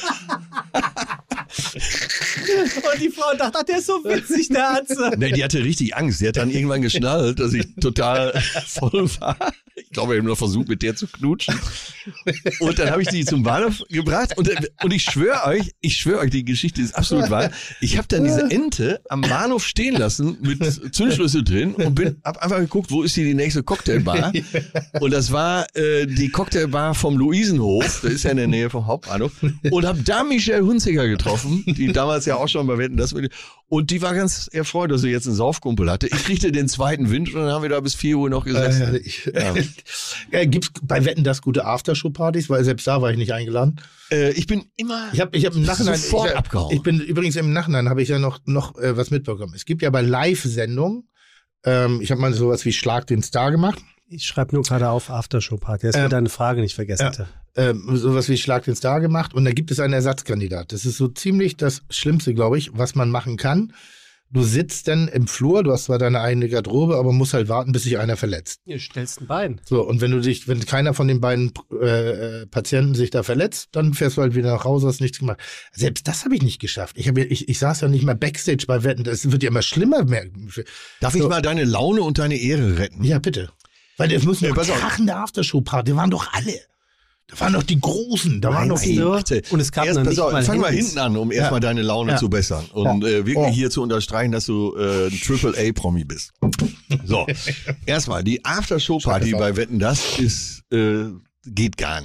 Und die Frau dachte, ach, der ist so witzig, der Atze. Nee, die hatte richtig Angst. Die hat dann irgendwann geschnallt, dass ich total voll war. Ich glaube, ich habe nur versucht, mit der zu knutschen. Und dann habe ich die zum Bahnhof gebracht. Und, und ich schwöre euch, ich schwöre euch, die Geschichte ist absolut wahr. Ich habe dann diese Ente am Bahnhof stehen lassen mit Zündschlüssel drin und bin hab einfach geguckt, wo ist hier die nächste Cocktailbar. Und das war äh, die Cocktailbar vom Luisenhof. Das ist ja in der Nähe vom Hauptbahnhof. Und habe da Michelle Hunziker getroffen, die damals ja auch schon bei Wetten, das mit. Und die war ganz erfreut, dass sie jetzt einen Saufkumpel hatte. Ich kriegte den zweiten Wind und dann haben wir da bis vier Uhr noch gesessen. Äh, ich, Ja. äh, gibt's bei Wetten das gute Aftershow-Partys? Weil selbst da war ich nicht eingeladen. Äh, ich bin immer Ich habe ich hab im Nachhinein sofort ich, abgehauen. Ich bin übrigens im Nachhinein habe ich ja noch noch äh, was mitbekommen. Es gibt ja bei Live-Sendungen, ähm, ich habe mal sowas wie Schlag den Star gemacht. Ich schreibe nur gerade auf Aftershow-Party, dass Ähm, wir deine Frage nicht vergessen ja. hatte. Ähm, sowas wie Schlag den Star gemacht und da gibt es einen Ersatzkandidat. Das ist so ziemlich das Schlimmste, glaube ich, was man machen kann. Du sitzt dann im Flur, du hast zwar deine eigene Garderobe, aber musst halt warten, bis sich einer verletzt. Ihr stellst ein Bein. So, und wenn du dich, wenn keiner von den beiden äh, Patienten sich da verletzt, dann fährst du halt wieder nach Hause, hast nichts gemacht. Selbst das habe ich nicht geschafft. Ich, hab, ja- ich, ich saß ja nicht mal Backstage bei Wetten, das wird ja immer schlimmer. Mehr. Darf ich So. mal deine Laune und deine Ehre retten? Ja, bitte. Weil es müssen Ja, doch pass auf. krachende Aftershow-Party, die waren doch alle. Da waren doch die Großen, da waren doch die... du? Warte. Und es gab Erst, noch pass nicht auf, mal fang mal Handys. hinten an, um erstmal Ja. deine Laune Ja. zu bessern. Und Ja. äh, wirklich Oh. hier zu unterstreichen, dass du äh, ein Triple A Promi bist. So, erstmal, die Aftershow-Party Schlag das bei Wetten, das ist, äh, geht gar nicht.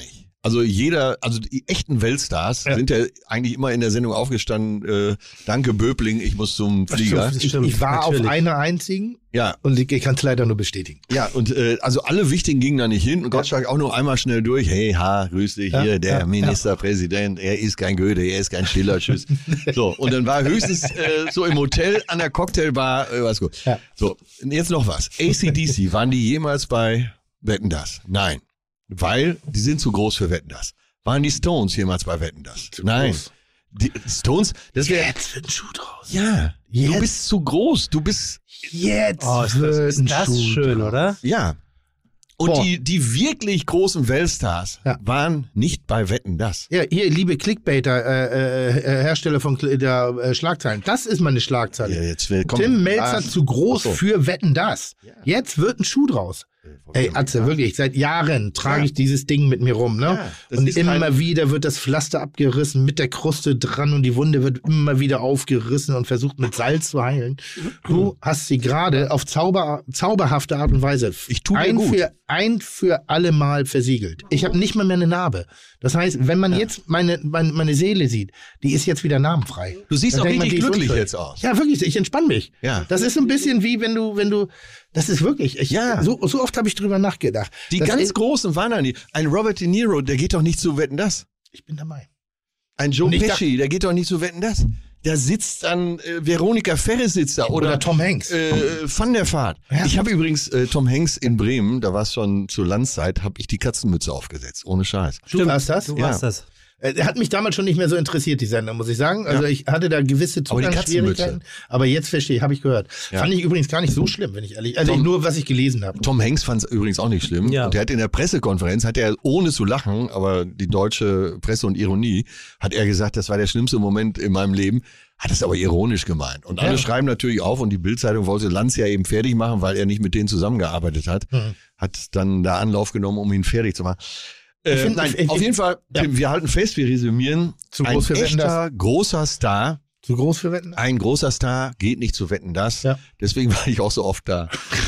Also jeder, also die echten Weltstars Ja. sind ja eigentlich immer in der Sendung aufgestanden, äh, danke Böbling, ich muss zum Flieger. stimmt. Ich, ich war natürlich. auf einer einzigen Ja, und ich kann es leider nur bestätigen. ja, und äh, also alle Wichtigen gingen da nicht hin und Gottschalk auch nur einmal schnell durch. Hey, ha, grüß dich, Ja, hier, der ja, Ministerpräsident, er ist kein Goethe, er ist kein Schiller, tschüss. So, und dann war höchstens äh, so im Hotel an der Cocktailbar, äh, was gut. Ja. So, und jetzt noch was. A C D C, waren die jemals bei Wetten, das? Nein, weil die sind zu groß für Wetten, das. Waren die Stones jemals bei Wetten, das? Nein. groß. Die Stones, das wäre... Jetzt wird ein Schuh draus. Ja, Jetzt. du bist zu groß, du bist... Jetzt Oh, ist das, wird ist ein das Schuh schön, draus. oder? Ja. Und Boah. die, die wirklich großen Weltstars Ja. waren nicht bei Wetten, das. Ja, hier, liebe Clickbaiter, äh, äh, Hersteller von Kl- der äh, Schlagzeilen. Das ist meine Schlagzeile. Ja, jetzt will, komm, Tim Melzer Ah, zu groß ach so. für Wetten, das. Jetzt wird ein Schuh draus. Ey, Atze, wirklich, seit Jahren trage Ja. ich dieses Ding mit mir rum, ne? Ja, das und ist immer kein- wieder wird das Pflaster abgerissen, mit der Kruste dran und die Wunde wird immer wieder aufgerissen und versucht mit Salz zu heilen. Du hast sie gerade auf Zauber, zauberhafte Art und Weise Ich tu dir ein, gut. Für, ein für alle Mal versiegelt. Ich habe nicht mal mehr eine Narbe. Das heißt, wenn man jetzt meine, meine, meine Seele sieht, die ist jetzt wieder narbenfrei. Du siehst Dann auch denkt man, richtig die ist glücklich unschuld. jetzt aus. Ja, wirklich, ich entspanne mich. Ja. Das ist so ein bisschen wie wenn du, wenn du, das ist wirklich, ich, Ja. so, so oft habe ich drüber nachgedacht. Die Das ganz ist- Großen waren da nicht. Ein Robert De Niro, der geht doch nicht zu Wetten, das. Ich bin dabei. Ein Joe Und ich Pesci, der geht doch nicht zu Wetten, das. Da sitzt dann äh, Veronika Ferres sitzt da oder, Oder Tom Hanks. Äh, Van der Vaart. Ja. Ich habe übrigens äh, Tom Hanks in Bremen, da war es schon zur Landzeit, habe ich die Katzenmütze aufgesetzt, ohne Scheiß. Du warst das? Du Ja. warst das. Äh, Er hat mich damals schon nicht mehr so interessiert, die Sender, muss ich sagen. Also Ja. ich hatte da gewisse Aber die Zugangsschwierigkeiten. Aber jetzt verstehe ich, habe ich gehört. Ja. Fand ich übrigens gar nicht so schlimm, wenn ich ehrlich, also Tom- nur was ich gelesen habe. Tom Hanks fand es übrigens auch nicht schlimm. Ja. Und der hat in der Pressekonferenz, hat er ohne zu lachen, aber die deutsche Presse und Ironie, hat er gesagt, das war der schlimmste Moment in meinem Leben. Hat es aber ironisch gemeint. Und alle Ja. schreiben natürlich auf und die Bildzeitung wollte Lanz ja eben fertig machen, weil er nicht mit denen zusammengearbeitet hat. Mhm. Hat dann da Anlauf genommen, um ihn fertig zu machen. Äh, find- nein, ich- ich- auf jeden Fall, Ja. Tim, wir halten fest, wir resümieren. Zu Ein groß für Wetten, echter, großer Star, Zu groß für Wetten? ein großer Star geht nicht zu Wetten, das. Ja. Deswegen war ich auch so oft da.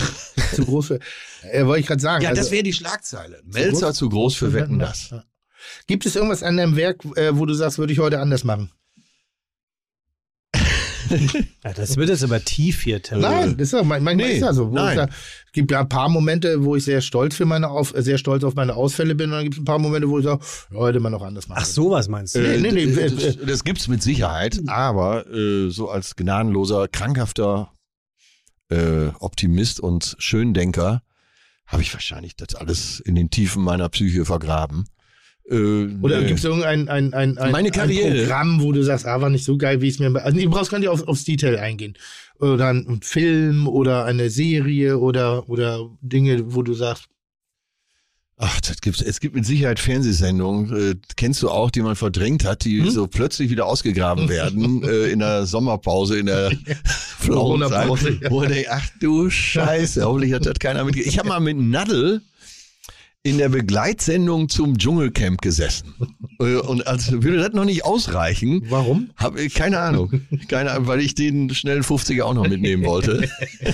Zu groß für, äh, wollte ich gerade sagen. Ja, also, das wäre die Schlagzeile. Melzer zu groß für Wetten, das. Ja. Gibt es irgendwas an deinem Werk, äh, wo du sagst, würde ich heute anders machen? Ja, das wird jetzt aber tief hier, Tim. Nein, das ist ja, manchmal Nee, ist ja so. Wo nein. ich sag, es gibt ja ein paar Momente, wo ich sehr stolz für meine auf, sehr stolz auf meine Ausfälle bin, und dann gibt es ein paar Momente, wo ich sage, ja, hätte man noch anders machen. Ach, sowas meinst du? Nee, nee, nee, Äh, äh, das, das gibt's mit Sicherheit, aber äh, so als gnadenloser, krankhafter äh, Optimist und Schöndenker habe ich wahrscheinlich das alles in den Tiefen meiner Psyche vergraben. Äh, Oder äh, gibt es irgendein ein, ein, ein, Meine Karriere. ein Programm, wo du sagst, ah, war nicht so geil, wie es mir... Also du brauchst gar nicht auf, aufs Detail eingehen. Oder ein, ein Film oder eine Serie oder, oder Dinge, wo du sagst, Ach, das gibt's. Es gibt mit Sicherheit Fernsehsendungen, äh, kennst du auch, die man verdrängt hat, die Hm? so plötzlich wieder ausgegraben werden äh, in der Sommerpause, in der Flauenzeit, Corona-Pause, ja. wo ich denke, ach du Scheiße, hoffentlich hat das keiner mitgekriegt. Ich habe mal mit Nadel in der Begleitsendung zum Dschungelcamp gesessen. Äh, Und als würde das noch nicht ausreichen, warum? hab, ich- keine Ahnung, keine Ahnung, weil ich den schnellen fünfziger auch noch mitnehmen wollte.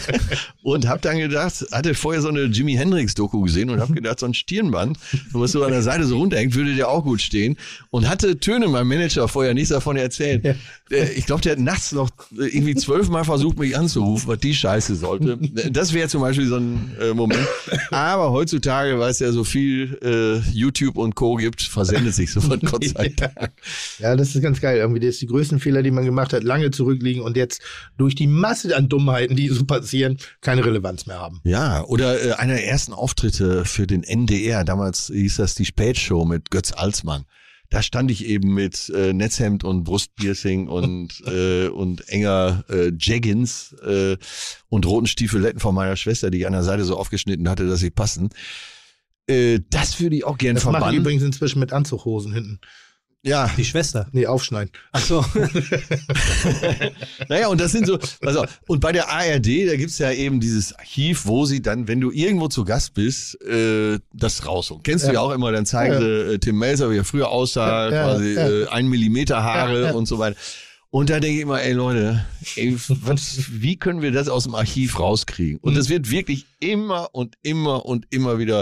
Und hab dann gedacht, hatte vorher so eine Jimi Hendrix Doku gesehen und hab gedacht, so ein Stirnband, was so an der Seite so runterhängt, würde dir auch gut stehen. Und hatte Töne, mein Manager, vorher nichts davon erzählt. Ja. Der- Ich glaube, der hat nachts noch irgendwie zwölfmal versucht, mich anzurufen, was die Scheiße sollte. Das wäre zum Beispiel so ein äh, Moment. Aber heutzutage, weil es ja so viel äh, YouTube und Co. gibt, versendet sich sofort, Gott sei Dank. Ja, das ist ganz geil. Irgendwie, das ist die größten Fehler, die man gemacht hat, lange zurückliegen und jetzt durch die Masse an Dummheiten, die so passieren, keine Relevanz mehr haben. Ja, oder äh, einer der ersten Auftritte für den N D R, damals hieß das die Spätshow mit Götz Alsmann. Da stand ich eben mit äh, Netzhemd und Brustpiercing und äh, und enger äh, Jeggings äh, und roten Stiefeletten von meiner Schwester, die ich an der Seite so aufgeschnitten hatte, dass sie passen. Äh, das würde ich auch gern Das mache ich verbannen. übrigens inzwischen mit Anzughosen hinten. Ja, Die Schwester. Nee, aufschneiden. Ach so. naja, und das sind so, pass auf, und bei der A R D, da gibt's ja eben dieses Archiv, wo sie dann, wenn du irgendwo zu Gast bist, äh, das rausholen. Kennst du Ja. ja auch immer, dann zeigen Ja. sie äh, Tim Melzer, wie er früher aussah, Ja, ja, quasi ja. Äh, ein Millimeter Haare Ja, ja. und so weiter. Und da denke ich immer, ey Leute, ey, was, wie können wir das aus dem Archiv rauskriegen? Und das wird wirklich immer und immer und immer wieder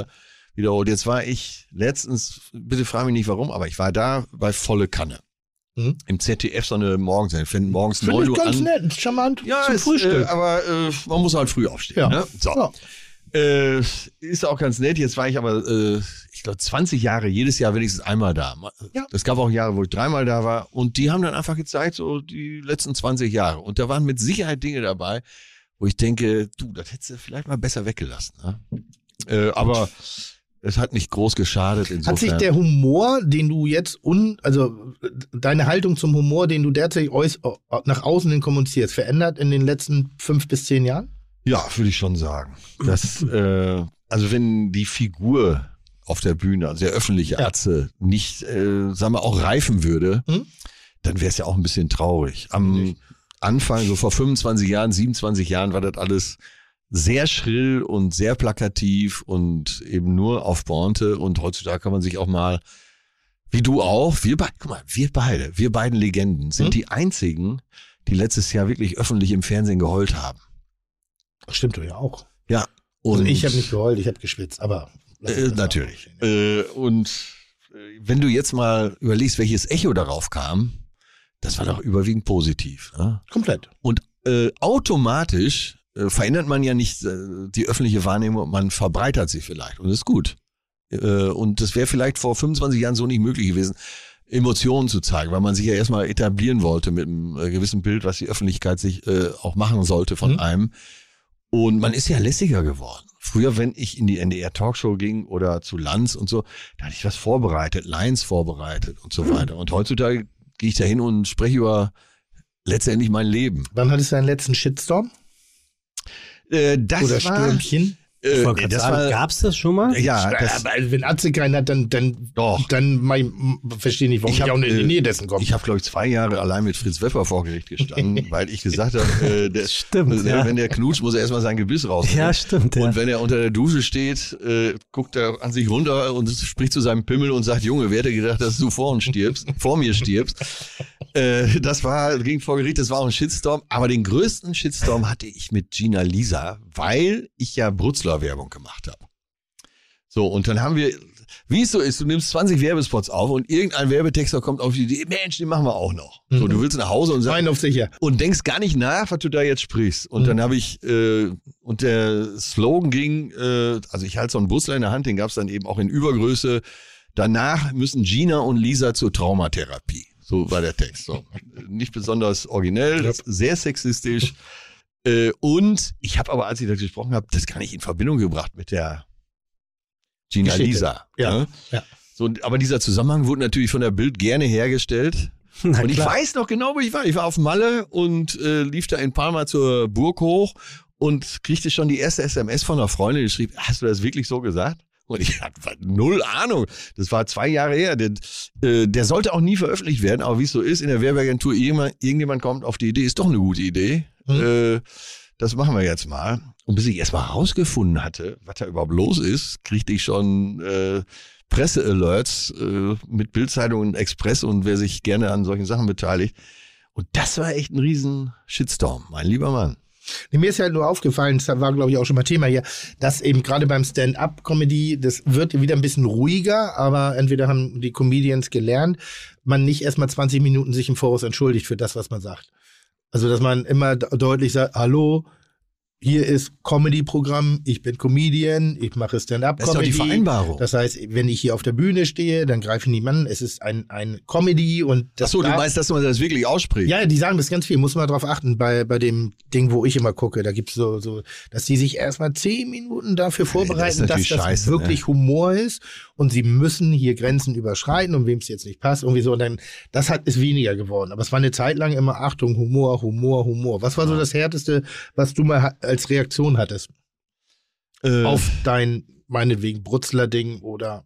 wiederholt. Jetzt war ich letztens, bitte frage mich nicht warum, aber ich war da bei Volle Kanne. Mhm. Im Z D F so eine Morgensendung. Ich finde morgens Find neun Uhr ganz an. nett, charmant Ja, zum ist, Frühstück. Äh, aber äh, man muss halt früh aufstehen. Ja. Ne? So. Ja. Äh, ist auch ganz nett. Jetzt war ich aber, äh, ich glaube, zwanzig Jahre, jedes Jahr wenigstens einmal da. Ja. Es gab auch Jahre, wo ich dreimal da war. Und die haben dann einfach gezeigt, so die letzten zwanzig Jahre. Und da waren mit Sicherheit Dinge dabei, wo ich denke, du, das hättest du vielleicht mal besser weggelassen. Ne? Äh, aber es hat nicht groß geschadet. Insofern. Hat sich der Humor, den du jetzt, un, also deine Haltung zum Humor, den du derzeit äuß, nach außen hin kommunizierst, verändert in den letzten fünf bis zehn Jahren? Ja, würde ich schon sagen. Das, äh, also wenn die Figur auf der Bühne, also der öffentliche Ja. Atze, nicht, äh, sagen wir, auch reifen würde, Hm? dann wäre es ja auch ein bisschen traurig. Am Anfang, so vor fünfundzwanzig Jahren, siebenundzwanzig Jahren, war das alles sehr schrill und sehr plakativ und eben nur auf Pointe. Und heutzutage kann man sich auch mal, wie du auch, wir beide, guck mal, wir beide, wir beiden Legenden sind Hm? die einzigen, die letztes Jahr wirklich öffentlich im Fernsehen geheult haben. Stimmt doch ja auch. Ja. Und Also ich habe nicht geheult, ich habe geschwitzt, aber lass Äh, uns das natürlich. mal aufstehen. Äh, und äh, wenn du jetzt mal überlegst, welches Echo darauf kam, das war doch überwiegend positiv. Ne? Komplett. Und äh, automatisch äh, verändert man ja nicht äh, die öffentliche Wahrnehmung, man verbreitert sie vielleicht und das ist gut. Äh, und das wäre vielleicht vor fünfundzwanzig Jahren so nicht möglich gewesen, Emotionen zu zeigen, weil man sich ja erstmal etablieren wollte mit einem äh, gewissen Bild, was die Öffentlichkeit sich äh, auch machen sollte von Mhm. einem. Und man ist ja lässiger geworden. Früher, wenn ich in die N D R-Talkshow ging oder zu Lanz und so, da hatte ich was vorbereitet, Lines vorbereitet und so weiter. Und heutzutage gehe ich da hin und spreche über letztendlich mein Leben. Wann hattest du deinen letzten Shitstorm? Äh, das Oder war, Stürmchen? Ich äh, wollte nee, gerade das sagen, war, gab's das schon mal? ja, das, aber wenn Atze keinen hat, dann, dann, Doch. dann mein, verstehe nicht, warum Ich ich, hab, auch nicht in die äh, Nähe dessen komme. ich habe, glaube ich, zwei Jahre allein mit Fritz Wepper vor Gericht gestanden, weil ich gesagt habe, äh, der, Stimmt, äh, ja. wenn der knutscht, muss er erstmal sein Gebiss rausnehmen. Ja, stimmt. Ja. Und wenn er unter der Dusche steht, äh, guckt er an sich runter und spricht zu seinem Pimmel und sagt, Junge, wer hätte gedacht, dass du vor uns stirbst, vor mir stirbst. Äh, das war, ging vor Gericht, das war auch ein Shitstorm. Aber den größten Shitstorm hatte ich mit Gina Lisa, weil ich ja Brutzler-Werbung gemacht habe. So, und dann haben wir, wie es so ist, du nimmst zwanzig Werbespots auf und irgendein Werbetexter kommt auf die Idee, Mensch, den machen wir auch noch. So, du willst nach Hause und sagst, Rein auf sicher. und denkst gar nicht nach, was du da jetzt sprichst. Und Mhm. dann habe ich, äh, und der Slogan ging, äh, also ich halte so einen Brustler in der Hand, den gab es dann eben auch in Übergröße. Danach müssen Gina und Lisa zur Traumatherapie. So war der Text. So. Nicht besonders originell, Ja. sehr sexistisch. Äh, und ich habe aber, als ich das gesprochen habe, das gar nicht in Verbindung gebracht mit der Gina Geschichte. Lisa. Ja, Ne? ja. So, aber dieser Zusammenhang wurde natürlich von der Bild gerne hergestellt. Na Und ich klar. weiß noch genau, wo ich war. Ich war auf Malle und äh, lief da in Palma zur Burg hoch und kriegte schon die erste S M S von einer Freundin, die schrieb, hast du das wirklich so gesagt? Und ich hatte null Ahnung. Das war zwei Jahre her. Der, äh, der sollte auch nie veröffentlicht werden, aber wie es so ist, in der Werbeagentur, irgendjemand, irgendjemand kommt auf die Idee, ist doch eine gute Idee. Mhm. Äh, das machen wir jetzt mal. Und bis ich erst mal rausgefunden hatte, was da überhaupt los ist, kriegte ich schon äh, Presse-Alerts äh, mit Bildzeitung und Express und wer sich gerne an solchen Sachen beteiligt. Und das war echt ein riesen Shitstorm, mein lieber Mann. Nee, mir ist ja nur aufgefallen, das war, glaube ich, auch schon mal Thema hier, dass eben gerade beim Stand-up-Comedy, das wird wieder ein bisschen ruhiger, aber entweder haben die Comedians gelernt, man nicht erstmal zwanzig Minuten sich im Voraus entschuldigt für das, was man sagt. Also, dass man immer de- deutlich sagt, hallo, hier ist Comedy-Programm, ich bin Comedian, ich mache Stand-up-Comedy. Das ist doch die Vereinbarung. Das heißt, wenn ich hier auf der Bühne stehe, dann greife ich niemanden, es ist ein, ein Comedy und das Ach so, du darf- meinst, dass man das wirklich ausspricht? ja, die sagen das ganz viel, muss man drauf achten, bei, bei dem Ding, wo ich immer gucke, da gibt's so, so, dass die sich erstmal zehn Minuten dafür vorbereiten, das dass ist das natürlich scheiße, wirklich ne? Humor ist und sie müssen hier Grenzen überschreiten und wem es jetzt nicht passt, irgendwie so, und dann, das hat, ist weniger geworden, aber es war eine Zeit lang immer, Achtung, Humor, Humor, Humor. Was war so das Härteste, was du mal ha- als Reaktion hattest Äh, auf dein, meinetwegen, Brutzler-Ding oder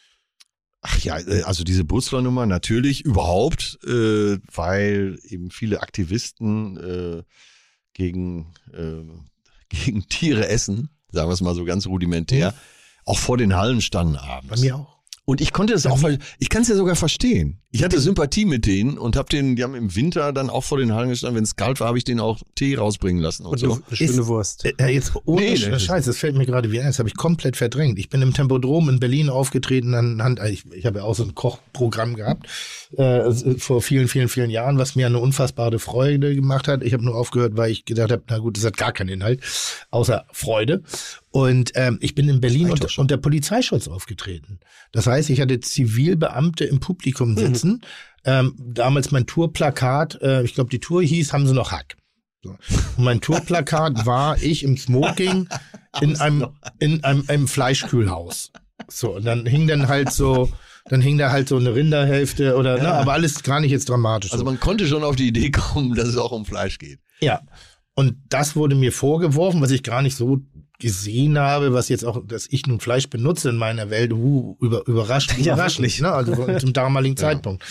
Ach ja, äh, also diese Brutzler-Nummer natürlich überhaupt, äh, weil eben viele Aktivisten äh, gegen, äh, gegen Tiere essen, sagen wir es mal so ganz rudimentär, auch vor den Hallen standen abends. bei mir auch. Und ich konnte das auch, ich kann es ja sogar verstehen. Ich hatte Sympathie mit denen und hab den, die haben im Winter dann auch vor den Hallen gestanden. Wenn es kalt war, habe ich denen auch Tee rausbringen lassen und, und so. Eine schöne Wurst. Äh, jetzt ohne Nee, Sch- das- Scheiß, das fällt mir gerade wieder ein. Das habe ich komplett verdrängt. Ich bin im Tempodrom in Berlin aufgetreten. Anhand, ich, ich habe ja auch so ein Kochprogramm gehabt äh, vor vielen, vielen, vielen Jahren, was mir eine unfassbare Freude gemacht hat. Ich habe nur aufgehört, weil ich gedacht habe, na gut, das hat gar keinen Inhalt, außer Freude. Und ähm, ich bin in Berlin unter, unter Polizeischutz aufgetreten. Das heißt, ich hatte Zivilbeamte im Publikum sitzen. Mhm. Ähm, damals mein Tourplakat, äh, ich glaube, die Tour hieß, haben sie noch Hack. So. Und mein Tourplakat war ich im Smoking in einem, in einem, einem Fleischkühlhaus. So, und dann hing dann halt so, dann hing da halt so eine Rinderhälfte oder, ja. ne, aber alles gar nicht jetzt dramatisch. Also so. man konnte schon auf die Idee kommen, dass es auch um Fleisch geht. Ja. Und das wurde mir vorgeworfen, was ich gar nicht so gesehen habe, was jetzt auch, dass ich nun Fleisch benutze in meiner Welt, uh, über, überrascht, ja, überraschlich, ne? Also zum damaligen ja. Zeitpunkt.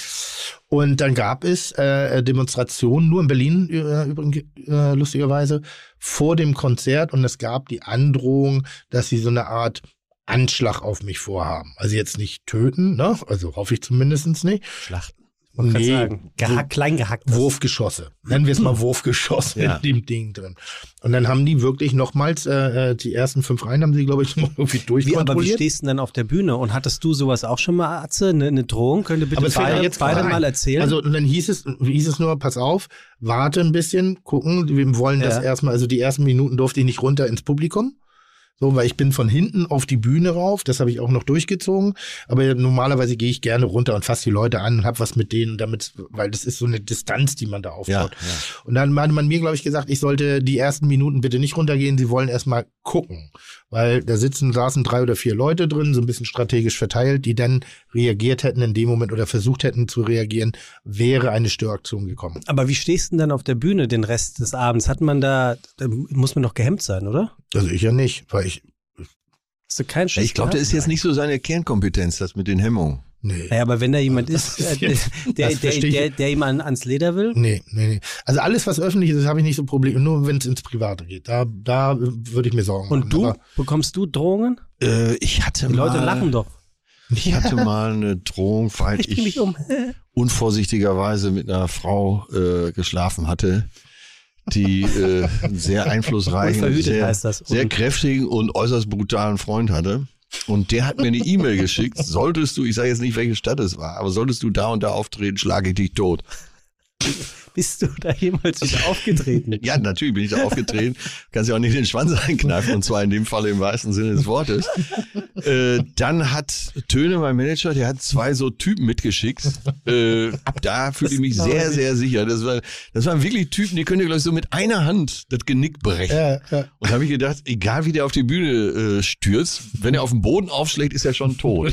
Und dann gab es äh, Demonstrationen, nur in Berlin äh, übrigens, äh, lustigerweise, vor dem Konzert und es gab die Androhung, dass sie so eine Art Anschlag auf mich vorhaben. Also jetzt nicht töten, ne? Also hoffe ich zumindest nicht. Schlachten. Man kann nee, sagen, gehack, klein gehackt. Wurfgeschosse. Nennen wir es mal Wurfgeschosse ja. in dem Ding drin. Und dann haben die wirklich nochmals, äh, die ersten fünf Reihen haben sie, glaube ich, noch irgendwie durchkontrolliert. Wie, aber wie stehst du denn dann auf der Bühne? Und hattest du sowas auch schon mal, Atze? Eine, eine Drohung? Könnt ihr bitte aber beide, jetzt beide rein. mal erzählen? Also und dann hieß es, hieß es nur, pass auf, warte ein bisschen, gucken, wir wollen das Ja. erstmal, also die ersten Minuten durfte ich nicht runter ins Publikum. So, weil ich bin von hinten auf die Bühne rauf, das habe ich auch noch durchgezogen, aber normalerweise gehe ich gerne runter und fasse die Leute an und habe was mit denen, damit, weil das ist so eine Distanz, die man da aufbaut. Ja, ja. Und dann hat man mir, glaube ich, gesagt, ich sollte die ersten Minuten bitte nicht runtergehen, sie wollen erstmal gucken, weil da sitzen, saßen drei oder vier Leute drin, so ein bisschen strategisch verteilt, die dann reagiert hätten in dem Moment oder versucht hätten zu reagieren, wäre eine Störaktion gekommen. aber wie stehst du denn dann auf der Bühne den Rest des Abends? Hat man da, da muss man doch gehemmt sein, oder? Also ich ja nicht, weil ich, Hast du keinen Schiss Ich glaube, das ist jetzt nicht so seine Kernkompetenz, das mit den Hemmungen. nee. Naja, aber wenn da jemand ist, Das äh, jetzt- der, das der, verstehe ich. der, der ihm an, ans Leder will, Nee, nee, nee. Also alles, was öffentlich ist, habe ich nicht so Probleme. Nur wenn es ins Private geht. Da, da würde ich mir Sorgen machen. und du, Aber bekommst du Drohungen? Äh, ich hatte Die mal, Leute lachen doch. Ich hatte mal eine Drohung, weil Ich bring ich, mich um. unvorsichtigerweise mit einer Frau äh, geschlafen hatte, die äh, einen sehr einflussreichen, Unverhütet sehr, heißt das. sehr Und- kräftigen und äußerst brutalen Freund hatte. Und der hat mir eine E-Mail geschickt, solltest du, ich sage jetzt nicht, welche Stadt es war, aber solltest du da und da auftreten, schlage ich dich tot. Bist du da jemals wieder aufgetreten? Ja, natürlich bin ich da aufgetreten. Kannst ja auch nicht den Schwanz einkneifen, und zwar in dem Fall im wahrsten Sinne des Wortes. Äh, dann hat Töne, mein Manager, der hat zwei so Typen mitgeschickt. Äh, ab da fühle ich mich sehr, sehr sicher. Das, war, das waren wirklich Typen, die können dir, glaube ich, so mit einer Hand das Genick brechen. ja, ja. Und da habe ich gedacht, egal wie der auf die Bühne äh, stürzt, wenn er auf den Boden aufschlägt, ist er schon tot.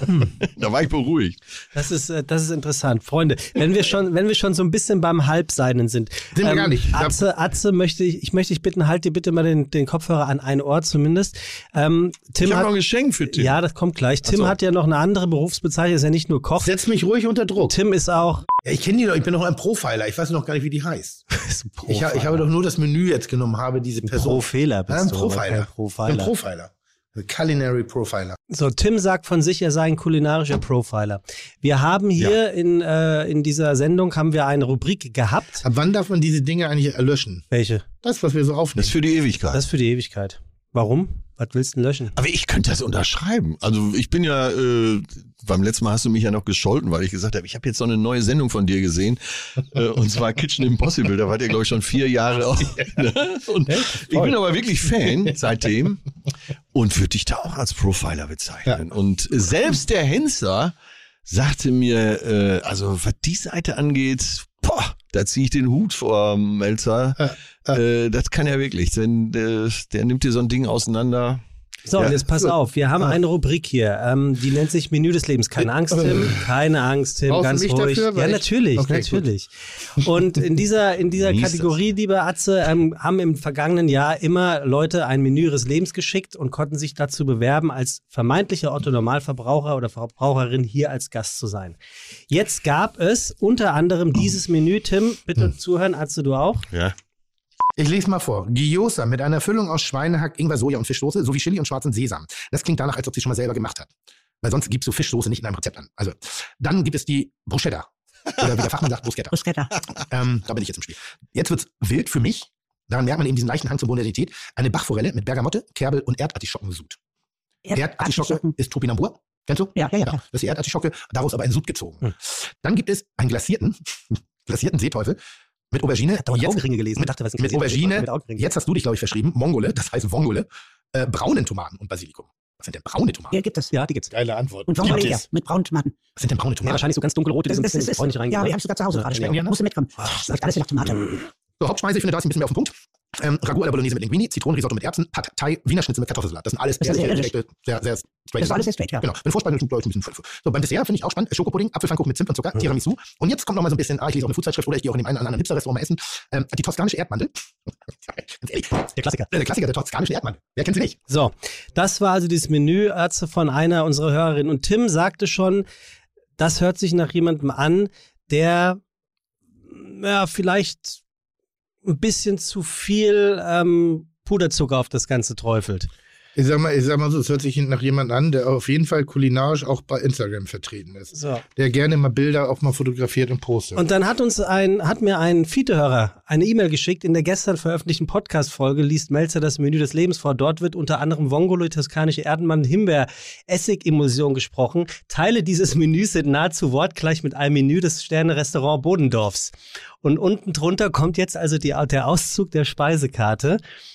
Da war ich beruhigt. Das ist, äh, das ist interessant. Freunde, wenn wir schon, wenn wir schon so ein bisschen beim Halbseinen sind. Sind wir gar nicht. Ich hab- Atze, Atze möchte ich, ich möchte dich bitten, halt dir bitte mal den, den Kopfhörer an ein Ohr zumindest. Ähm, Tim Ich habe hat, noch ein Geschenk für Tim. ja, das kommt gleich. Tim Ach so. hat ja noch eine andere Berufsbezeichnung, ist ja nicht nur Koch. Setz mich ruhig unter Druck. Tim ist auch Ja, ich kenne die doch, ich bin doch ein Profiler. Ich weiß noch gar nicht, wie die heißt. Ich, ha- ich habe doch nur das Menü jetzt genommen, habe diese Person. Profehler bist Ja, ein du, aber Profiler. kein Profiler. Ein Profiler. Ein Culinary Profiler. So, Tim sagt von sich, er sei ein kulinarischer Profiler. Wir haben hier in, äh, in dieser Sendung haben wir eine Rubrik gehabt. Ab wann darf man diese Dinge eigentlich erlöschen? Welche? Das, was wir so Das aufnehmen. ist für die Ewigkeit. Das ist für die Ewigkeit. Warum? Was willst du denn löschen? Aber ich könnte das unterschreiben. Also ich bin ja, äh, beim letzten Mal hast du mich ja noch gescholten, weil ich gesagt habe, ich habe jetzt so eine neue Sendung von dir gesehen. äh, und zwar Kitchen Impossible. Da wart ihr, glaube ich, schon vier Jahre auf. Und ich bin aber wirklich Fan seitdem und würde dich da auch als Profiler bezeichnen. Ja. Und selbst der Hensler sagte mir, äh, also was die Seite angeht, boah, da ziehe ich den Hut vor Melzer. Ja, ja. Äh, das kann er wirklich. Denn äh, der nimmt dir so ein Ding auseinander. So, Ja. und jetzt pass auf, wir haben eine Rubrik hier, ähm, die nennt sich Menü des Lebens. Keine Angst, Tim, keine Angst, Tim, Brauchst du ganz mich ruhig. dafür? Ja, Weil ich- natürlich, Okay, natürlich. Und in dieser, in dieser Genieß Kategorie, lieber Atze, ähm, haben im vergangenen Jahr immer Leute ein Menü ihres Lebens geschickt und konnten sich dazu bewerben, als vermeintlicher Otto-Normalverbraucher oder Verbraucherin hier als Gast zu sein. Jetzt gab es unter anderem dieses Menü, Tim, bitte zuhören, Atze, du auch? Ja. Ich lese mal vor. Gyoza mit einer Füllung aus Schweinehack, Ingwer, Soja und Fischsoße sowie Chili und schwarzen Sesam. Das klingt danach, als ob sie schon mal selber gemacht hat. Weil sonst gibst du Fischsoße nicht in einem Rezept an. Also, dann gibt es die Bruschetta. Oder wie der Fachmann sagt, Bruschetta. Bruschetta. Ähm, da bin ich jetzt im Spiel. Jetzt wird's wild für mich. Daran merkt man eben diesen leichten Hang zur Bonialität. Eine Bachforelle mit Bergamotte, Kerbel und Erdartischocken gesud. Erdartischocke ist Topinambur. Kennst du? Ja, ja, ja. Das ist die Erdartischocke, daraus aber ein Sud gezogen. Hm. Dann gibt es einen glasierten, glasierten Seeteufel mit Aubergine. Ich habe jetzt, Augenringe gelesen. mit, dachte, was mit Aubergine. Mit Augenringe. Jetzt hast du dich, glaube ich, verschrieben. Mongole, das heißt Vongole. Äh, braunen Tomaten und Basilikum. Was sind denn braune Tomaten? Hier gibt es. Ja, die gibt's. Geile Antwort. Und warum Gibt ja, es. mit braunen Tomaten. Was sind denn braune Ja, Tomaten? wahrscheinlich so ganz dunkelrote, die Das, sind das, ein das, bisschen das, freundlich ja, reingehen. die habe ich sogar zu Hause Ja, gerade ja. stehen. Musst du mitkommen. Das läuft alles nach Tomaten. So, Hauptspeise, ich finde, da ist ein bisschen mehr auf den Punkt. Ähm, Ragout à la Bolognese mit Linguini, Zitronenrisotto mit Erbsen, Pad Thai, Wiener Schnitzel mit Kartoffelsalat. Das sind alles Das ist ehrliche, sehr echte, sehr, sehr straight. Das ist alles sehr straight, ja. Genau. Bin Vorspeise und ein bisschen. So, beim Dessert finde ich auch spannend. Schokopudding, Apfelpfannkuchen mit Zimt und Zucker, Mhm. Tiramisu. Und jetzt kommt noch mal so ein bisschen, ah, ich lese auch eine Foodzeitschrift oder ich gehe auch in dem einen oder anderen Hipster-Restaurant mal essen. Ähm, die toskanische Erdmandel. Ganz ehrlich. Der Klassiker. Der Klassiker der toskanischen Erdmandel. Wer kennt sie nicht? So, das war also dieses Menü Ärzte von einer unserer Hörerinnen. Und Tim sagte schon, das hört sich nach jemandem an, der ja vielleicht ein bisschen zu viel ähm, Puderzucker auf das Ganze träufelt. Ich sag mal, ich sag mal so, es hört sich nach jemand an, der auf jeden Fall kulinarisch auch bei Instagram vertreten ist. So. Der gerne mal Bilder auch mal fotografiert und postet. Und dann hat uns ein, hat mir ein Fiete-Hörer eine E-Mail geschickt. In der gestern veröffentlichten Podcast-Folge liest Melzer das Menü des Lebens vor. Dort wird unter anderem Vongole, toskanische Erdenmann, Himbeer, Essig-Emulsion gesprochen. Teile dieses Menüs sind nahezu wortgleich mit einem Menü des Sterne-Restaurant Bodendorfs. Und unten drunter kommt jetzt also die, der Auszug der Speisekarte.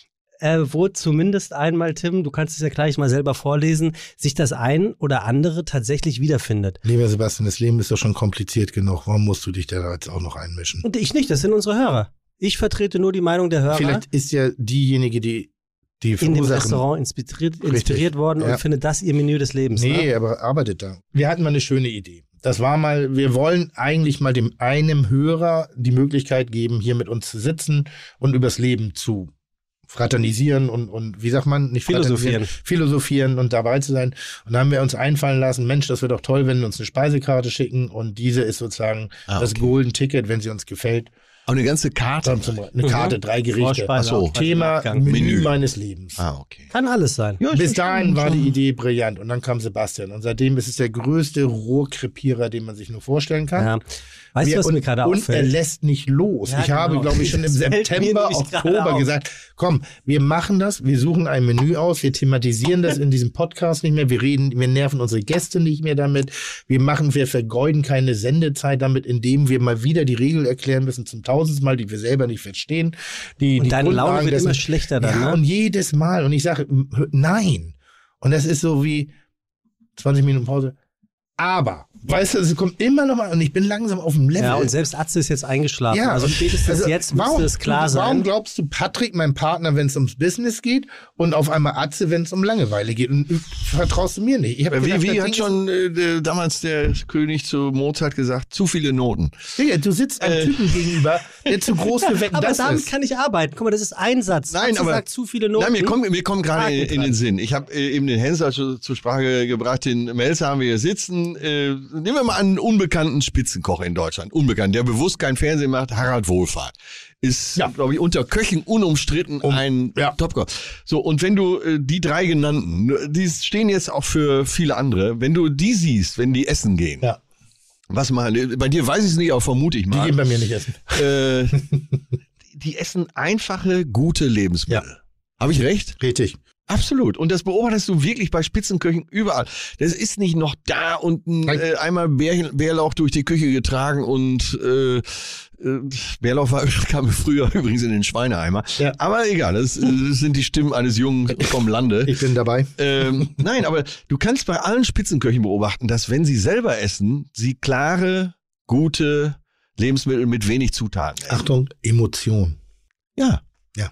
Äh, wo zumindest einmal, Tim, du kannst es ja gleich mal selber vorlesen, sich das ein oder andere tatsächlich wiederfindet. Lieber Sebastian, das Leben ist doch schon kompliziert genug. Warum musst du dich da jetzt auch noch einmischen? Und ich nicht, das sind unsere Hörer. Ich vertrete nur die Meinung der Hörer. Vielleicht ist ja diejenige, die die in dem verursachen. Restaurant inspiriert, inspiriert Richtig. worden Ja. und findet das ihr Menü des Lebens. Nee, Ne? aber arbeitet da. Wir hatten mal eine schöne Idee. Das war mal, wir wollen eigentlich mal dem einem Hörer die Möglichkeit geben, hier mit uns zu sitzen und übers Leben zu fraternisieren und, und wie sagt man, nicht Philosophieren. philosophieren und dabei zu sein. Und da haben wir uns einfallen lassen, Mensch, das wäre doch toll, wenn wir uns eine Speisekarte schicken und diese ist sozusagen Ah, das okay. Golden Ticket, wenn sie uns gefällt. Aber eine ganze Karte. Dann zum, eine Karte, Mhm. drei Gerichte. Vorspeise, Ach so. Hauptspeise, Thema Nachgang. Menü, Menü. meines Lebens. Ah, okay. Kann alles sein. Ja, ich Bis dahin verstehe war schon. die Idee brillant und dann kam Sebastian und seitdem ist es der größte Rohrkrepierer, den man sich nur vorstellen kann. Ja. Weißt Wir- du, was und, mir gerade und er auffällt? lässt nicht los. Ja, ich habe, genau. glaube ich, schon im Das fällt mir September, nämlich gerade Oktober auf. gesagt, komm, wir machen das, wir suchen ein Menü aus, wir thematisieren das in diesem Podcast nicht mehr, wir reden, wir nerven unsere Gäste nicht mehr damit, wir machen, wir vergeuden keine Sendezeit damit, indem wir mal wieder die Regel erklären müssen zum tausendsten Mal, die wir selber nicht verstehen. Die, Und die deine Laune Grundlagen wird dessen- immer schlechter dann, ja, ne? und jedes Mal. Und ich sage, m- nein. Und das ist so wie zwanzig Minuten Pause. Aber, weißt du, es kommt immer noch mal, und ich bin langsam auf dem Level. Ja, und selbst Atze ist jetzt eingeschlafen. Ja, also und- spätestens also jetzt warum, müsste es klar sein. Warum glaubst du Patrick, mein Partner, wenn es ums Business geht und auf einmal Atze, wenn es um Langeweile geht? Und äh, vertraust du mir nicht? Ich hab Wie, gedacht, wie das hat Ding schon äh, der, damals der König zu Mozart gesagt, zu viele Noten. ist, Digga, du sitzt einem Äh. Typen gegenüber, der zu groß für Wetten, aber das damit ist. kann ich arbeiten. Guck mal, das ist ein Satz. Nein, Atze aber- sagt zu viele Noten. Nein, mir kommt, mir kommt gerade Haken in, in dran. den Sinn. Ich habe äh, eben den Hensler zu, zur Sprache gebracht, den Melzer haben wir hier sitzen. Äh, nehmen wir mal einen unbekannten Spitzenkoch in Deutschland. Unbekannt, der bewusst kein Fernsehen macht, Harald Wohlfahrt. Ist, Ja. glaube ich, unter Köchen unumstritten Um- ein ja. Topkoch. So, und wenn du äh, die drei genannten, die stehen jetzt auch für viele andere, wenn du die siehst, wenn die essen gehen, Ja, was mal, bei dir weiß ich es nicht, aber vermute ich die mal. gehen bei mir nicht essen. äh, die, die essen einfache, gute Lebensmittel. Habe ich recht? Richtig. Absolut. Und das beobachtest du wirklich bei Spitzenköchen überall. Das ist nicht noch da und ein, Nein. äh, einmal Bär, Bärlauch durch die Küche getragen und äh, äh, Bärlauch war, kam früher übrigens in den Schweineeimer. Ja. Aber egal, das, äh, das sind die Stimmen eines Jungen vom Lande. Ich bin dabei. Ähm, nein, aber du kannst bei allen Spitzenköchen beobachten, dass wenn sie selber essen, sie klare, gute Lebensmittel mit wenig Zutaten essen. Achtung, Emotion. Ja. Ja.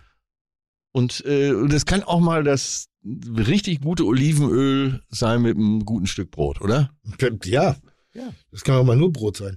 Und äh, und das kann auch mal das richtig gute Olivenöl sein mit einem guten Stück Brot, oder? Ja. Ja. Das kann auch mal nur Brot sein.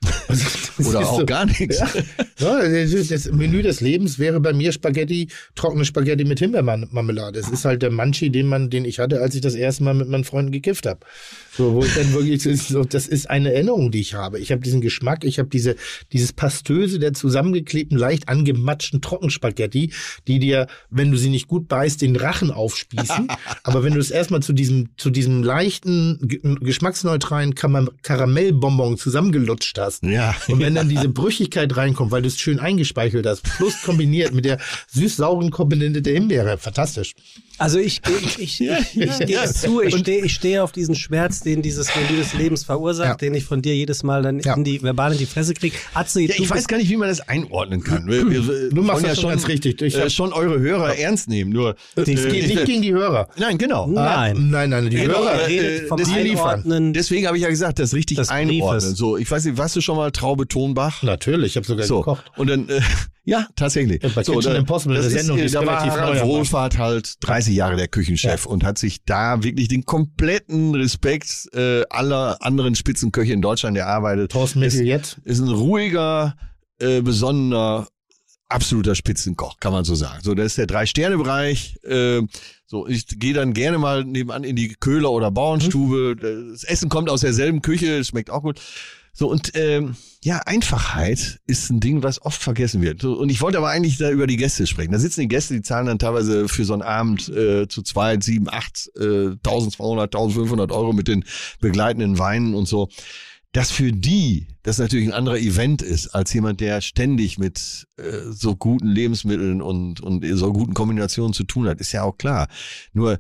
Das Oder ist auch so, gar nichts. Ja. Ja, das, das Menü des Lebens wäre bei mir Spaghetti, trockene Spaghetti mit Himbeermarmelade. Das ist halt der Manchi, den man, den ich hatte, als ich das erste Mal mit meinen Freunden gekifft habe. So, wo ich dann wirklich, so, das ist eine Erinnerung, die ich habe. Ich habe diesen Geschmack, ich habe diese, dieses Pastöse der zusammengeklebten, leicht angematschten Trockenspaghetti, die dir, wenn du sie nicht gut beißt, den Rachen aufspießen. Aber wenn du es erstmal zu diesem, zu diesem leichten, ge- geschmacksneutralen Kam- Karamellbonbon zusammengelutscht hast. Ja. Und wenn dann diese Brüchigkeit reinkommt, weil du es schön eingespeichelt hast, plus kombiniert mit der süß-sauren Komponente der Himbeere, fantastisch. Also ich, ich, ich, ich, ich gebe es zu, ich stehe ich stehe auf diesen Schmerz, den dieses Menü des Lebens verursacht, Ja. den ich von dir jedes Mal dann Ja. in die, verbal in die Fresse kriege. Atze, Ja, du ich weiß bist- gar nicht, wie man das einordnen kann. Wir, wir, Du machst wollen das schon ganz richtig. Ich äh, hab- schon eure Hörer ernst nehmen. Nur Es geht nicht gegen die Hörer. Nein, genau. Nein. Ah, nein, nein, die Genau, Hörer. äh, redet vom das wir liefern. Einordnen. Deswegen habe ich ja gesagt, das richtig Des einordnen. Briefes. So, ich weiß nicht, warst du schon mal Traube Tonbach? Natürlich, ich habe sogar So, gekocht. und dann, äh, ja, tatsächlich. Ja, bei so, Kitchen da, Impossible, das eine ist, Sendung, die äh, ist da war relativ neu Harald am Markt. Wohlfahrt halt dreißig Jahre der Küchenchef und hat sich da wirklich den kompletten Respekt äh, aller anderen Spitzenköche in Deutschland erarbeitet. Thorsten Mittel jetzt. Ist ein ruhiger, äh, besonderer, absoluter Spitzenkoch, kann man so sagen. So, das ist der Drei-Sterne-Bereich. Äh, so, ich gehe dann gerne mal nebenan in die Köhler- oder Bauernstube. Das Essen kommt aus derselben Küche, schmeckt auch gut. So, und ähm, ja, Einfachheit ist ein Ding, was oft vergessen wird. So, und ich wollte aber eigentlich da über die Gäste sprechen. Da sitzen die Gäste, die zahlen dann teilweise für so einen Abend äh, zu zwei, sieben, acht, äh, eintausendzweihundert, eintausendfünfhundert Euro mit den begleitenden Weinen und so. Dass für die das natürlich ein anderer Event ist, als jemand, der ständig mit äh, so guten Lebensmitteln und, und so guten Kombinationen zu tun hat, ist ja auch klar. Nur,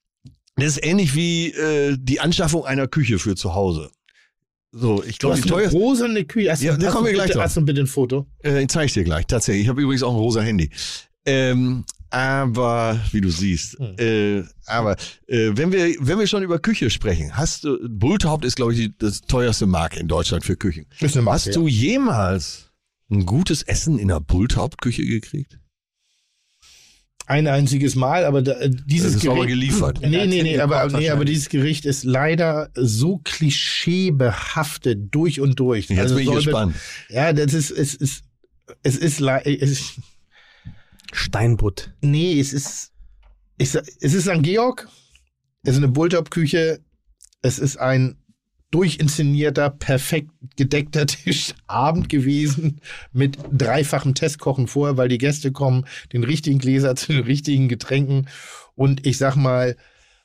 das ist ähnlich wie äh, die Anschaffung einer Küche für zu Hause. So, ich Du glaube, hast die eine teuerste, rosane Küche. Hast, Ja, du- da hast kommen du wir gleich bitte, drauf. Hast du bitte ein Foto? äh, ich zeige ich dir gleich, tatsächlich. Ich habe übrigens auch ein rosa Handy. Ähm, aber, wie du siehst, Hm. äh, aber äh, wenn wir wenn wir schon über Küche sprechen, hast du, Bulthaupt ist, glaube ich, die, das teuerste Marke in Deutschland für Küchen. Ist eine Marke, Hast du jemals ein gutes Essen in der Bulthaupt-Küche gekriegt? Ein einziges Mal, aber da, äh, dieses Das ist aber Gericht. geliefert. Nee, nee, nee, aber, gekocht nee, aber wahrscheinlich. dieses Gericht ist leider so klischeebehaftet durch und durch. Jetzt bin ich Säubert- gespannt. Ja, das ist, es ist, es ist, le- es ist Steinbutt. nee, es ist, ich, sag- es ist Sankt Georg, es ist eine Bulldog-Küche, es ist ein durchinszenierter, perfekt gedeckter Tischabend gewesen mit dreifachem Testkochen vorher, weil die Gäste kommen, den richtigen Gläser zu den richtigen Getränken und ich sag mal,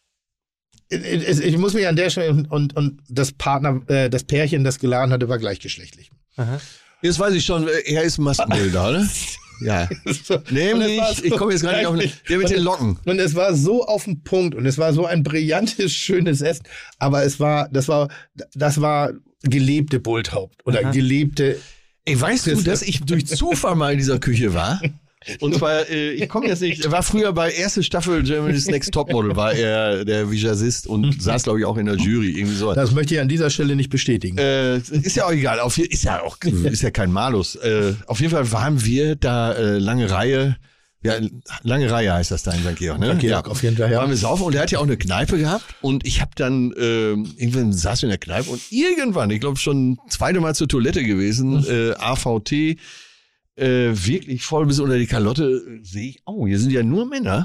ich, ich muss mich an der Stelle und, und, und das Partner, äh, das Pärchen, das geladen hatte, war gleichgeschlechtlich. Jetzt weiß ich schon, er ist Maskenbilder, ne? Ja. So, und es Nämlich, war so- ich komme jetzt gar nicht auf den, der mit und den es- Locken. Und es war so auf den Punkt und es war so ein brillantes, schönes Essen. Aber es war, das war, das war gelebte Bulthaupt oder Aha. gelebte. Ey, weißt du, dass ich durch Zufall mal in dieser Küche war? Und zwar, äh, ich komme jetzt nicht, er war früher bei erste Staffel Germany's Next Topmodel, war er der Visagist und saß, glaube ich, auch in der Jury, irgendwie so. Das möchte ich an dieser Stelle nicht bestätigen. Äh, ist ja auch egal, auf, je- ist ja auch, ist ja kein Malus. Äh, auf jeden Fall waren wir da, äh, lange Reihe, ja, lange Reihe heißt das da in Sankt Georg, ne? Sankt Georg, auf jeden Fall, ja. Waren wir saufen und er hat ja auch eine Kneipe gehabt und ich habe dann, äh, irgendwann saß wir in der Kneipe und irgendwann, ich glaube schon zweite Mal zur Toilette gewesen, äh, A V T, äh, wirklich voll bis unter die Kalotte, äh, sehe ich, oh, hier sind ja nur Männer.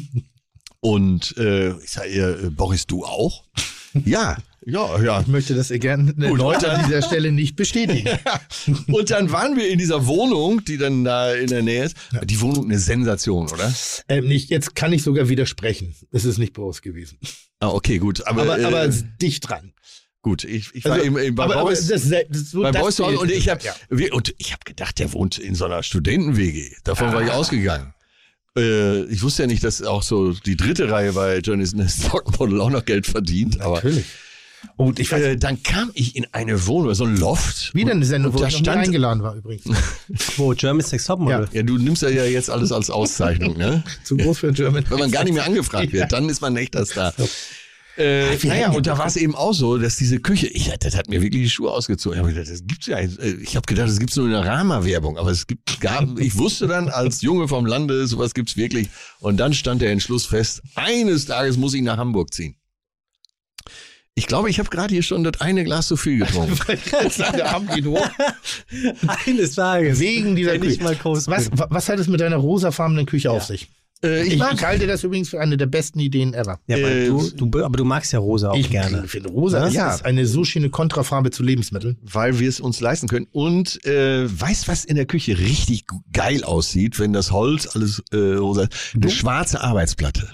Und äh, ich sage ihr, äh, Boris, du auch? Ja, ja, ja. Ich möchte das gerne Leute an dieser Stelle nicht bestätigen. Und dann waren wir in dieser Wohnung, die dann da in der Nähe ist. Die Wohnung eine Sensation, oder? Ähm, nicht, jetzt kann ich sogar widersprechen. Es ist nicht Boris gewesen. Ah, okay, gut. Aber, Aber, äh, aber dicht dran. gut, ich, ich war Also, eben, eben bei aber, aber Boris. das, das, so bei das Boris zu Hause fehlt. und ich habe Ja. und ich habe gedacht, der wohnt in so einer Studenten-W G. Davon war ich ausgegangen. Äh, ich wusste ja nicht, dass auch so die dritte Reihe bei Germany's Next Topmodel auch noch Geld verdient. Aber Natürlich. Und ich weiß, äh, dann kam ich in eine Wohnung, so ein Loft. wieder eine und- Sendung, und wo da ich noch nie stand eingeladen war übrigens. Wo? Germany's Next Topmodel? Ja, du nimmst ja jetzt alles als Auszeichnung, ne? Zu groß für German. Wenn man gar nicht mehr angefragt wird, dann ist man ein echter Star. Äh, wir naja, hätten und da ja- war es eben auch so, dass diese Küche, ich, das hat mir wirklich die Schuhe ausgezogen. Ich habe gedacht, das gibt's ja. Ich habe gedacht, das gibt's nur in der Rama-Werbung, aber es gibt, gab, ich wusste dann als Junge vom Lande, sowas gibt's wirklich. Und dann stand der Entschluss fest, eines Tages muss ich nach Hamburg ziehen. Ich glaube, ich habe gerade hier schon das eine Glas zu viel getrunken. Der Arm geht hoch. Eines Tages. Wegen dieser Wenn ich Küche. mal groß Was, bin. was hat es mit deiner rosafarbenen Küche auf Ja. sich? Äh, ich Ich, mag, ich halte das übrigens für eine der besten Ideen ever. Ja, aber, Äh, du, du, aber du magst ja rosa auch Ich gerne. finde, rosa Ja. ist eine so schöne Kontrafarbe zu Lebensmitteln. weil wir es uns leisten können. Und äh, weißt, was in der Küche richtig gu- geil aussieht, wenn das Holz alles äh, rosa ist? Eine schwarze Arbeitsplatte.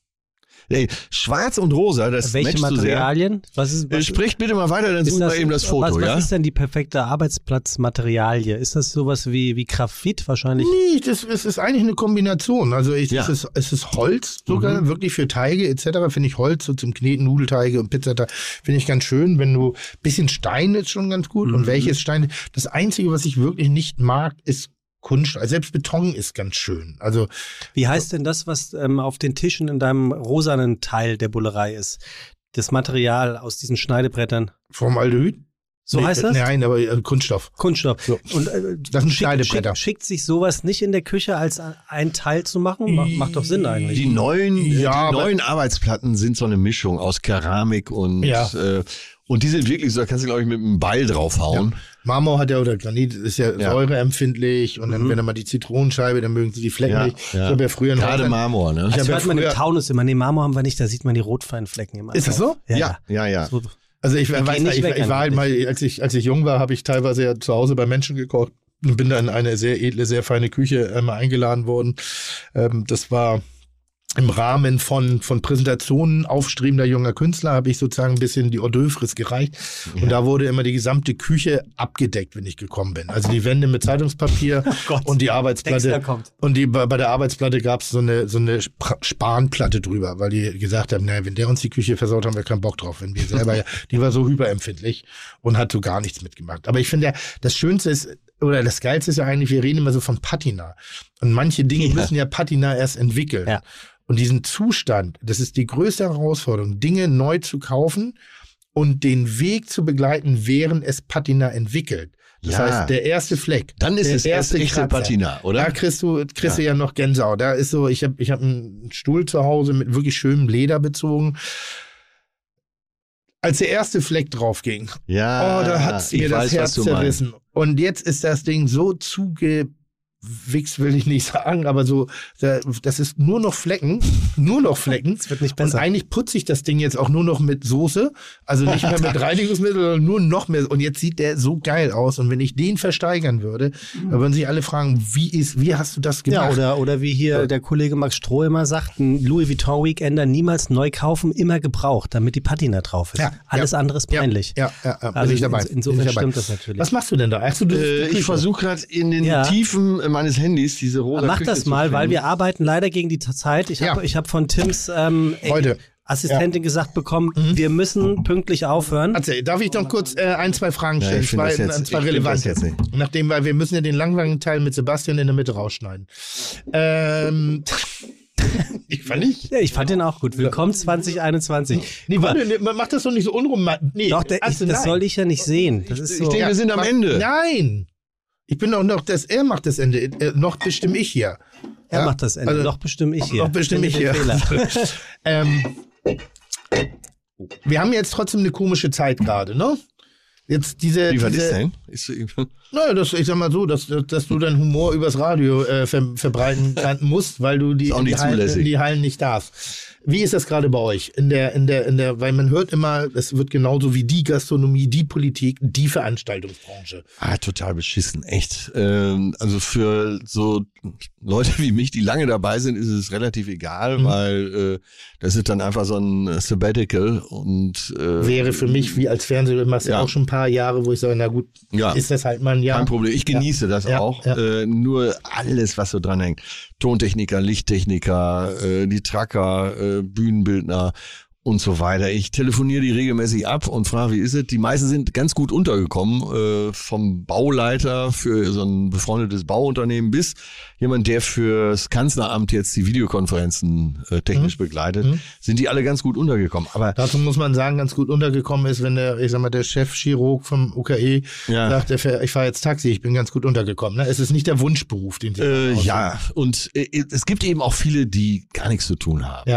Nee, schwarz und rosa, das Welche matcht so sehr. Materialien? Was ist, Äh, was, Sprich bitte mal weiter, dann ist suchen wir eben das Foto, was, was ja? ist denn die perfekte Arbeitsplatzmaterialie? Ist das sowas wie, wie Graphit wahrscheinlich? Nee, das, es ist eigentlich eine Kombination. Also ich, Ja. es, ist, es ist Holz sogar, wirklich für Teige et cetera. Finde ich Holz so zum Kneten, Nudelteige und Pizzateig finde ich ganz schön. Wenn du bisschen Stein ist schon ganz gut. Und welches Stein? Das Einzige, was ich wirklich nicht mag, ist Kunststoff. Also selbst Beton ist ganz schön. Also Wie heißt denn das, was ähm, auf den Tischen in deinem rosanen Teil der Bullerei ist? Das Material aus diesen Schneidebrettern. Formaldehyd? So Nee, heißt das? Nein, aber äh, Kunststoff. Kunststoff. So. Und, äh, Das sind schick- Schneidebretter. Schick, schickt sich sowas nicht in der Küche als ein Teil zu machen? Macht, macht doch Sinn eigentlich. Die neuen, Ja, die aber- neuen Arbeitsplatten sind so eine Mischung aus Keramik und Ja. äh, und die sind wirklich so, da kannst du, glaube ich, mit einem Beil draufhauen. Marmor hat ja, oder Granit ist ja, Ja. säureempfindlich. Und dann, wenn er mal die Zitronenscheibe, dann mögen sie die Flecken Ja, nicht. ja. Ich habe ja früher noch. Gerade Marmor, ne? Ich Das hab ja hört man im früher- Taunus immer. Nee, Marmor haben wir nicht, da sieht man die Rotfeinflecken immer. Ist das so? Ja, Ja, ja, ja. So, Also ich, Die weiß gehen nicht, nicht ich, weg ich war halt mal, angeblich. als ich, als ich jung war, habe ich teilweise ja zu Hause bei Menschen gekocht und bin dann in eine sehr edle, sehr feine Küche ähm, eingeladen worden. Ähm, das war im Rahmen von, von Präsentationen aufstrebender junger Künstler, habe ich sozusagen ein bisschen die Hors d'oeuvres gereicht. Und da wurde immer die gesamte Küche abgedeckt, wenn ich gekommen bin. Also die Wände mit Zeitungspapier Gott. und die Dexter Arbeitsplatte. kommt. Und die, bei bei der Arbeitsplatte gab es so eine, so eine Spra- Spanplatte drüber, weil die gesagt haben, naja, wenn der uns die Küche versaut, haben wir keinen Bock drauf. Wenn wir selber, ja, die war so hyperempfindlich und hat so gar nichts mitgemacht. Aber ich finde ja, das Schönste ist, oder das Geilste ist ja eigentlich, wir reden immer so von Patina. Und manche Dinge Ja. müssen ja Patina erst entwickeln. Ja. Und diesen Zustand, das ist die größte Herausforderung, Dinge neu zu kaufen und den Weg zu begleiten, während es Patina entwickelt. Das Ja. heißt, der erste Fleck. Dann ist der es erst echte Kratzer. Patina, oder? Da kriegst du, kriegst du ja noch Gänsehaut. Da ist so, ich habe ich hab einen Stuhl zu Hause mit wirklich schönem Leder bezogen. Als der erste Fleck drauf ging, Ja, oh, da hat's ich mir das weiß, Herz was du meinst. zerrissen. Und jetzt ist das Ding so zugewichst, will ich nicht sagen, aber so, da- das ist nur noch Flecken, nur noch Flecken. Es wird nicht Und besser. eigentlich putze ich das Ding jetzt auch nur noch mit Soße, also nicht mehr mit Reinigungsmittel, sondern nur noch mehr. Und jetzt sieht der so geil aus. Und wenn ich den versteigern würde, dann würden sich alle fragen, wie ist, wie hast du das gemacht? Ja, oder, oder wie hier der Kollege Max Stroh immer sagt, ein Louis Vuitton Weekender niemals neu kaufen, immer gebraucht, damit die Patina drauf ist. Ja, Alles ja. andere ist peinlich. Ja, ja, ja, bin Also ich dabei. ins- insofern bin ich dabei. stimmt das natürlich. Was machst du denn da? Hast du das Äh, ich versuche gerade in den Ja. Tiefen meines Handys diese rosa Mach Küche das zu mal, weil finden. wir arbeiten leider gegen die Zeit. Ich habe Ja. ich hab von Tims ähm, Heute. Assistentin gesagt bekommen, wir müssen pünktlich aufhören. Erzähl, darf ich noch kurz äh, ein, zwei Fragen Ja, stellen? ich find zwei das jetzt- äh, zwei ich find relevante. das jetzt nicht. Nachdem, weil wir müssen ja den langweiligen Teil mit Sebastian in der Mitte rausschneiden. Ähm, ich fand nicht. Ja, ich fand den auch gut. Willkommen zwanzig einundzwanzig. Nee, warte, nee, mach das doch nicht so unromantisch. Nee, Doch, der, ich, also, das nein. soll ich ja nicht sehen. Das ist Ich so. denke, wir sind am mach- Ende. Nein. Ich bin doch noch, das, er macht das Ende. Äh, noch bestimme ich hier. er ja, macht das Ende. also- Doch bestimme ich hier. Noch bestimme ich Finde hier. den Fehler. ähm, wir haben jetzt trotzdem eine komische Zeit gerade, ne? Jetzt diese. Wie was diese ist denn? Ist so irgendwie- Naja, das, ich sag mal so, dass, dass, dass du deinen Humor übers Radio äh, ver, verbreiten kann, musst, weil du die, Ist auch in die, nicht Hallen, zulässig. in die Hallen nicht darfst. Wie ist das gerade bei euch? In der, in der, in der, weil man hört immer, es wird genauso wie die Gastronomie, die Politik, die Veranstaltungsbranche. Ah, total beschissen, echt. Ähm, also für so Leute wie mich, die lange dabei sind, ist es relativ egal, Mhm. weil äh, das ist dann einfach so ein Sabbatical und äh, Wäre für mich, wie als Fernsehler, machst ja Ja. auch schon ein paar Jahre, wo ich sage, na gut, Ja. ist das halt mal ein Jahr. kein Problem. Ich genieße das Ja, auch. ja. Äh, nur alles, was so dran hängt. Tontechniker, Lichttechniker, äh, die Tracker, äh, Bühnenbildner und so weiter. Ich telefoniere die regelmäßig ab und frage, wie ist es? Die meisten sind ganz gut untergekommen, äh, vom Bauleiter für so ein befreundetes Bauunternehmen bis jemand, der fürs Kanzleramt jetzt die Videokonferenzen äh, technisch begleitet, Mhm. sind die alle ganz gut untergekommen. Aber Dazu muss man sagen, ganz gut untergekommen ist, wenn der, ich sag mal, der Chefchirurg vom U K E Ja. sagt, der fähr- ich fahre jetzt Taxi, ich bin ganz gut untergekommen. Ne? Es ist nicht der Wunschberuf, den sie äh, ausüben. ja, und äh, es gibt eben auch viele, die gar nichts zu tun haben. Ja.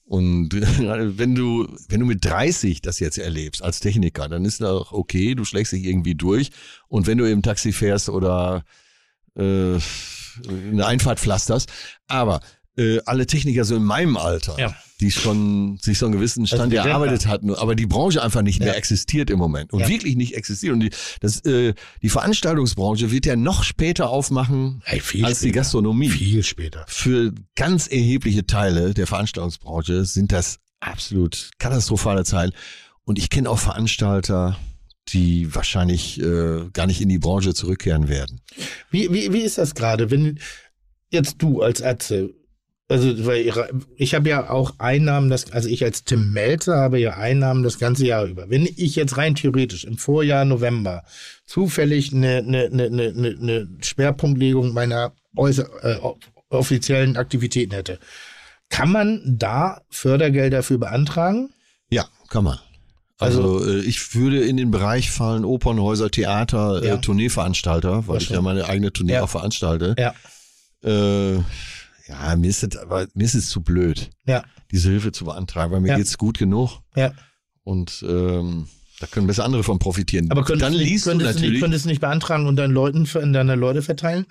Und wenn du, wenn du mit dreißig das jetzt erlebst als Techniker, dann ist das auch okay, du schlägst dich irgendwie durch. Und wenn du im Taxi fährst oder äh, eine Einfahrt pflasterst, aber äh, alle Techniker so in meinem Alter, Ja. die schon sich so einen gewissen Stand Also, erarbeitet hatten, aber die Branche einfach nicht Ja. mehr existiert im Moment und Ja. wirklich nicht existiert. Und die, das, äh, die Veranstaltungsbranche wird ja noch später aufmachen Ey, viel als die später. Gastronomie. Viel später. Für ganz erhebliche Teile der Veranstaltungsbranche sind das absolut katastrophale Zeiten. Und ich kenne auch Veranstalter, die wahrscheinlich äh, gar nicht in die Branche zurückkehren werden. Wie, wie, wie ist das gerade, wenn jetzt du als Atze, also weil ihre- ich habe ja auch Einnahmen, das, also ich als Tim Melzer habe ja Einnahmen das ganze Jahr über. Wenn ich jetzt rein theoretisch im Vorjahr November zufällig eine, eine, eine, eine, eine Schwerpunktlegung meiner äußer, äh, offiziellen Aktivitäten hätte, kann man da Fördergelder für beantragen? Ja, kann man. Also, Also- äh, ich würde in den Bereich fallen Opernhäuser, Theater, Ja. äh, Tourneeveranstalter, weil ich ja meine eigene Tournee Ja. auch veranstalte. Ja. Äh, ja, mir ist es, aber mir ist es zu blöd, Ja, diese Hilfe zu beantragen, weil mir Ja. geht's gut genug. ja. Und ähm, da können besser andere von profitieren. Aber könntest, dann du, nicht, liest du könntest, du nicht, natürlich. könntest du nicht beantragen und deinen Leuten in deine Leute verteilen?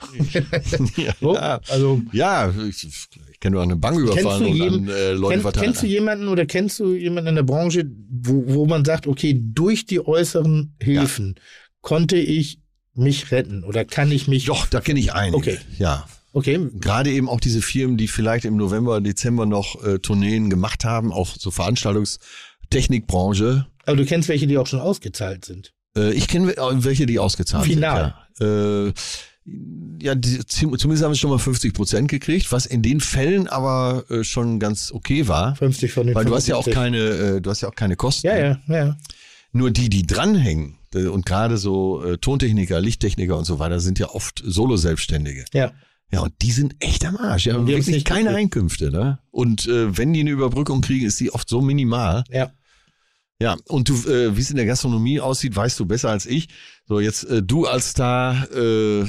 So, ja, also ja, ich, ich kenne nur eine Bank Kennst überfallen du und jeden- an äh, Leute Kenn, verteilen. kennst du jemanden oder kennst du jemanden in der Branche, wo, wo man sagt, okay, durch die äußeren Hilfen konnte ich mich retten oder kann ich mich... Doch, da kenne ich einige. Okay. Ja, Okay, gerade eben auch diese Firmen, die vielleicht im November, Dezember noch äh, Tourneen gemacht haben, auch so Veranstaltungstechnikbranche. aber du kennst welche, die auch schon ausgezahlt sind. Äh, ich kenne welche, die ausgezahlt Final. sind. Ja, äh, ja die, zumindest haben sie schon mal fünfzig Prozent gekriegt, was in den Fällen aber äh, schon ganz okay war. fünfzig von den Weil du hast ja auch fünfundsiebzig. keine, äh, du hast ja auch keine Kosten. Ja, ja, ja. Nur die, die dranhängen, äh, und gerade so äh, Tontechniker, Lichttechniker und so weiter, sind ja oft Solo-Selbstständige. Ja. Ja, und die sind echt am Arsch. Die haben Und die haben's wirklich nicht keine gekriegt. Einkünfte, ne? Und äh, wenn die eine Überbrückung kriegen, ist die oft so minimal. Ja. Ja, und du, äh, wie es in der Gastronomie aussieht, weißt du besser als ich. So, jetzt äh, du als Star äh,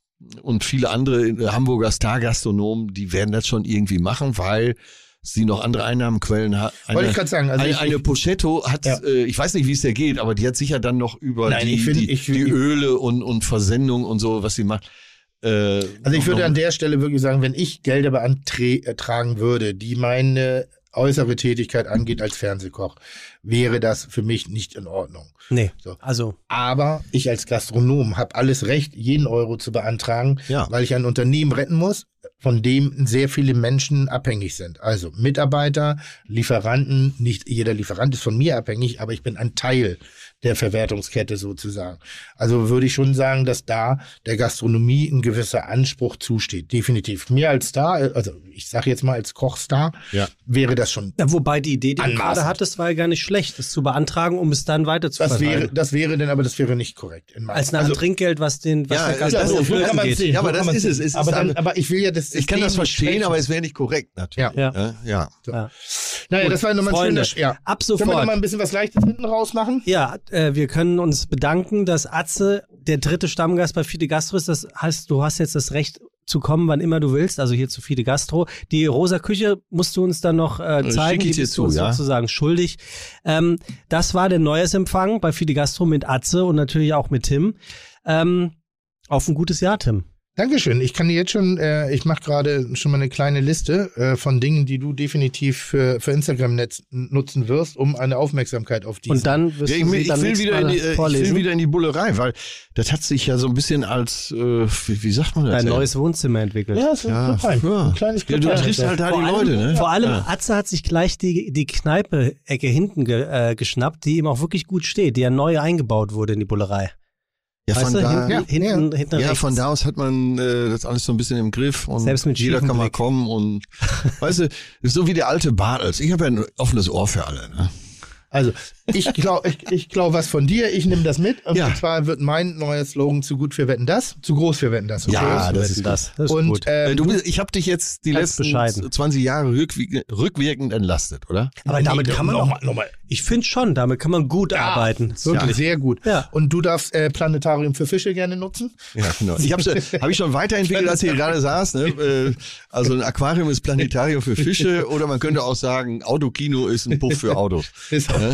und viele andere äh, Hamburger Star-Gastronomen, die werden das schon irgendwie machen, weil sie noch andere Einnahmenquellen haben. Wollte ich gerade sagen. Also eine, ich, eine Poschetto hat, Ja. äh, ich weiß nicht, wie es der geht, aber die hat sicher dann noch über Nein, die, ich find- die, ich- die ich- Öle und, und Versendung und so, was sie macht. Äh, Also ich noch- würde noch- an der Stelle wirklich sagen, wenn ich Gelder beantragen würde, die meine äußere Tätigkeit angeht als Fernsehkoch, wäre das für mich nicht in Ordnung. Nee, So. also Aber ich als Gastronom habe alles Recht, jeden Euro zu beantragen, Ja. weil ich ein Unternehmen retten muss, von dem sehr viele Menschen abhängig sind. Also Mitarbeiter, Lieferanten, nicht jeder Lieferant ist von mir abhängig, aber ich bin ein Teil der Verwertungskette sozusagen. Also würde ich schon sagen, dass da der Gastronomie ein gewisser Anspruch zusteht. Definitiv. Mir als Star, also ich sage jetzt mal als Kochstar, Ja. wäre das schon. ja, wobei die Idee, die du Anmaßend. gerade hattest, war ja gar nicht schlecht, das zu beantragen, um es dann weiter zu Das verteilen. wäre, das wäre denn, aber das wäre nicht korrekt. In meinem- Als eine Art also, Trinkgeld, was den was Ja, der ja, Gast das- so so flöten kann man's geht. sehen. Ja, aber so das kann man's ist es. sehen. Es ist aber, dann, dann- aber ich will ja das Ich kann das System verstehen, nicht aber es wäre nicht korrekt natürlich. Ja. Ja, ja. Ja. Naja, Gut, das war nochmal ein Freunde, schöner. Ja. ab Können wir sofort. noch mal ein bisschen was Leichtes hinten rausmachen? Ja, äh, wir können uns bedanken, dass Atze der dritte Stammgast bei Fide Gastro ist. Das heißt, du hast jetzt das Recht zu kommen, wann immer du willst, also hier zu Fide Gastro. Die rosa Küche musst du uns dann noch äh, Äh, zeigen, schick ich die dir bist zu, du uns ja. sozusagen schuldig. Ähm, das war der Neujahrsempfang bei Fide Gastro mit Atze und natürlich auch mit Tim. Ähm, auf ein gutes Jahr, Tim. Dankeschön. Ich kann dir jetzt schon, äh, ich mache gerade schon mal eine kleine Liste äh, von Dingen, die du definitiv für, für Instagram netz, nutzen wirst, um eine Aufmerksamkeit auf diese. Und dann wirst Ja, ich, du will- sie ich, dann will nächstes wieder in Mal die, äh, ich vorlesen. will wieder in die Bullerei, weil das hat sich ja so ein bisschen als, äh, wie, wie sagt man das? ein denn? neues Wohnzimmer entwickelt. ja, so Ja, ein Clubheim. ja. Ein kleines Ja, du Clubheim. triffst halt da die Vor allem- Leute, ne? Vor allem, Ja. Atze hat sich gleich die, die Kneipe-Ecke hinten ge, äh, geschnappt, die ihm auch wirklich gut steht, die ja neu eingebaut wurde in die Bullerei. Ja, Weißt von du, da, hinten, ja, hinten, hinten ja, rechts. von da aus hat man äh, das alles so ein bisschen im Griff und Selbst mit jeder schiefem kann mal Blick. kommen und weißt du, ist so wie der alte Bartels. Ich habe ja ein offenes Ohr für alle. Ne? Also, Ich glaube ich, ich glaub was von dir, ich nehme das mit. Und Ja. zwar wird mein neuer Slogan zu gut für Wetten, das, zu groß für Wetten, das. Ja, das Wetten, ist das. Das ist und gut. ähm, Äh, du bist, ich habe dich jetzt die Ganz letzten bescheiden. zwanzig Jahre rückwie- rückwirkend entlastet, oder? Aber damit nee, kann man nochmal, auch, nochmal. ich finde schon, damit kann man gut arbeiten. Wirklich sehr gut. Ja. Und du darfst äh, Planetarium für Fische gerne nutzen. Ja, genau. Ich habe hab ich schon weiterentwickelt, als ihr gerade saß. Ne? Äh, Also ein Aquarium ist Planetarium für Fische oder man könnte auch sagen, Autokino ist ein Puff für Autos. Ist auch, ja,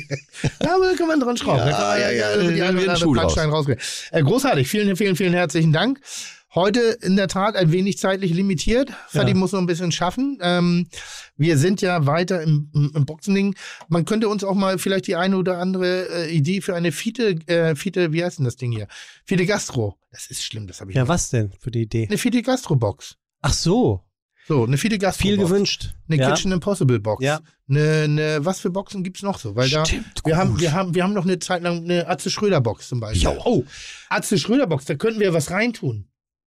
aber da kann man dran schrauben. Ja, da kann man ja, ja, die da eine wird oder ein andere Schuh draus. Plattstein rausgehen. Äh, großartig. Vielen, vielen, vielen herzlichen Dank. Heute in der Tat ein wenig zeitlich limitiert. Fadi Ja. muss noch ein bisschen schaffen. Ähm, wir sind ja weiter im, im, im Boxending. Man könnte uns auch mal vielleicht die eine oder andere äh, Idee für eine Fiete, äh, Fiete, wie heißt denn das Ding hier? Fiete Gastro. Das ist schlimm, das habe ich Ja, noch. was denn für die Idee? Eine Fiete Gastro Box. Ach so, So, eine Fiete Gastro viel Box. gewünscht. Eine ja. Kitchen Impossible Box. Ja. Eine, eine, was für Boxen gibt's noch so? Weil da, Stimmt, wir gut. haben, wir haben, wir haben noch eine Zeit lang eine Atze Schröder Box zum Beispiel. Ja. Oh, Atze Schröder Box, da könnten wir was reintun.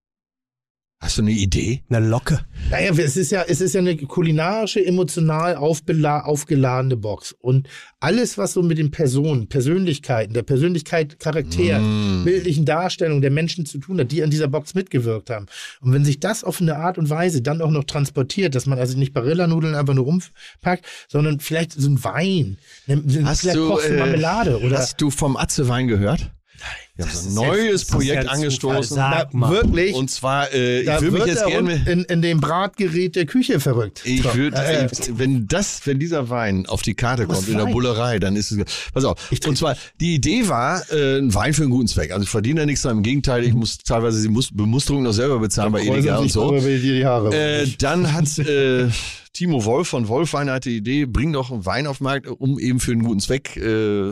Hast du eine Idee? Eine Locke. Naja, es ist ja, es ist ja eine kulinarische, emotional aufbela- aufgeladene Box. Und alles, was so mit den Personen, Persönlichkeiten, der Persönlichkeit, Charakteren, Mm. bildlichen Darstellungen der Menschen zu tun hat, die an dieser Box mitgewirkt haben. Und wenn sich das auf eine Art und Weise dann auch noch transportiert, dass man also nicht Barillanudeln einfach nur rumpackt, sondern vielleicht so ein Wein, eine, Hast vielleicht du, kochst du äh, Marmelade oder Hast du vom Atze Wein gehört? Wir haben so ein neues Projekt ja angestoßen. Zufall. Sag mal. wirklich. Und zwar, äh, ich da würde mich wird jetzt der gerne... Hund in, in dem Bratgerät der Küche verrückt. Ich So, würde, äh, wenn das, wenn dieser Wein auf die Karte Was kommt in der Wein? Bullerei, dann ist es, pass auf. Und zwar, die Idee war, äh, ein Wein für einen guten Zweck. Also ich verdiene da nichts dran, im Gegenteil, ich muss teilweise die Mus- Bemusterung noch selber bezahlen bei Edeka und so. Die Haare. Äh, dann hat äh, Timo Wolf von Wolfwein hatte die Idee, bring doch einen Wein auf den Markt, um eben für einen guten Zweck äh,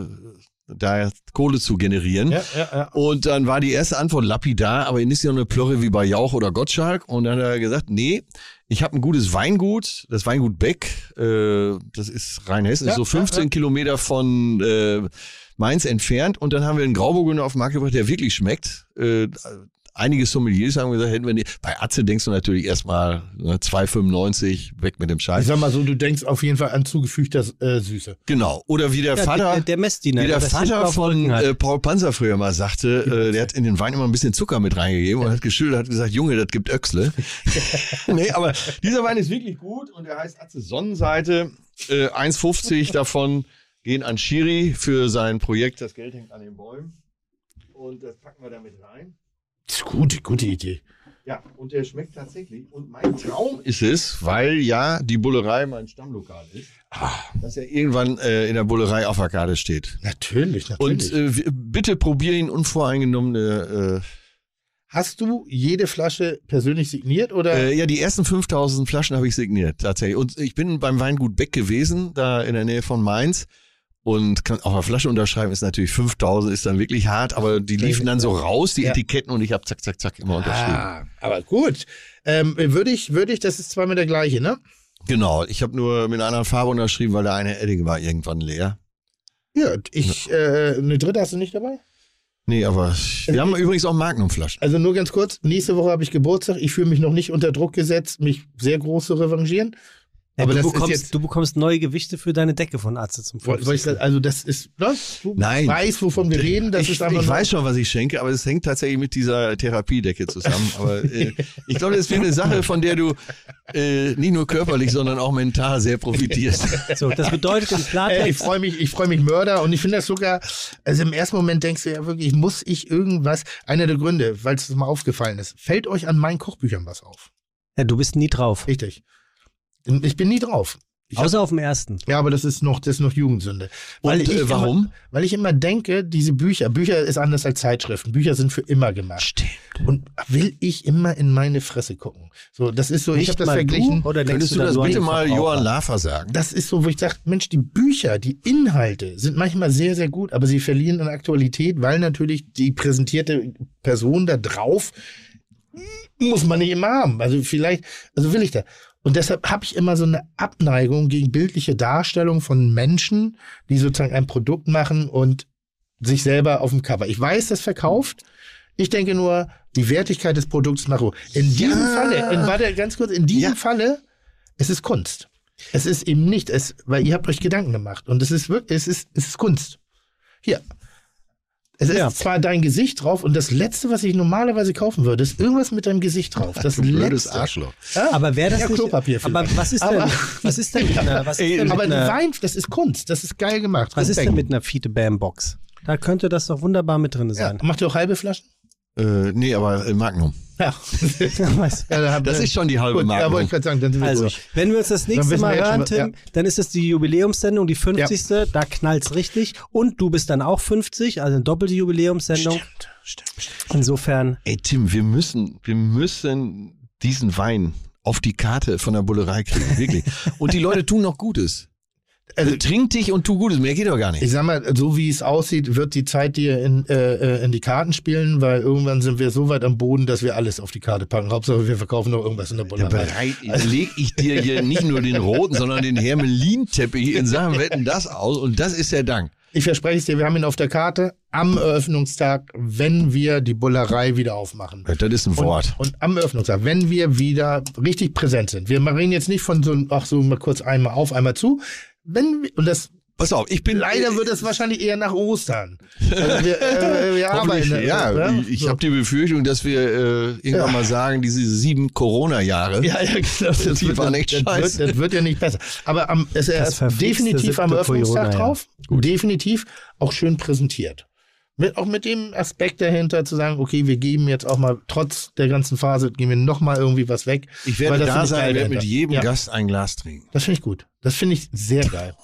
da Kohle zu generieren. ja, ja, ja. Und dann war die erste Antwort lapidar, aber nicht so eine Plörre wie bei Jauch oder Gottschalk. Und dann hat er gesagt, nee, ich habe ein gutes Weingut, das Weingut Beck, äh, das ist Rheinhessen, Ja, ist so fünfzehn ja, ja. Kilometer von äh, Mainz entfernt. Und dann haben wir einen Grauburgunder auf den Markt gebracht, der wirklich schmeckt. Äh, einige Sommeliers haben gesagt, hätten wir nicht. Bei Atze denkst du natürlich erstmal ne, zwei fünfundneunzig, weg mit dem Ich Scheiß. sag mal so, du denkst auf jeden Fall an zugefügter äh, Süße. Genau. Oder wie der Ja, Vater... der, der Messdiener. Wie der das Vater hinten auf dem von Rücken hat. äh, Paul Panzer früher mal sagte, äh, der hat in den Wein immer ein bisschen Zucker mit reingegeben und hat geschildert, hat gesagt, Junge, das gibt Öchsle. Nee, aber dieser Wein ist wirklich gut und der heißt Atze Sonnenseite. Äh, eins fünfzig davon gehen an Schiri für sein Projekt Das Geld hängt an den Bäumen. Und das packen wir damit rein. Das ist gute, gute Idee. Ja, und der schmeckt tatsächlich. Und mein Traum ist es, weil ja die Bullerei mein Stammlokal ist, dass er irgendwann äh, in der Bullerei auf der Karte steht. Natürlich, Und natürlich. äh, w- bitte probier ihn unvoreingenommene. Hast du jede Flasche persönlich signiert oder? Äh, äh, ja, die ersten fünftausend Flaschen habe ich signiert, tatsächlich. Und ich bin beim Weingut Beck gewesen, da in der Nähe von Mainz. Und kann auf der Flasche unterschreiben, ist natürlich fünftausend, ist dann wirklich hart, aber die liefen dann so raus, die Ja. Etiketten, und ich habe zack, zack, zack immer unterschrieben. ah, aber gut. Ähm, würde ich, würde ich, das ist zweimal der gleiche, ne? Genau, ich habe nur mit einer anderen Farbe unterschrieben, weil der eine Edding war irgendwann leer. Ja, ich, äh, eine dritte hast du nicht dabei? Nee, aber wir haben übrigens auch Magnumflaschen. Also nur ganz kurz, nächste Woche habe ich Geburtstag. Ich fühle mich noch nicht unter Druck gesetzt, mich sehr groß zu revanchieren. Ja, aber du, das ist bekommst, jetzt- du bekommst neue Gewichte für deine Decke von Atze zum Woll- wollte ich fünfzigsten sagen, also das ist, ne? Du Nein. weißt, wovon wir reden. Das ich ist einfach ich nur- weiß schon, was ich schenke, aber es hängt tatsächlich mit dieser Therapiedecke zusammen. Aber äh, ich glaube, das wird eine Sache, von der du äh, nicht nur körperlich, sondern auch mental sehr profitierst. So, das bedeutet im Äh, ich Klartext, freue mich, ich freue mich Mörder und ich finde das sogar, also im ersten Moment denkst du ja wirklich, muss ich irgendwas, einer der Gründe, weil es mal aufgefallen ist, fällt euch an meinen Kochbüchern was auf? ja, du bist nie drauf. Richtig. Ich bin nie drauf. Ich hab, Außer auf dem ersten. ja, aber das ist noch, das ist noch Jugendsünde. Und ich äh, warum? Immer, weil ich immer denke, diese Bücher, Bücher ist anders als Zeitschriften. Bücher sind für immer gemacht. Stimmt. Und will ich immer in meine Fresse gucken. So, das ist so, ich Nicht habe das mal verglichen. Du, oder denkst Könntest du da das nur an bitte den mal Verbraucher? Johann Lafer sagen? Das ist so, wo ich sage, Mensch, die Bücher, die Inhalte sind manchmal sehr, sehr gut, aber sie verlieren an Aktualität, weil natürlich die präsentierte Person da drauf muss man nicht immer haben. Also vielleicht, also will ich da. Und deshalb habe ich immer so eine Abneigung gegen bildliche Darstellung von Menschen, die sozusagen ein Produkt machen und sich selber auf dem Cover. Ich weiß, das verkauft. Ich denke nur, die Wertigkeit des Produkts macht. In diesem Ja. Falle, in, warte, ganz kurz, in diesem Ja. Falle, es ist Kunst. Es ist eben nicht, es, weil ihr habt euch Gedanken gemacht. Und es ist wirklich, es ist, es ist Kunst. Hier. Es ist Ja. zwar dein Gesicht drauf und das Letzte, was ich normalerweise kaufen würde, ist irgendwas mit deinem Gesicht drauf. Das Du blödes Letzte. Arschloch. Ja, Aber wäre das ja, nicht, Klopapier aber vielleicht. was ist denn, Aber- was ist denn mit einer, was ist denn mit Aber einer, Wein, das ist Kunst. Das ist geil gemacht. was ist denn Respekt. mit einer Fiete Bam Box? Da könnte das doch wunderbar mit drin Ja, sein. macht ihr auch halbe Flaschen? Äh, nee, aber äh, Magnum. Ja. Was? Ja, da haben Das wir- ist schon die halbe Gut, ja, Magnum. wollte ich gerade sagen, dann sind wir Also, durch. wenn wir uns das nächste wissen wir Mal jetzt hören, schon, Tim, dann ist es die Jubiläumssendung, die fünfzigste Da knallt's richtig. Und du bist dann auch fünfzig, also eine doppelte Jubiläumssendung. Stimmt, stimmt, stimmt. Insofern, Ey, Tim, wir müssen, wir müssen diesen Wein auf die Karte von der Bullerei kriegen, wirklich. Und die Leute tun noch Gutes. Also, trink dich und tu Gutes, mehr geht doch gar nicht. Ich sag mal, so wie es aussieht, wird die Zeit dir in, äh, in die Karten spielen, weil irgendwann sind wir so weit am Boden, dass wir alles auf die Karte packen. Hauptsache, wir verkaufen noch irgendwas in der Da Bullerei. bereit, leg ich dir hier nicht nur den roten, sondern den Hermelin-Teppich in Sachen Wetten das aus und das ist der Dank. Ich verspreche es dir, wir haben ihn auf der Karte am Eröffnungstag, wenn wir die Bullerei wieder aufmachen. Das ist ein Wort. Und, und am Eröffnungstag, wenn wir wieder richtig präsent sind. Wir reden jetzt nicht von so, ach so, mal kurz einmal auf, einmal zu. Wenn wir, und das, Pass auf, ich bin leider wird es wahrscheinlich eher nach Ostern. Also wir, äh, wir Hoffentlich, arbeiten. ja, äh, ich, ich so. habe die Befürchtung, dass wir äh, irgendwann Ja. mal sagen, diese sieben Corona-Jahre, Ja, ja, genau. Das, Die wird, waren echt das, scheiße. wird, das wird ja nicht besser. Aber am, es Das ist verflixte definitiv am siebte Eröffnungstag Corona, ja. drauf. Definitiv auch schön präsentiert. Mit, auch mit dem Aspekt dahinter zu sagen, okay, wir geben jetzt auch mal, trotz der ganzen Phase, geben wir noch mal irgendwie was weg. ich Weil werde das da finde ich geil sein, werde mit dahinter. jedem Ja. Gast ein Glas trinken. Das finde ich gut. Das finde ich sehr geil.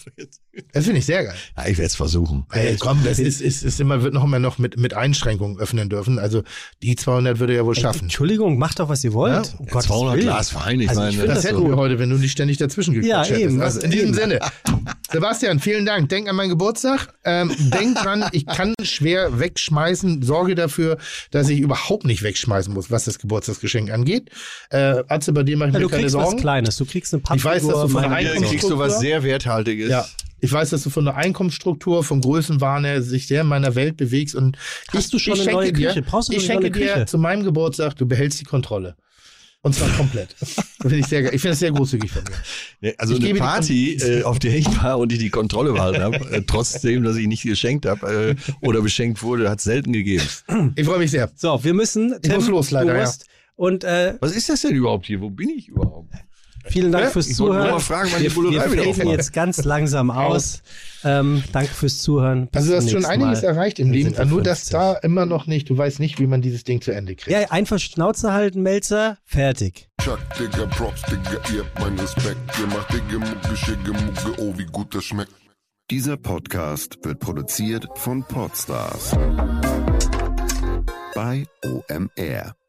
Das finde ich sehr geil. Ja, ich werde es versuchen. Ey, komm, das ist, ist, ist immer, wird noch immer noch mit, mit Einschränkungen öffnen dürfen. Also die zweihundert würde er ja wohl schaffen. Entschuldigung, macht doch, was ihr wollt. Ja? Um Ja, Gottes zweihundert Willen. Glas Wein, ich Also ich meine, finde Das das hätten so. wir heute, wenn du nicht ständig dazwischen gequatscht Ja, hättest. eben. Also in diesem Eben. Sinne. Sebastian, vielen Dank. Denk an meinen Geburtstag. Ähm, denk dran, ich kann schwer wegschmeißen. Sorge dafür, dass ich überhaupt nicht wegschmeißen muss, was das Geburtstagsgeschenk angeht. Äh, Atze, bei dir mache ich Ja, mir du keine kriegst was Sorgen. Kleines. Du kriegst eine Ich weiß, dass du von meiner einer Hier Größe. kriegst du was Struktur? sehr Werthaltiges. Ja. Ich weiß, dass du von der Einkommensstruktur, von Größenwahn her sich sehr in meiner Welt bewegst. Und Hast ich, du schon ich eine schenke neue dir, Küche? Brauchst du ich eine schenke neue dir Küche? zu meinem Geburtstag, du behältst die Kontrolle. Und zwar komplett. Das finde ich sehr geil. Ich finde das sehr großzügig von mir. Ja, also Ich eine gebe die Party, äh, auf der ich war und die die Kontrolle behalten habe, äh, trotzdem, dass ich nicht geschenkt habe äh, oder beschenkt wurde, hat es selten gegeben. Ich freue mich sehr. So, wir müssen. Tim, muss los, leider, du ja. musst, Und äh, Was ist das denn überhaupt hier? Wo bin ich überhaupt? vielen Dank Ja, fürs ich wollte nur Zuhören. mal fragen, wann die wir Bullerei wir wieder faden aufmacht. jetzt ganz langsam aus. Ähm, danke fürs Zuhören. Bis Also du zum hast schon nächsten einiges Mal. erreicht im Dann Leben. sind wir Nur dass fünfzig. da immer noch nicht, du weißt nicht, wie man dieses Ding zu Ende kriegt. Ja, einfach Schnauze halten, Melzer. Fertig. Chuck, Digga, Props, Digga, ihr habt meinen Respekt. Ihr macht Digga, Mucke, Schicke, Mucke, oh, wie gut das schmeckt. Dieser Podcast wird produziert von Podstars bei O M R.